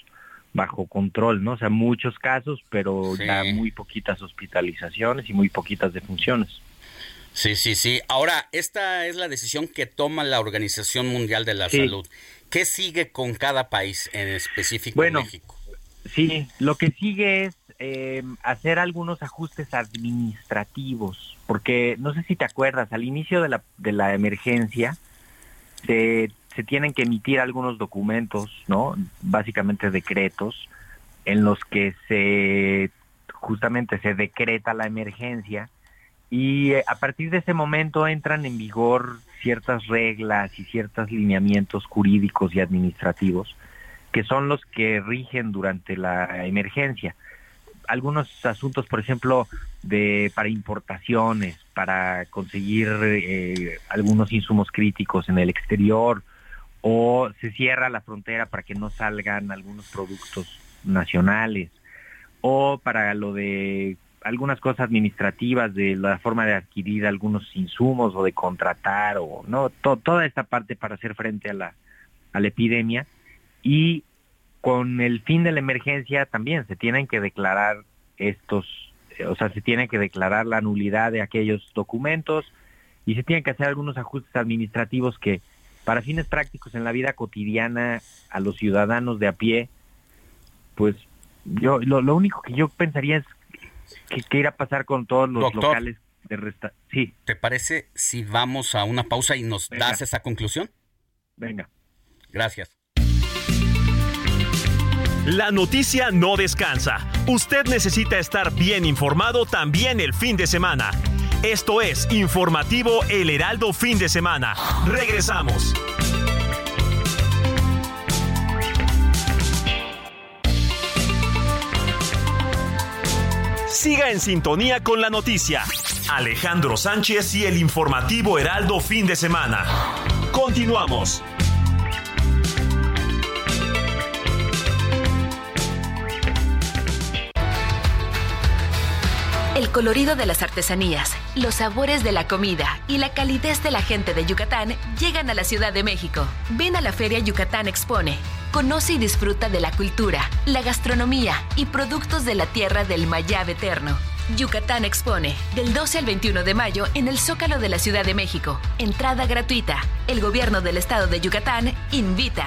bajo control, ¿no? O sea, muchos casos, pero ya muy poquitas hospitalizaciones y muy poquitas defunciones. Sí. Ahora, esta es la decisión que toma la Organización Mundial de la Salud. ¿Qué sigue con cada país, en específico México? Sí, lo que sigue es hacer algunos ajustes administrativos, porque no sé si te acuerdas, al inicio de la emergencia se tienen que emitir algunos documentos, ¿no? Básicamente decretos, en los que justamente se decreta la emergencia, y a partir de ese momento entran en vigor ciertas reglas y ciertos lineamientos jurídicos y administrativos que son los que rigen durante la emergencia. Algunos asuntos, por ejemplo, para importaciones, para conseguir algunos insumos críticos en el exterior, o se cierra la frontera para que no salgan algunos productos nacionales, o para lo de algunas cosas administrativas, de la forma de adquirir algunos insumos o de contratar, o no toda esta parte para hacer frente a la epidemia. Y con el fin de la emergencia también se tienen que declarar se tiene que declarar la nulidad de aquellos documentos, y se tienen que hacer algunos ajustes administrativos que, para fines prácticos en la vida cotidiana, a los ciudadanos de a pie, pues yo lo único que yo pensaría es que irá a pasar con todos los locales de restaurante. Sí. ¿Te parece si vamos a una pausa y nos das esa conclusión? Venga. Gracias. La noticia no descansa. Usted necesita estar bien informado también el fin de semana. Esto es Informativo El Heraldo Fin de Semana. Regresamos. Siga en sintonía con la noticia. Alejandro Sánchez y el Informativo Heraldo Fin de Semana. Continuamos. El colorido de las artesanías, los sabores de la comida y la calidez de la gente de Yucatán llegan a la Ciudad de México. Ven a la Feria Yucatán Expone. Conoce y disfruta de la cultura, la gastronomía y productos de la tierra del Mayab eterno. Yucatán Expone, del 12 al 21 de mayo en el Zócalo de la Ciudad de México. Entrada gratuita. El gobierno del estado de Yucatán invita.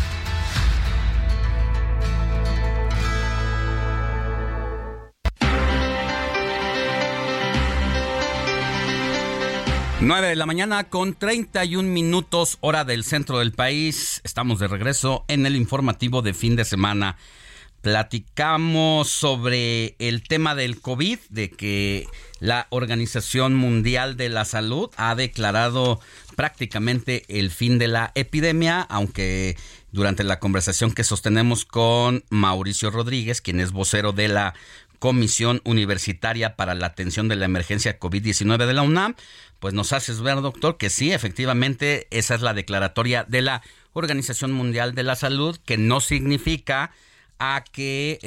Nueve de la mañana con 31 minutos, hora del centro del país. Estamos de regreso en el informativo de fin de semana. Platicamos sobre el tema del COVID, de que la Organización Mundial de la Salud ha declarado prácticamente el fin de la epidemia, aunque durante la conversación que sostenemos con Mauricio Rodríguez, quien es vocero de la Comisión Universitaria para la Atención de la Emergencia COVID-19 de la UNAM, pues nos haces ver, doctor, que sí, efectivamente, esa es la declaratoria de la Organización Mundial de la Salud, que no significa a que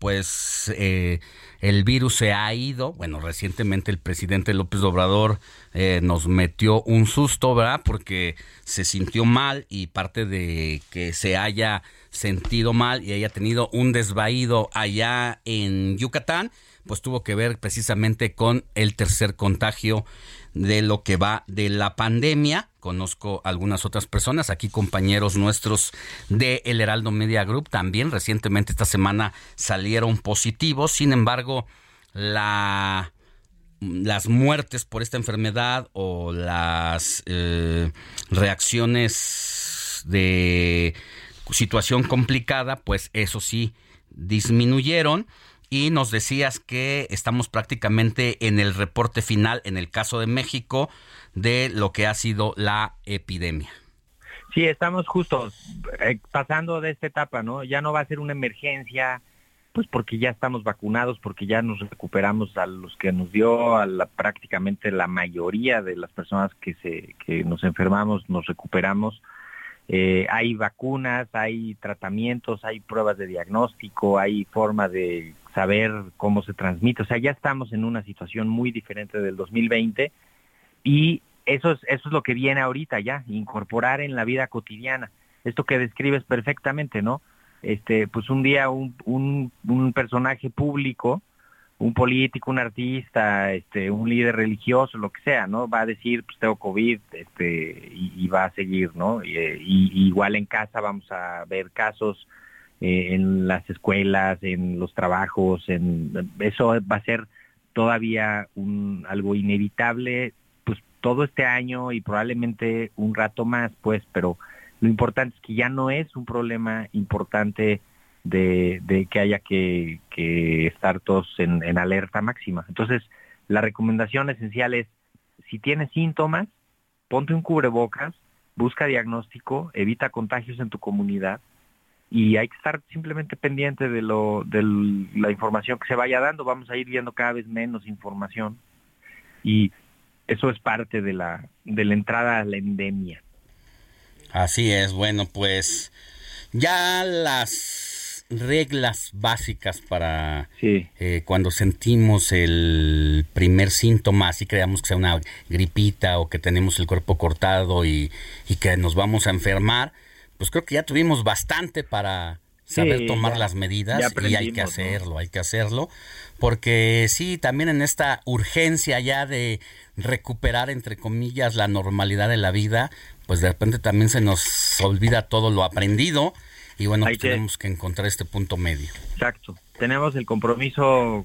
el virus se ha ido. Bueno, recientemente el presidente López Obrador nos metió un susto, ¿verdad? Porque se sintió mal, y parte de que se haya sentido mal y haya tenido un desvaído allá en Yucatán, pues tuvo que ver precisamente con el tercer contagio de lo que va de la pandemia. Conozco algunas otras personas, aquí compañeros nuestros de El Heraldo Media Group, también recientemente esta semana salieron positivos. Sin embargo, las muertes por esta enfermedad o las reacciones de situación complicada, pues eso sí disminuyeron. Y nos decías que estamos prácticamente en el reporte final, en el caso de México, de lo que ha sido la epidemia. Sí, estamos justo pasando de esta etapa, ¿no? Ya no va a ser una emergencia, pues porque ya estamos vacunados, porque ya nos recuperamos a los que nos dio, prácticamente la mayoría de las personas que nos enfermamos, nos recuperamos. Hay vacunas, hay tratamientos, hay pruebas de diagnóstico, hay forma de saber cómo se transmite. O sea, ya estamos en una situación muy diferente del 2020, y eso es lo que viene ahorita ya, incorporar en la vida cotidiana. Esto que describes perfectamente, ¿no? pues un día un personaje público, un político, un artista, un líder religioso, lo que sea, ¿no? Va a decir, pues tengo COVID, y va a seguir, ¿no? Y igual en casa vamos a ver casos en las escuelas, en los trabajos, eso va a ser todavía algo inevitable, pues todo este año y probablemente un rato más, pues, pero lo importante es que ya no es un problema importante de que haya que estar todos en alerta máxima. Entonces, la recomendación esencial es, si tienes síntomas, ponte un cubrebocas, busca diagnóstico, evita contagios en tu comunidad, y hay que estar simplemente pendiente de la información que se vaya dando. Vamos a ir viendo cada vez menos información, y eso es parte de la entrada a la endemia. Así es. Bueno, pues ya las reglas básicas para cuando sentimos el primer síntoma, así creamos que sea una gripita o que tenemos el cuerpo cortado y que nos vamos a enfermar, pues creo que ya tuvimos bastante para saber tomar las medidas, y hay que hacerlo, ¿no? Hay que hacerlo, porque sí, también en esta urgencia ya de recuperar, entre comillas, la normalidad de la vida, pues de repente también se nos olvida todo lo aprendido. Y bueno, pues tenemos que encontrar este punto medio. Exacto. Tenemos el compromiso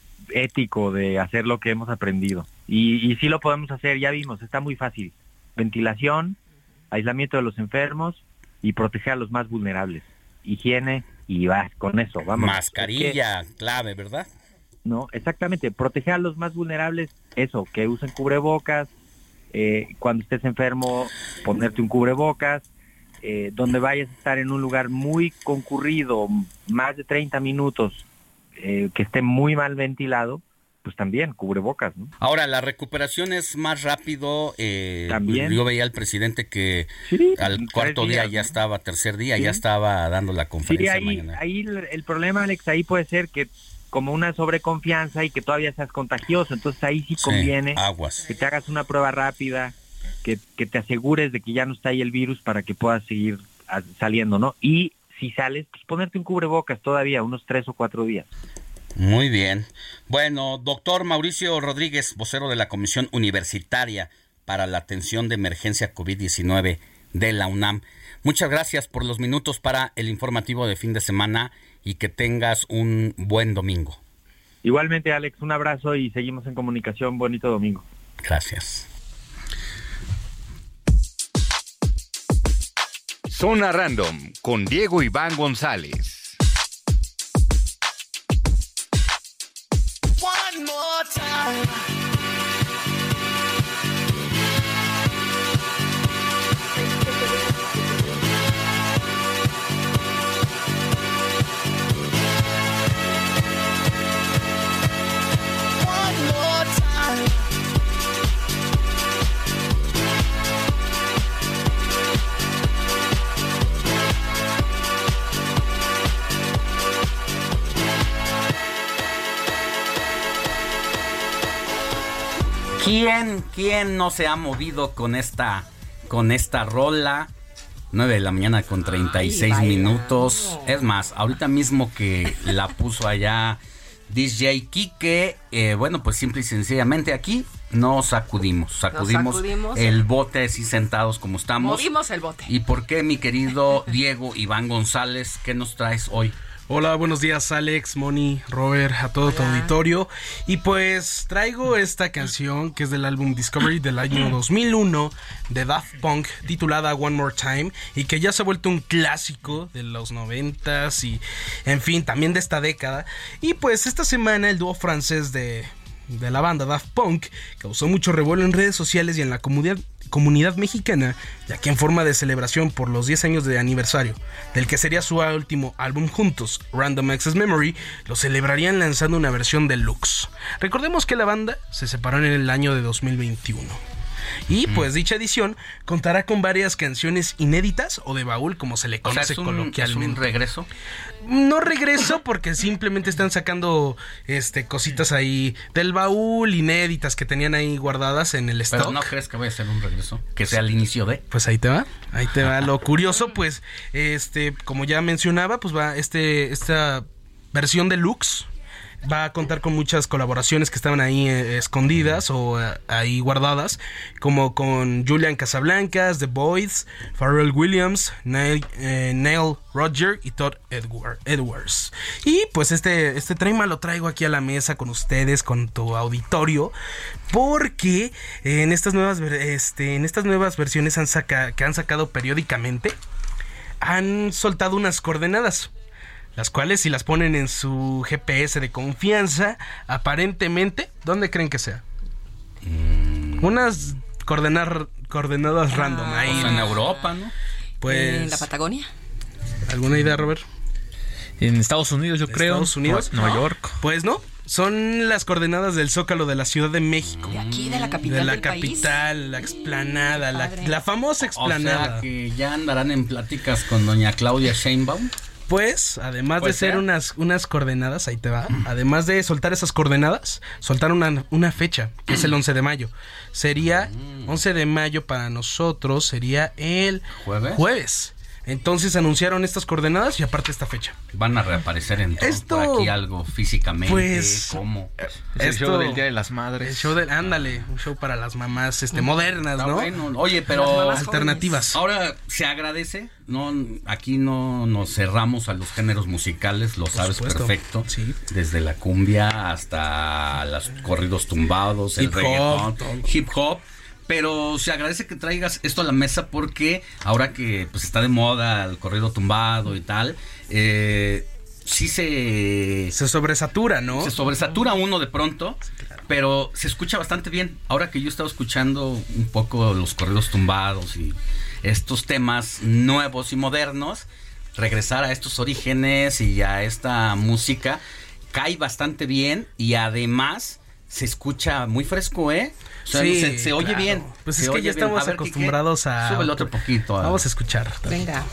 ético de hacer lo que hemos aprendido. Y sí lo podemos hacer, ya vimos, está muy fácil. Ventilación, aislamiento de los enfermos y proteger a los más vulnerables. Higiene, y vas con eso, vamos. Mascarilla, clave, ¿verdad? No, exactamente. Proteger a los más vulnerables, eso, que usen cubrebocas. Cuando estés enfermo, ponerte un cubrebocas. Donde vayas a estar en un lugar muy concurrido, más de 30 minutos, que esté muy mal ventilado, pues también cubrebocas, ¿no? Ahora, la recuperación es más rápido. También. Yo veía al presidente que al cuarto día ya estaba, tercer día ya estaba dando la conferencia mañana. Ahí el problema, Alex, ahí puede ser que como una sobreconfianza y que todavía seas contagioso, entonces ahí sí conviene que te hagas una prueba rápida, que te asegures de que ya no está ahí el virus para que puedas seguir saliendo, ¿no? Y si sales, pues ponerte un cubrebocas todavía, unos 3 o 4 días. Muy bien. Bueno, doctor Mauricio Rodríguez, vocero de la Comisión Universitaria para la Atención de Emergencia COVID-19 de la UNAM. Muchas gracias por los minutos para el informativo de fin de semana y que tengas un buen domingo. Igualmente, Alex, un abrazo y seguimos en comunicación. Bonito domingo. Gracias. Zona Random con Diego Iván González. One more time. ¿Quién no se ha movido con esta rola? 9 de la mañana con 36 minutos. Es más, ahorita mismo que la puso allá DJ Kike, bueno, pues simple y sencillamente aquí nos sacudimos el bote así sentados como estamos. Movimos el bote. ¿Y por qué, mi querido Diego Iván González? ¿Qué nos traes hoy? Hola, buenos días Alex, Moni, Robert, a todo tu auditorio. Y pues traigo esta canción que es del álbum Discovery del año 2001 de Daft Punk, titulada One More Time, y que ya se ha vuelto un clásico de los 90s y en fin, también de esta década. Y pues esta semana el dúo francés de la banda Daft Punk causó mucho revuelo en redes sociales y en la comunidad mexicana, ya que en forma de celebración por los 10 años de aniversario del que sería su último álbum juntos, Random Access Memory, lo celebrarían lanzando una versión deluxe. Recordemos que la banda se separó en el año de 2021. Y pues dicha edición contará con varias canciones inéditas o de baúl, como se le conoce coloquialmente. ¿Es un regreso? No regreso porque simplemente están sacando cositas ahí del baúl inéditas que tenían ahí guardadas en el stock. ¿Pero no crees que vaya a ser un regreso? ¿Que sea el inicio de? Pues ahí te va. Lo curioso, pues, como ya mencionaba, pues va esta versión deluxe. Va a contar con muchas colaboraciones que estaban ahí escondidas o ahí guardadas, como con Julian Casablancas, The Boys, Pharrell Williams, Neil Rodger y Todd Edwards. Y pues este tema lo traigo aquí a la mesa con ustedes, con tu auditorio, porque en estas nuevas versiones que han sacado periódicamente, han soltado unas coordenadas, las cuales si las ponen en su GPS de confianza, aparentemente, ¿dónde creen que sea? Unas coordenadas random ahí. En Europa, ¿no? Pues, ¿en la Patagonia? ¿Alguna idea, Robert? En Estados Unidos, yo creo. ¿Estados Unidos? Nueva York. Pues no. Son las coordenadas del Zócalo de la Ciudad de México. De aquí, de la capital del país. La explanada, la famosa explanada. O sea, que ya andarán en pláticas con doña Claudia Sheinbaum. Pues, además de ser unas coordenadas, ahí te va. Además de soltar esas coordenadas, soltaron una fecha, que es el 11 de mayo. Sería 11 de mayo para nosotros, sería el jueves. Entonces anunciaron estas coordenadas y aparte esta fecha. Van a reaparecer entonces por aquí algo físicamente. Pues, ¿cómo? El show del Día de las Madres. El show un show para las mamás modernas, ¿no? Bueno. Oye, pero alternativas. Ahora se agradece, no, aquí no nos cerramos a los géneros musicales, lo sabes perfecto. Sí. Desde la cumbia hasta los corridos tumbados, el reggaetón, hip hop. Pero se agradece que traigas esto a la mesa porque ahora que pues está de moda el corrido tumbado y tal, sí se sobresatura, ¿no? Se sobresatura uno de pronto, sí, claro. Pero se escucha bastante bien. Ahora que yo estaba escuchando un poco los corridos tumbados y estos temas nuevos y modernos, regresar a estos orígenes y a esta música cae bastante bien y además se escucha muy fresco, ¿eh? O sea, sí, se oye bien. Pues es que ya estamos acostumbrados a... Súbele otro poquito. Vamos a escuchar. Venga.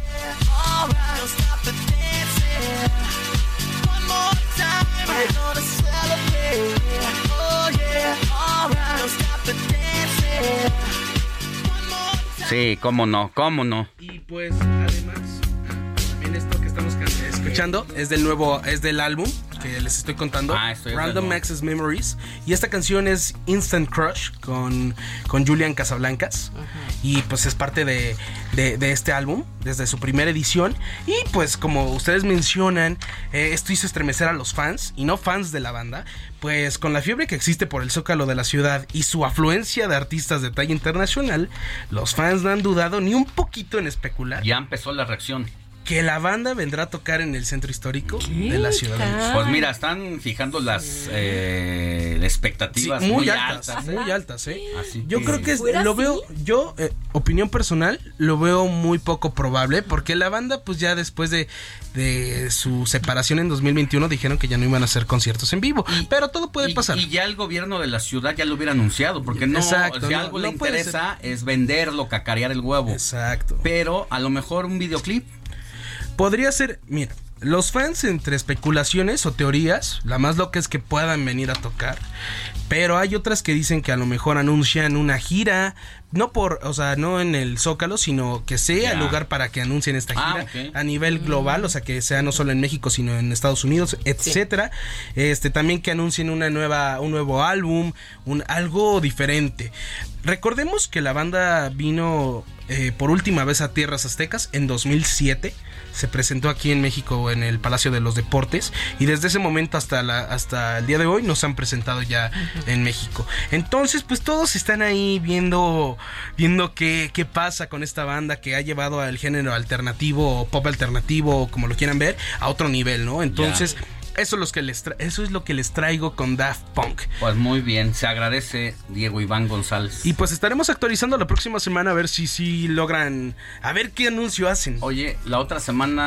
Sí, cómo no. Y pues, además, también esto que estamos escuchando es del álbum que les estoy contando, Random Access Memories, y esta canción es Instant Crush con Julian Casablancas. Y pues es parte de este álbum desde su primera edición. Y pues como ustedes mencionan, esto hizo estremecer a los fans, y no fans de la banda, pues con la fiebre que existe por el Zócalo de la ciudad y su afluencia de artistas de talla internacional, los fans no han dudado ni un poquito en especular. Ya empezó la reacción. Que la banda vendrá a tocar en el centro histórico de la ciudad de México. Pues mira, están fijando las expectativas muy altas. Muy altas, ¿eh? Así yo creo que lo veo, opinión personal, lo veo muy poco probable, porque la banda pues ya después de su separación en 2021 dijeron que ya no iban a hacer conciertos en vivo, pero todo puede pasar. Y ya el gobierno de la ciudad ya lo hubiera anunciado, porque si algo le interesa es venderlo, cacarear el huevo. Exacto. Pero a lo mejor un videoclip. Podría ser, mira, los fans entre especulaciones o teorías, la más loca es que puedan venir a tocar, pero hay otras que dicen que a lo mejor anuncian una gira, no en el Zócalo, sino que sea el lugar para que anuncien esta gira a nivel global, o sea, que sea no solo en México, sino en Estados Unidos, etcétera. También que anuncien un nuevo álbum, algo diferente. Recordemos que la banda vino por última vez a Tierras Aztecas en 2007. Se presentó aquí en México en el Palacio de los Deportes, y desde ese momento hasta el día de hoy nos han presentado ya en México. Entonces pues todos están ahí viendo qué pasa con esta banda que ha llevado al género alternativo o pop alternativo, o como lo quieran ver, a otro nivel, ¿no? Entonces eso es lo que les traigo con Daft Punk. Pues muy bien, se agradece, Diego Iván González. Y pues estaremos actualizando la próxima semana a ver si logran, a ver qué anuncio hacen. Oye, la otra semana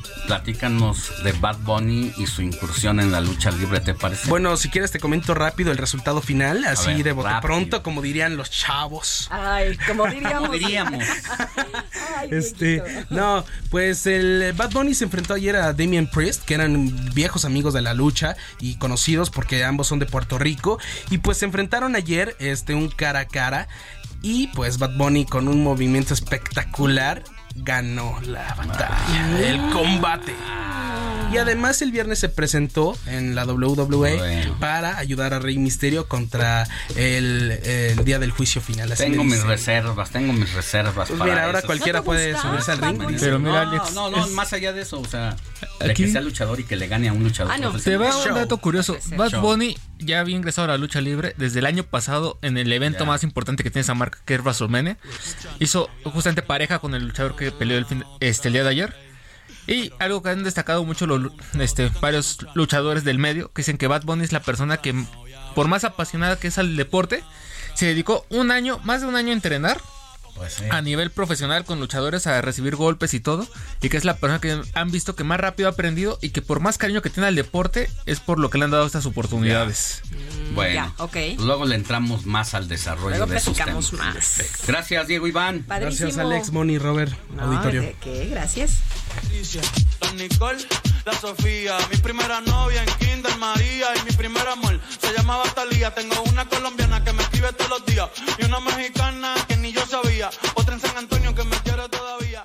platícanos de Bad Bunny y su incursión en la lucha libre, ¿te parece? Bueno, si quieres te comento rápido el resultado final, así ver, de bote rápido. pronto, como dirían los chavos. Ay, como diríamos. Ay, no, pues el Bad Bunny se enfrentó ayer a Damian Priest, que eran viejos amigos de la lucha y conocidos porque ambos son de Puerto Rico, y pues se enfrentaron ayer un cara a cara, y pues Bad Bunny con un movimiento espectacular ganó la batalla, el combate. Y además el viernes se presentó en la WWE para ayudar a Rey Mysterio contra el día del juicio final. Así tengo mis reservas. Pues mira, ahora cualquiera puede subirse al ring. Pero mira, Alex, no, más allá de eso, o sea, de que sea luchador y que le gane a un luchador. Te va un dato curioso. Bad Bunny ya había ingresado a la lucha libre desde el año pasado en el evento más importante que tiene esa marca, que es WrestleMania. Hizo justamente pareja con el luchador que peleó el día de ayer. Y algo que han destacado mucho varios luchadores del medio, que dicen que Bad Bunny es la persona que, por más apasionada que es al deporte, se dedicó más de un año a entrenar a nivel profesional con luchadores, a recibir golpes y todo, y que es la persona que han visto que más rápido ha aprendido, y que por más cariño que tiene al deporte es por lo que le han dado estas oportunidades. Bueno, luego le entramos más al desarrollo de esos temas. Más. Gracias, Diego Iván. Padrísimo. Gracias, Alex, Moni, Robert, auditorio. ¿De qué? Gracias. La Nicole, la Sofía, mi primera novia en Kinder María, y mi primer amor se llamaba Talía. Tengo una colombiana que me escribe todos los días y una mexicana que ni yo sabía, otra en San Antonio que me quiere todavía.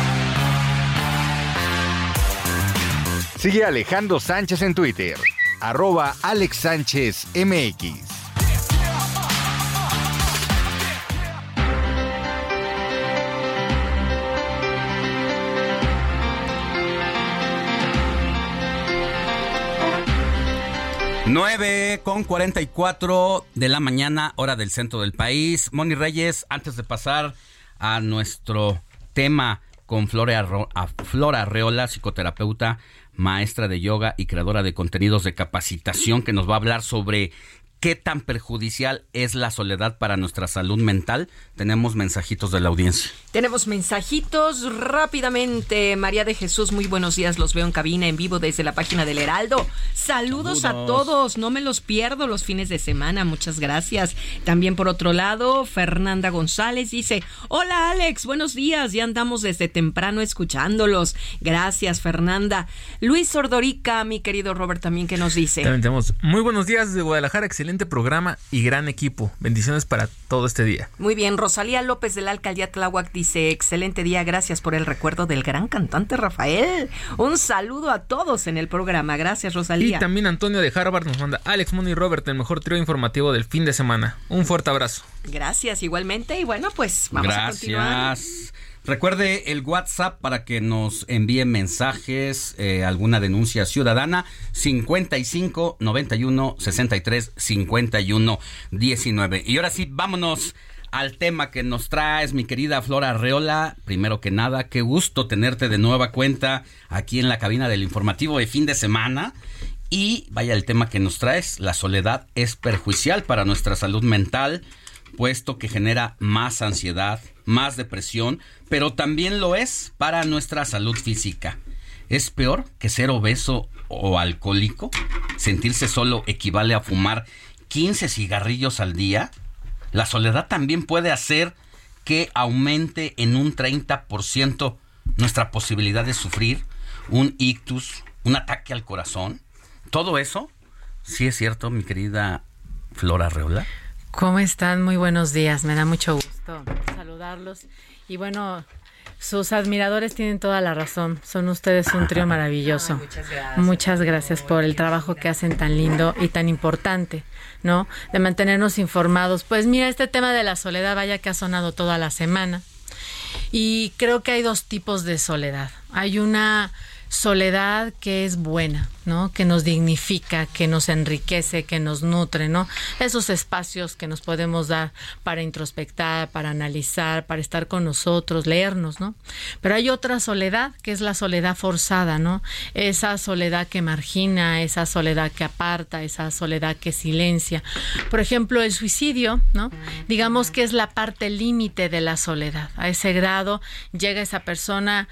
Sigue a Alejandro Sánchez en Twitter, @AlexSánchezMX. Nueve con 44 de la mañana, hora del centro del país. Moni Reyes, antes de pasar a nuestro tema con Flora Arreola, psicoterapeuta, maestra de yoga y creadora de contenidos de capacitación, que nos va a hablar sobre qué tan perjudicial es la soledad para nuestra salud mental. Tenemos mensajitos de la audiencia. Tenemos mensajitos rápidamente. María de Jesús, muy buenos días. Los veo en cabina, en vivo desde la página del Heraldo. Saludos a todos. No me los pierdo los fines de semana. Muchas gracias. También por otro lado, Fernanda González dice: hola Alex, buenos días. Ya andamos desde temprano escuchándolos. Gracias, Fernanda. Luis Ordorica, mi querido Robert, también, ¿qué nos dice? También tenemos muy buenos días de Guadalajara. Excelente programa y gran equipo. Bendiciones para todo este día. Muy bien. Rosalía López de la Alcaldía Tláhuac dice: excelente día, gracias por el recuerdo del gran cantante Rafael. Un saludo a todos en el programa. Gracias, Rosalía. Y también Antonio de Harvard nos manda: Alex, Moni y Robert, el mejor trío informativo del fin de semana. Un fuerte abrazo. Gracias, igualmente. Y bueno, pues vamos a continuar. Recuerde el WhatsApp para que nos envíe mensajes, alguna denuncia ciudadana, 55 91 63 51 19. Y ahora sí, vámonos al tema que nos traes, mi querida Flora Arreola. Primero que nada, qué gusto tenerte de nueva cuenta aquí en la cabina del informativo de fin de semana. Y vaya, el tema que nos traes: la soledad es perjudicial para nuestra salud mental, puesto que genera más ansiedad, más depresión, pero también lo es para nuestra salud física. ¿Es peor que ser obeso o alcohólico? ¿Sentirse solo equivale a fumar 15 cigarrillos al día? La soledad también puede hacer que aumente en un 30% nuestra posibilidad de sufrir un ictus, un ataque al corazón. ¿Todo eso sí es cierto, mi querida Flora Arreola? ¿Cómo están? Muy buenos días. Me da mucho gusto saludarlos. Y bueno, sus admiradores tienen toda la razón. Son ustedes un trío maravilloso. Ay, muchas gracias. Muchas gracias por el trabajo que hacen tan lindo y tan importante, ¿no? De mantenernos informados. Pues mira, este tema de la soledad, vaya que ha sonado toda la semana. Y creo que hay dos tipos de soledad. Hay una soledad que es buena, ¿no? Que nos dignifica, que nos enriquece, que nos nutre, ¿no? Esos espacios que nos podemos dar para introspectar, para analizar, para estar con nosotros, leernos, ¿no? Pero hay otra soledad, que es la soledad forzada, ¿no? Esa soledad que margina, esa soledad que aparta, esa soledad que silencia. Por ejemplo, el suicidio, ¿no? Digamos que es la parte límite de la soledad. A ese grado llega esa persona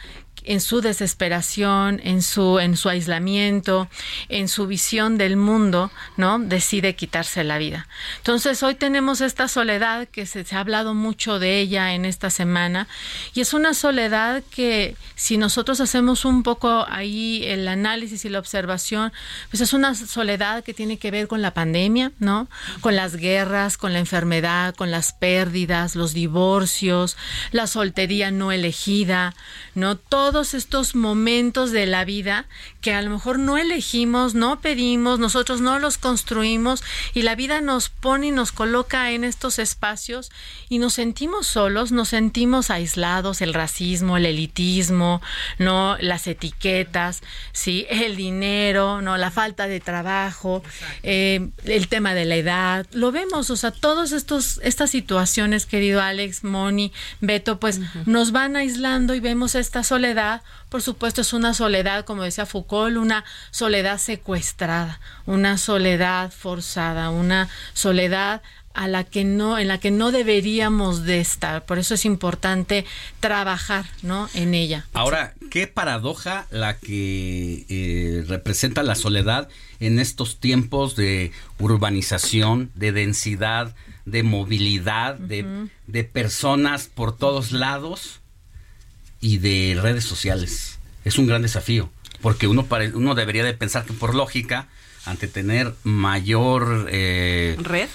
en su desesperación, en su aislamiento, en su visión del mundo, ¿no? Decide quitarse la vida. Entonces, hoy tenemos esta soledad que se ha hablado mucho de ella en esta semana, y es una soledad que, si nosotros hacemos un poco ahí el análisis y la observación, pues es una soledad que tiene que ver con la pandemia, ¿no? Con las guerras, con la enfermedad, con las pérdidas, los divorcios, la soltería no elegida, ¿no? Todos estos momentos de la vida que a lo mejor no elegimos, no pedimos, nosotros no los construimos, y la vida nos pone y nos coloca en estos espacios y nos sentimos solos, nos sentimos aislados, el racismo, el elitismo, ¿no? Las etiquetas, ¿sí? El dinero, ¿no? La falta de trabajo, el tema de la edad, lo vemos, o sea, todas estas situaciones, querido Alex, Moni, Beto, pues nos van aislando y vemos esta soledad. Por supuesto, es una soledad, como decía Foucault, una soledad secuestrada, una soledad forzada, una soledad en la que no deberíamos de estar. Por eso es importante trabajar, ¿no? En ella. Ahora, qué paradoja la que representa la soledad en estos tiempos de urbanización, de densidad, de movilidad, de personas por todos lados y de redes sociales. Es un gran desafío, porque uno debería de pensar que, por lógica, ante tener mayor red,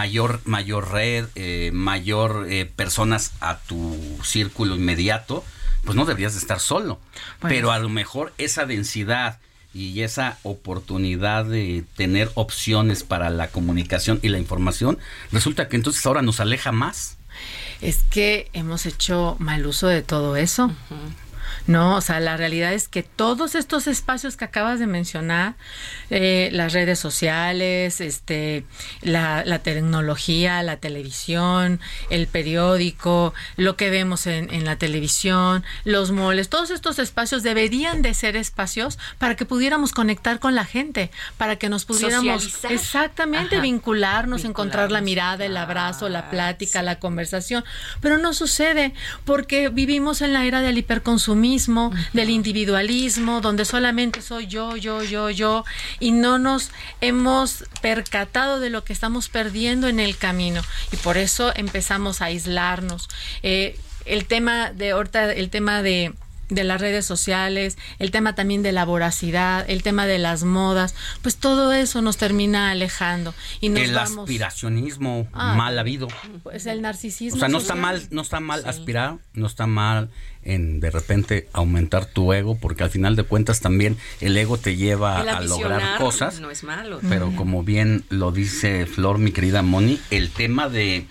personas a tu círculo inmediato, pues no deberías de estar solo. Bueno, pero a lo mejor esa densidad y esa oportunidad de tener opciones para la comunicación y la información, resulta que entonces ahora nos aleja más. Es que hemos hecho mal uso de todo eso. No, o sea, la realidad es que todos estos espacios que acabas de mencionar, las redes sociales, la tecnología, la televisión, el periódico, lo que vemos en la televisión, los moles, todos estos espacios deberían de ser espacios para que pudiéramos conectar con la gente, para que nos pudiéramos socializar. Exactamente, vincularnos, encontrar la mirada, el abrazo, la plática, la conversación, pero no sucede porque vivimos en la era del hiperconsumismo, del individualismo, donde solamente soy yo, y no nos hemos percatado de lo que estamos perdiendo en el camino, y por eso empezamos a aislarnos. El tema de las redes sociales, el tema también de la voracidad, el tema de las modas, pues todo eso nos termina alejando y nos vamos. Aspiracionismo mal habido. Pues el narcisismo. O sea, no está mal aspirar, no está mal en de repente aumentar tu ego, porque al final de cuentas también el ego te lleva a lograr cosas. No es malo. Pero como bien lo dice Flor, mi querida Moni, el tema de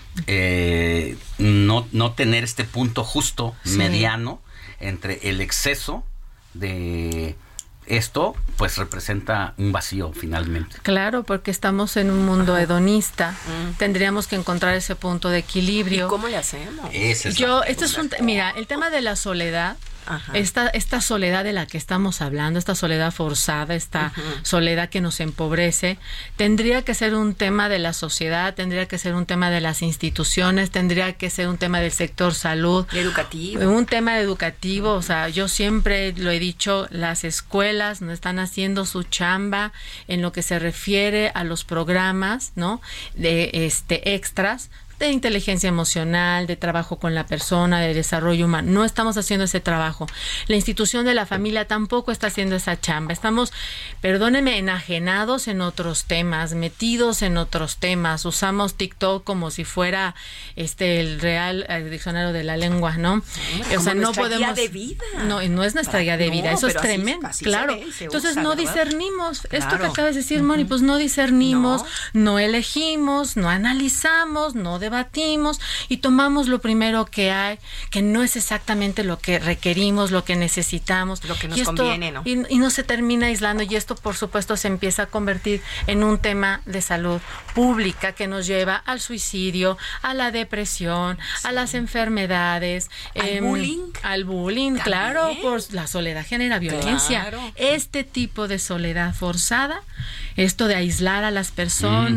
no tener este punto justo, mediano, entre el exceso de esto, pues representa un vacío finalmente. Claro, porque estamos en un mundo hedonista. Tendríamos que encontrar ese punto de equilibrio. ¿Y cómo le hacemos? Mira, el tema de la soledad, esta soledad de la que estamos hablando, esta soledad forzada, esta soledad que nos empobrece, tendría que ser un tema de la sociedad, tendría que ser un tema de las instituciones, tendría que ser un tema del sector salud, educativo, un tema educativo. O sea, yo siempre lo he dicho, las escuelas no están haciendo su chamba en lo que se refiere a los programas, ¿no? De extras, de inteligencia emocional, de trabajo con la persona, de desarrollo humano. No estamos haciendo ese trabajo. La institución de la familia tampoco está haciendo esa chamba. Estamos, perdónenme, enajenados en otros temas, metidos en otros temas. Usamos TikTok como si fuera el real diccionario de la lengua, ¿no? O sea, no podemos. Guía de vida. No es nuestra guía de vida. Eso es tremendo. Claro. Entonces no discernimos. Claro. Esto que acabas de decir, Moni, pues no discernimos, no elegimos, no analizamos, no debatimos y tomamos lo primero que hay, que no es exactamente lo que requerimos, lo que necesitamos, lo que nos conviene, ¿no? Y no se termina aislando, y esto por supuesto se empieza a convertir en un tema de salud pública que nos lleva al suicidio, a la depresión, a las enfermedades, al bullying, claro, pues la soledad genera violencia. Este tipo de soledad forzada, esto de aislar a las personas,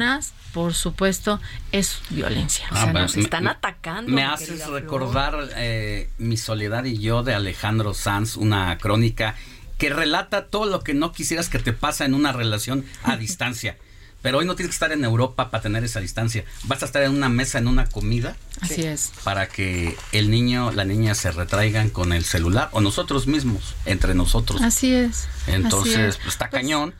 por supuesto, es violencia. O sea, nos están atacando. Me haces recordar Mi soledad y yo de Alejandro Sanz, una crónica que relata todo lo que no quisieras que te pasa en una relación a distancia. Pero hoy no tienes que estar en Europa para tener esa distancia. Vas a estar en una mesa, en una comida. Así es. Para que el niño, la niña se retraigan con el celular o nosotros mismos, entre nosotros. Así es. Entonces, pues, está cañón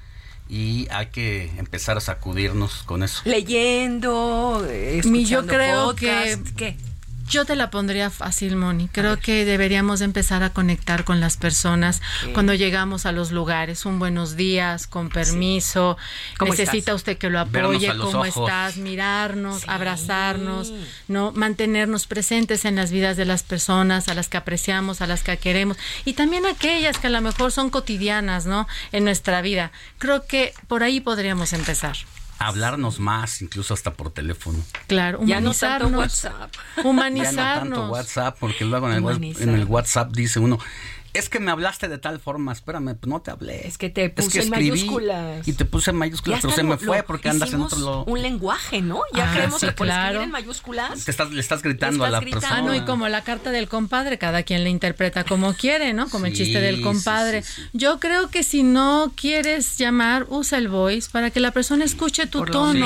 y hay que empezar a sacudirnos con eso. Leyendo, escuchando yo creo podcast, que ¿qué? Yo te la pondría fácil, Moni. Creo que deberíamos empezar a conectar con las personas cuando llegamos a los lugares. Un buenos días, con permiso. Necesita usted que lo apoye. ¿Cómo estás? Mirarnos, abrazarnos, ¿no? Mantenernos presentes en las vidas de las personas a las que apreciamos, a las que queremos. Y también aquellas que a lo mejor son cotidianas, ¿no? En nuestra vida. Creo que por ahí podríamos empezar. Hablarnos más, incluso hasta por teléfono. Claro, humanizarnos. Ya no tanto WhatsApp. Humanizarnos. Ya no tanto WhatsApp, porque luego en el WhatsApp dice uno, es que me hablaste de tal forma, espérame, pues no te hablé. Es que te puse en mayúsculas. Y te puse en mayúsculas, pero se me fue porque andas en otro lado. Un lenguaje, ¿no? Ya creemos que por escribir en mayúsculas. Le estás gritando a la persona. Ah, no, y como la carta del compadre, cada quien la interpreta como quiere, ¿no? Como el chiste del compadre. Sí. Yo creo que si no quieres llamar, usa el voice para que la persona escuche tu tono.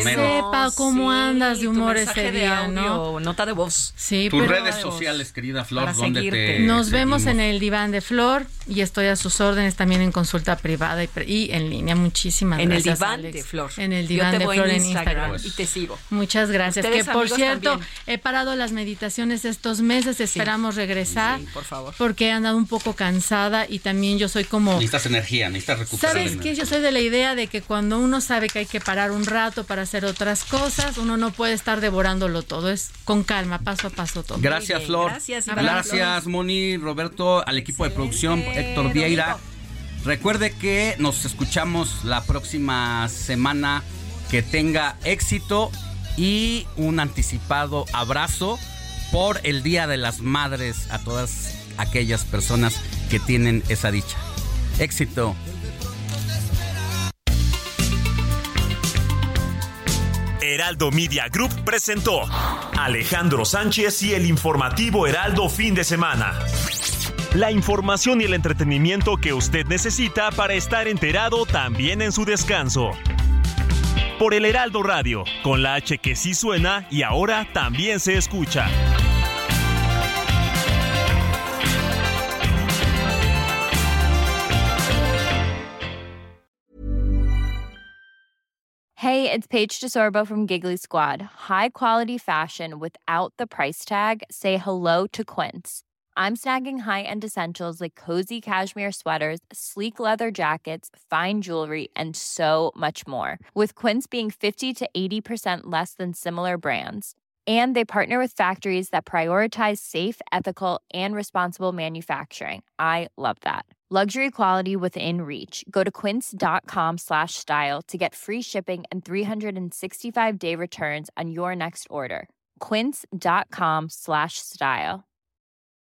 Sepa cómo andas de humor ese día, audio, ¿no? Nota de voz. Sí, tus redes sociales, querida Flor, ¿dónde te Nos vemos en el Diván de Flor y estoy a sus órdenes también en consulta privada y en línea. Muchísimas gracias, en el Diván Alex. De Flor. En el Diván de Flor en Instagram. Y te sigo. Muchas gracias. Ustedes, que por cierto, también. he parado las meditaciones estos meses, esperamos regresar. Sí, por favor. Porque he andado un poco cansada y también yo soy como... Necesitas energía, necesitas recuperar. ¿Sabes qué? Yo soy de la idea de que cuando uno sabe que hay que parar un rato para hacer otras cosas, uno no puede estar devorándolo todo, es con calma, paso a paso todo. Gracias, Flor. Gracias, Moni, Roberto, al equipo de producción, Héctor Vieira. Recuerde que nos escuchamos la próxima semana. Que tenga éxito y un anticipado abrazo por el Día de las Madres a todas aquellas personas que tienen esa dicha. Éxito. Heraldo Media Group presentó Alejandro Sánchez y el informativo Heraldo Fin de Semana. La información y el entretenimiento que usted necesita para estar enterado también en su descanso. Por el Heraldo Radio, con la H que sí suena y ahora también se escucha. Hey, it's Paige DeSorbo from Giggly Squad. High quality fashion without the price tag. Say hello to Quince. I'm snagging high-end essentials like cozy cashmere sweaters, sleek leather jackets, fine jewelry, and so much more. With Quince being 50 to 80% less than similar brands. And they partner with factories that prioritize safe, ethical, and responsible manufacturing. I love that. Luxury quality within reach. Go to quince.com/style to get free shipping and 365-day returns on your next order. Quince.com/style.